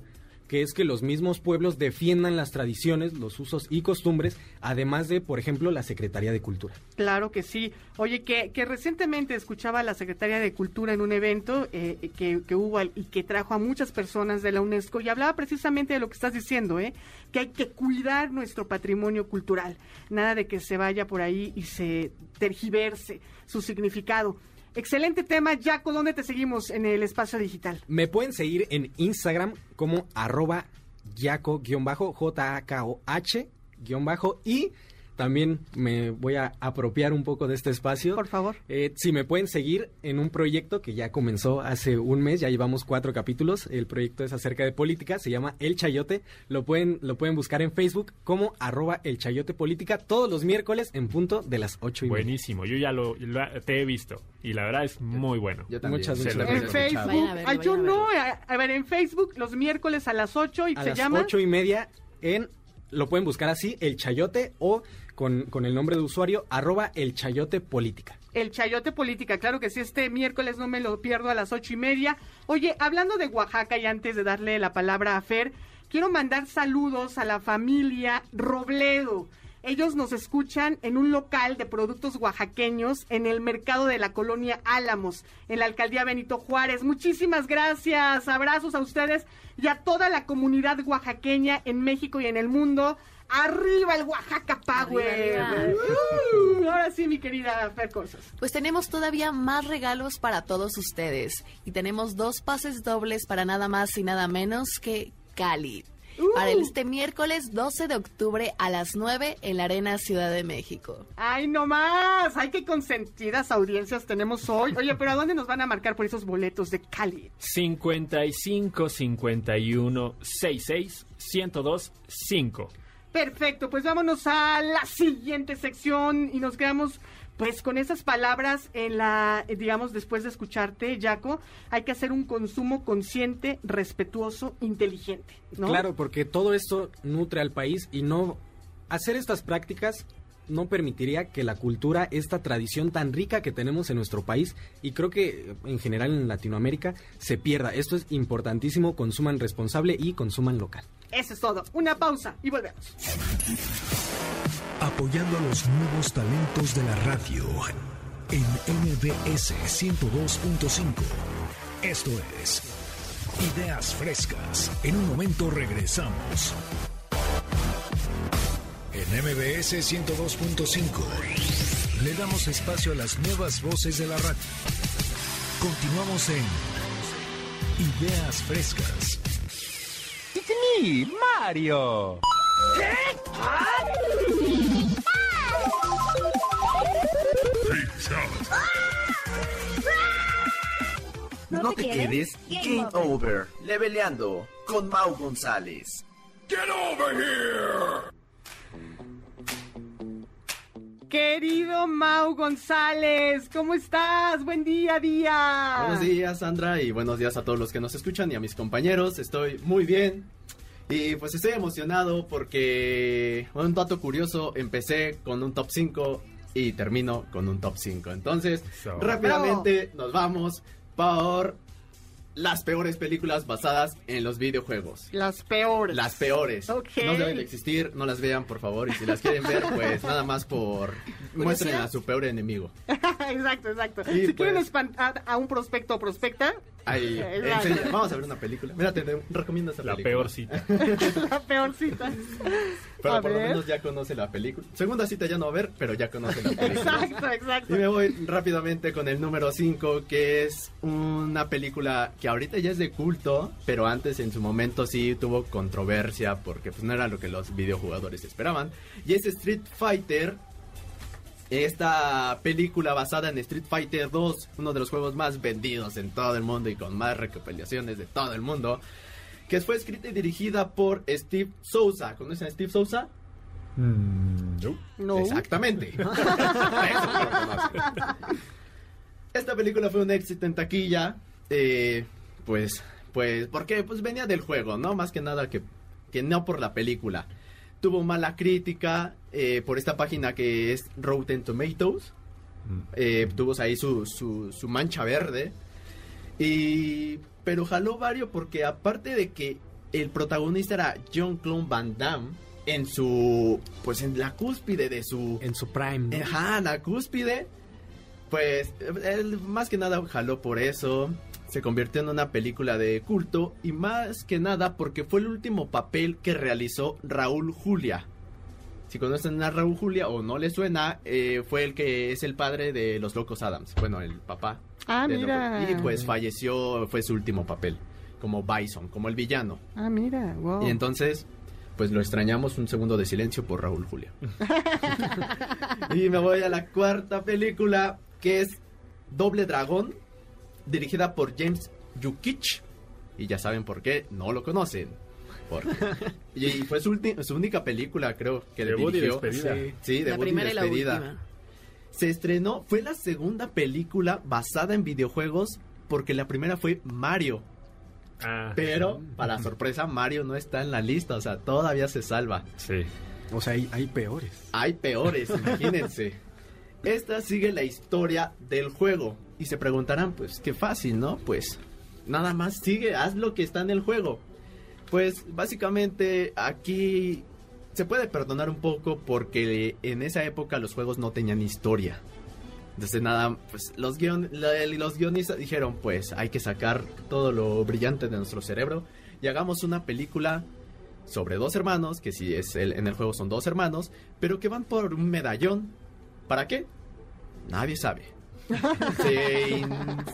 que es que los mismos pueblos defiendan las tradiciones, los usos y costumbres, además de, por ejemplo, la Secretaría de Cultura. Claro que sí. Oye, que, que recientemente escuchaba a la Secretaría de Cultura en un evento eh, que, que hubo y que trajo a muchas personas de la UNESCO y hablaba precisamente de lo que estás diciendo, ¿eh? Que hay que cuidar nuestro patrimonio cultural. Nada de que se vaya por ahí y se tergiverse su significado. Excelente tema, Jaco. ¿Dónde te seguimos en el espacio digital? Me pueden seguir en Instagram como arroba Jaco, J A K O H, guión bajo, y también me voy a apropiar un poco de este espacio. Por favor. Eh, si me pueden seguir en un proyecto que ya comenzó hace un mes, ya llevamos cuatro capítulos. El proyecto es acerca de política, se llama El Chayote. Lo pueden, lo pueden buscar en Facebook como arroba El Chayote Política todos los miércoles en punto de las ocho y media. Buenísimo, yo ya lo, lo te he visto y la verdad es muy bueno. Yo también. Muchas gracias. En Facebook, a verlo, ay, yo no, a, a ver, en Facebook los miércoles a las ocho y a se las llama... ocho y media en, lo pueden buscar así, El Chayote o... Con, con el nombre de usuario, arroba El Chayote Política. El Chayote Política, claro que sí, este miércoles no me lo pierdo a las ocho y media. Oye, hablando de Oaxaca y antes de darle la palabra a Fer, quiero mandar saludos a la familia Robledo. Ellos nos escuchan en un local de productos oaxaqueños en el mercado de la colonia Álamos, en la alcaldía Benito Juárez. Muchísimas gracias, abrazos a ustedes y a toda la comunidad oaxaqueña en México y en el mundo. ¡Arriba el Oaxaca Power! Arriba, arriba. Uh, ahora sí, mi querida Fer Cosas. Pues tenemos todavía más regalos para todos ustedes. Y tenemos dos pases dobles para nada más y nada menos que Cali. Uh. Para este miércoles doce de octubre a las nueve en la Arena Ciudad de México. ¡Ay, no más! ¡Ay, qué consentidas audiencias tenemos hoy! Oye, ¿pero a dónde nos van a marcar por esos boletos de Cali? cincuenta y cinco, cincuenta y uno, sesenta y seis, ciento dos, cinco. Perfecto, pues vámonos a la siguiente sección y nos quedamos pues con esas palabras en la, digamos, después de escucharte, Jaco, hay que hacer un consumo consciente, respetuoso, inteligente, ¿no? Claro, porque todo esto nutre al país y no hacer estas prácticas no permitiría que la cultura, esta tradición tan rica que tenemos en nuestro país y creo que en general en Latinoamérica, se pierda. Esto es importantísimo, consuman responsable y consuman local. Eso es todo. Una pausa y volvemos. Apoyando a los nuevos talentos de la radio en M B S ciento dos punto cinco. Esto es Ideas Frescas. En un momento regresamos. En M B S ciento dos punto cinco le damos espacio a las nuevas voces de la radio. Continuamos en Ideas Frescas. It's me, Mario. No, no te quedes, Game Over, leveleando con Mau González. Get over here. Querido Mau González, ¿cómo estás? Buen día, día. Buenos días, Sandra, y buenos días a todos los que nos escuchan y a mis compañeros. Estoy muy bien. Y pues estoy emocionado porque, un dato curioso, empecé con un top cinco y termino con un top cinco. Entonces, so. rápidamente nos vamos por las peores películas basadas en los videojuegos. Las peores. Las peores. Okay. No deben de existir, no las vean, por favor. Y si las quieren ver, pues nada más por... muestren a su peor enemigo. Exacto, exacto. Y si pues, quieren espantar a un prospecto o prospecta... Ahí, enseña, vamos a ver una película. Mira, te recomiendo esa la película. Peor cita. La peor cita. Pero a por ver. lo menos ya conoce la película. Segunda cita ya no va a ver, pero ya conoce la película. Exacto, exacto. Y me voy rápidamente con el número cinco, que es una película que ahorita ya es de culto, pero antes en su momento sí tuvo controversia porque pues no era lo que los videojugadores esperaban. Y es Street Fighter. Esta película basada en Street Fighter dos, uno de los juegos más vendidos en todo el mundo y con más recopilaciones de todo el mundo, que fue escrita y dirigida por Steve Souza. ¿Conocen a Steve Souza? Mm, no. no. Exactamente. Eso lo conozco. Esta película fue un éxito en taquilla. Eh, pues, pues, porque pues venía del juego, ¿no? Más que nada que, que no por la película. Tuvo mala crítica eh, por esta página que es Rotten Tomatoes. Eh, tuvo ahí su, su, su mancha verde. Y, pero jaló varios porque aparte de que el protagonista era Jean-Claude Van Damme en su, pues en la cúspide de su... En su prime, ¿no? Ajá, en la cúspide. Pues él más que nada jaló por eso, se convirtió en una película de culto y más que nada porque fue el último papel que realizó Raúl Julia. Si conocen a Raúl Julia o no le suena, eh, fue el que es el padre de los Locos Adams, bueno, el papá. Ah, de mira. Loco- Y pues falleció, fue su último papel, como Bison, como el villano. Ah, mira, wow. Y entonces, pues lo extrañamos, un segundo de silencio por Raúl Julia. Y me voy a la cuarta película, que es Doble Dragón, dirigida por James Yukich. Y ya saben por qué, no lo conocen. Por... Y fue su, ulti- su única película, creo, que le Debut y dirigió. despedida. Sí, sí, La debut y primera y la despedida. última. Se estrenó, fue la segunda película basada en videojuegos, porque la primera fue Mario. Ah. Pero, para sorpresa, Mario no está en la lista, o sea, todavía se salva. Sí. O sea, hay, hay peores. Hay peores, imagínense. Esta sigue la historia del juego. Y se preguntarán, pues, qué fácil, ¿no? Pues, nada más sigue, haz lo que está en el juego. Pues, básicamente, aquí se puede perdonar un poco porque en esa época los juegos no tenían historia. Entonces, nada, pues, los, guion, la- los guionistas dijeron, pues, hay que sacar todo lo brillante de nuestro cerebro y hagamos una película sobre dos hermanos, que si es el, en el juego son dos hermanos, pero que van por un medallón. ¿Para qué? Nadie sabe. Se,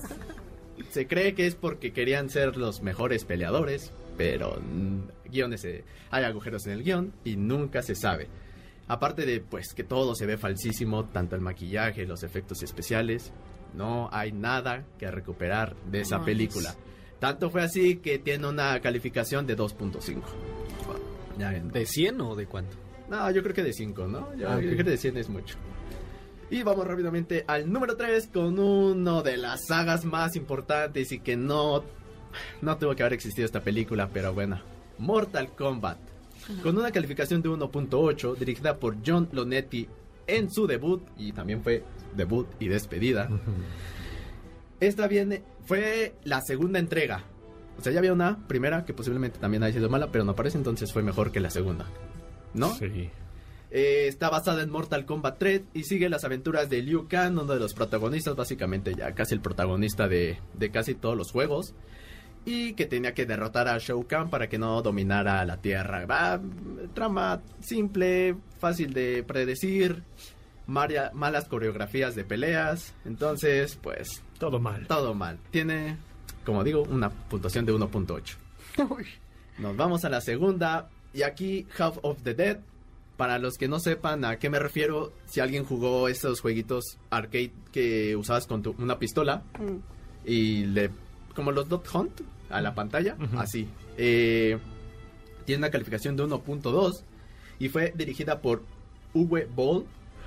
se cree que es porque querían ser los mejores peleadores, pero mm, guiones, eh, hay agujeros en el guión y nunca se sabe. Aparte de pues que todo se ve falsísimo, tanto el maquillaje, los efectos especiales, no hay nada que recuperar de esa Nice. película. Tanto fue así que tiene una calificación de dos punto cinco. Ya ven. ¿De cien o de cuánto? No, yo creo que de cinco, ¿no? Yo, Ah, ok. yo creo que de cien es mucho. Y vamos rápidamente al número tres con uno de las sagas más importantes y que no, no tuvo que haber existido esta película, pero bueno. Mortal Kombat. Con una calificación de uno punto ocho, dirigida por John Lonetti en su debut, y también fue debut y despedida. Esta viene, fue la segunda entrega. O sea, ya había una primera que posiblemente también haya sido mala, pero no parece, entonces fue mejor que la segunda. ¿No? Sí. Eh, está basada en Mortal Kombat tres y sigue las aventuras de Liu Kang, uno de los protagonistas, básicamente ya casi el protagonista de, de casi todos los juegos. Y que tenía que derrotar a Shao Kahn para que no dominara la Tierra. Va, trama simple, fácil de predecir, maria- malas coreografías de peleas. Entonces, pues... Todo mal. Todo mal. Tiene, como digo, una puntuación de uno punto ocho. Nos vamos a la segunda. Y aquí, Half of the Dead. Para los que no sepan a qué me refiero, si alguien jugó estos jueguitos arcade que usabas con tu, una pistola y le... como los Dot Hunt a la pantalla, Ujú. así. Eh, tiene una calificación de uno punto dos y fue dirigida por Uwe Boll.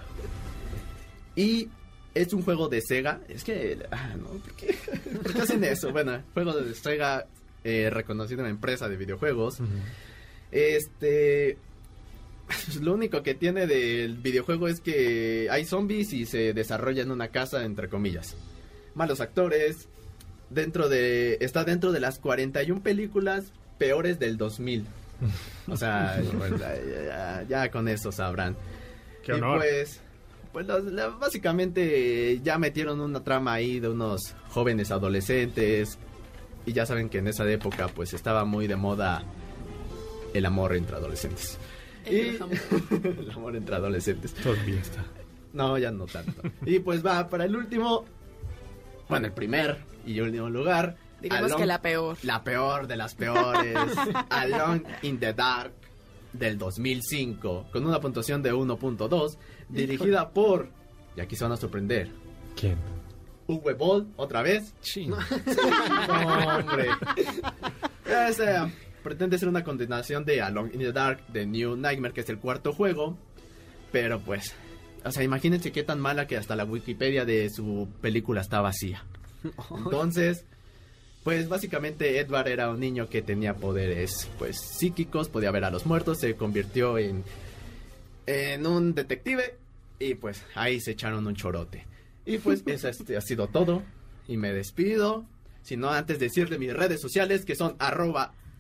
Y es un juego de Sega. Es que... ah, no, ¿por qué? ¿Por qué hacen eso? Bueno, juego de Sega, eh, reconocida empresa de videojuegos. Este... Lo único que tiene del videojuego es que hay zombies y se desarrolla en una casa, entre comillas. Malos actores. Dentro de... Está dentro de las cuarenta y una películas peores del dos mil. O sea, pues, ya, ya- ya con eso sabrán. Qué Y honor. pues... Pues los- la- básicamente ya metieron una trama ahí de unos jóvenes adolescentes. Y ya saben que en esa época pues estaba muy de moda el amor entre adolescentes. Y... el amor entre adolescentes. Todavía está. No, ya no tanto. Y pues va para el último. Bueno, el primer y último lugar. Digamos que la peor. La peor de las peores. Alone in the Dark del dos mil cinco. Con una puntuación de uno punto dos. Dirigida por... Y aquí se van a sorprender. ¿Quién? Uwe Boll, otra vez. Ching. No, hombre. Ese, pretende ser una continuación de Alone in the Dark, de New Nightmare, que es el cuarto juego. Pero pues, o sea, imagínense qué tan mala que hasta la Wikipedia de su película está vacía. Entonces, pues básicamente Edward era un niño que tenía poderes pues psíquicos, podía ver a los muertos, se convirtió en, en un detective y pues ahí se echaron un chorote. Y pues eso este, ha sido todo y me despido. Si no, antes de decirle mis redes sociales que son arroba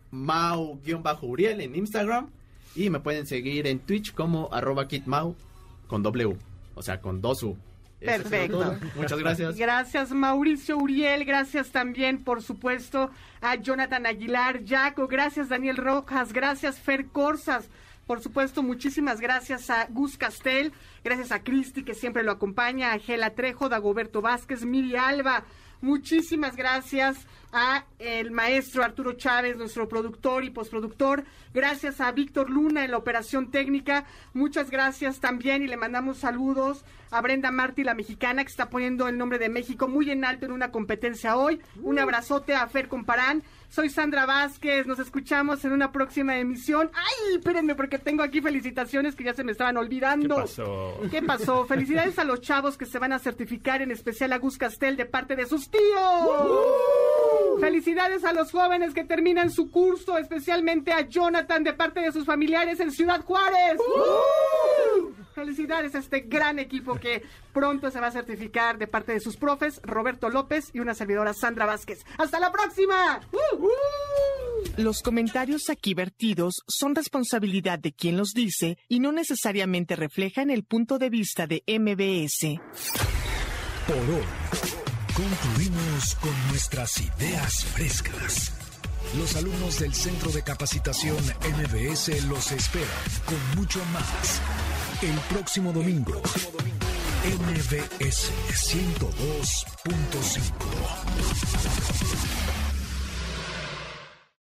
mau-uriel en Instagram. Y me pueden seguir en Twitch como arroba kitmau con doble U, o sea, con dos U. Eso Perfecto. Muchas gracias. Gracias, Mauricio Uriel. Gracias también, por supuesto, a Jonathan Aguilar, Jaco. Gracias, Daniel Rojas. Gracias, Fer Corsas. Por supuesto, muchísimas gracias a Gus Castel. Gracias a Cristi, que siempre lo acompaña. A Gela Trejo, Dagoberto Vázquez, Miri Alba. Muchísimas gracias a el maestro Arturo Chávez, nuestro productor y postproductor. Gracias a Víctor Luna en la operación técnica. Muchas gracias también y le mandamos saludos a Brenda Martí, la mexicana, que está poniendo el nombre de México muy en alto en una competencia hoy. Un abrazote a Fer Comparán. Soy Sandra Vázquez. Nos escuchamos en una próxima emisión. ¡Ay! Espérenme, porque tengo aquí felicitaciones que ya se me estaban olvidando. ¿Qué pasó? ¿Qué pasó? Felicidades a los chavos que se van a certificar, en especial a Gus Castel de parte de sus tíos. ¡Uh! Felicidades a los jóvenes que terminan su curso, especialmente a Jonathan de parte de sus familiares en Ciudad Juárez. ¡Uh! Felicidades a este gran equipo que pronto se va a certificar de parte de sus profes, Roberto López y una servidora, Sandra Vázquez. ¡Hasta la próxima! ¡Uh! Los comentarios aquí vertidos son responsabilidad de quien los dice y no necesariamente reflejan el punto de vista de M B S. Por hoy, concluimos con nuestras ideas frescas. Los alumnos del Centro de Capacitación M B S los esperan con mucho más el próximo domingo. M B S ciento dos punto cinco.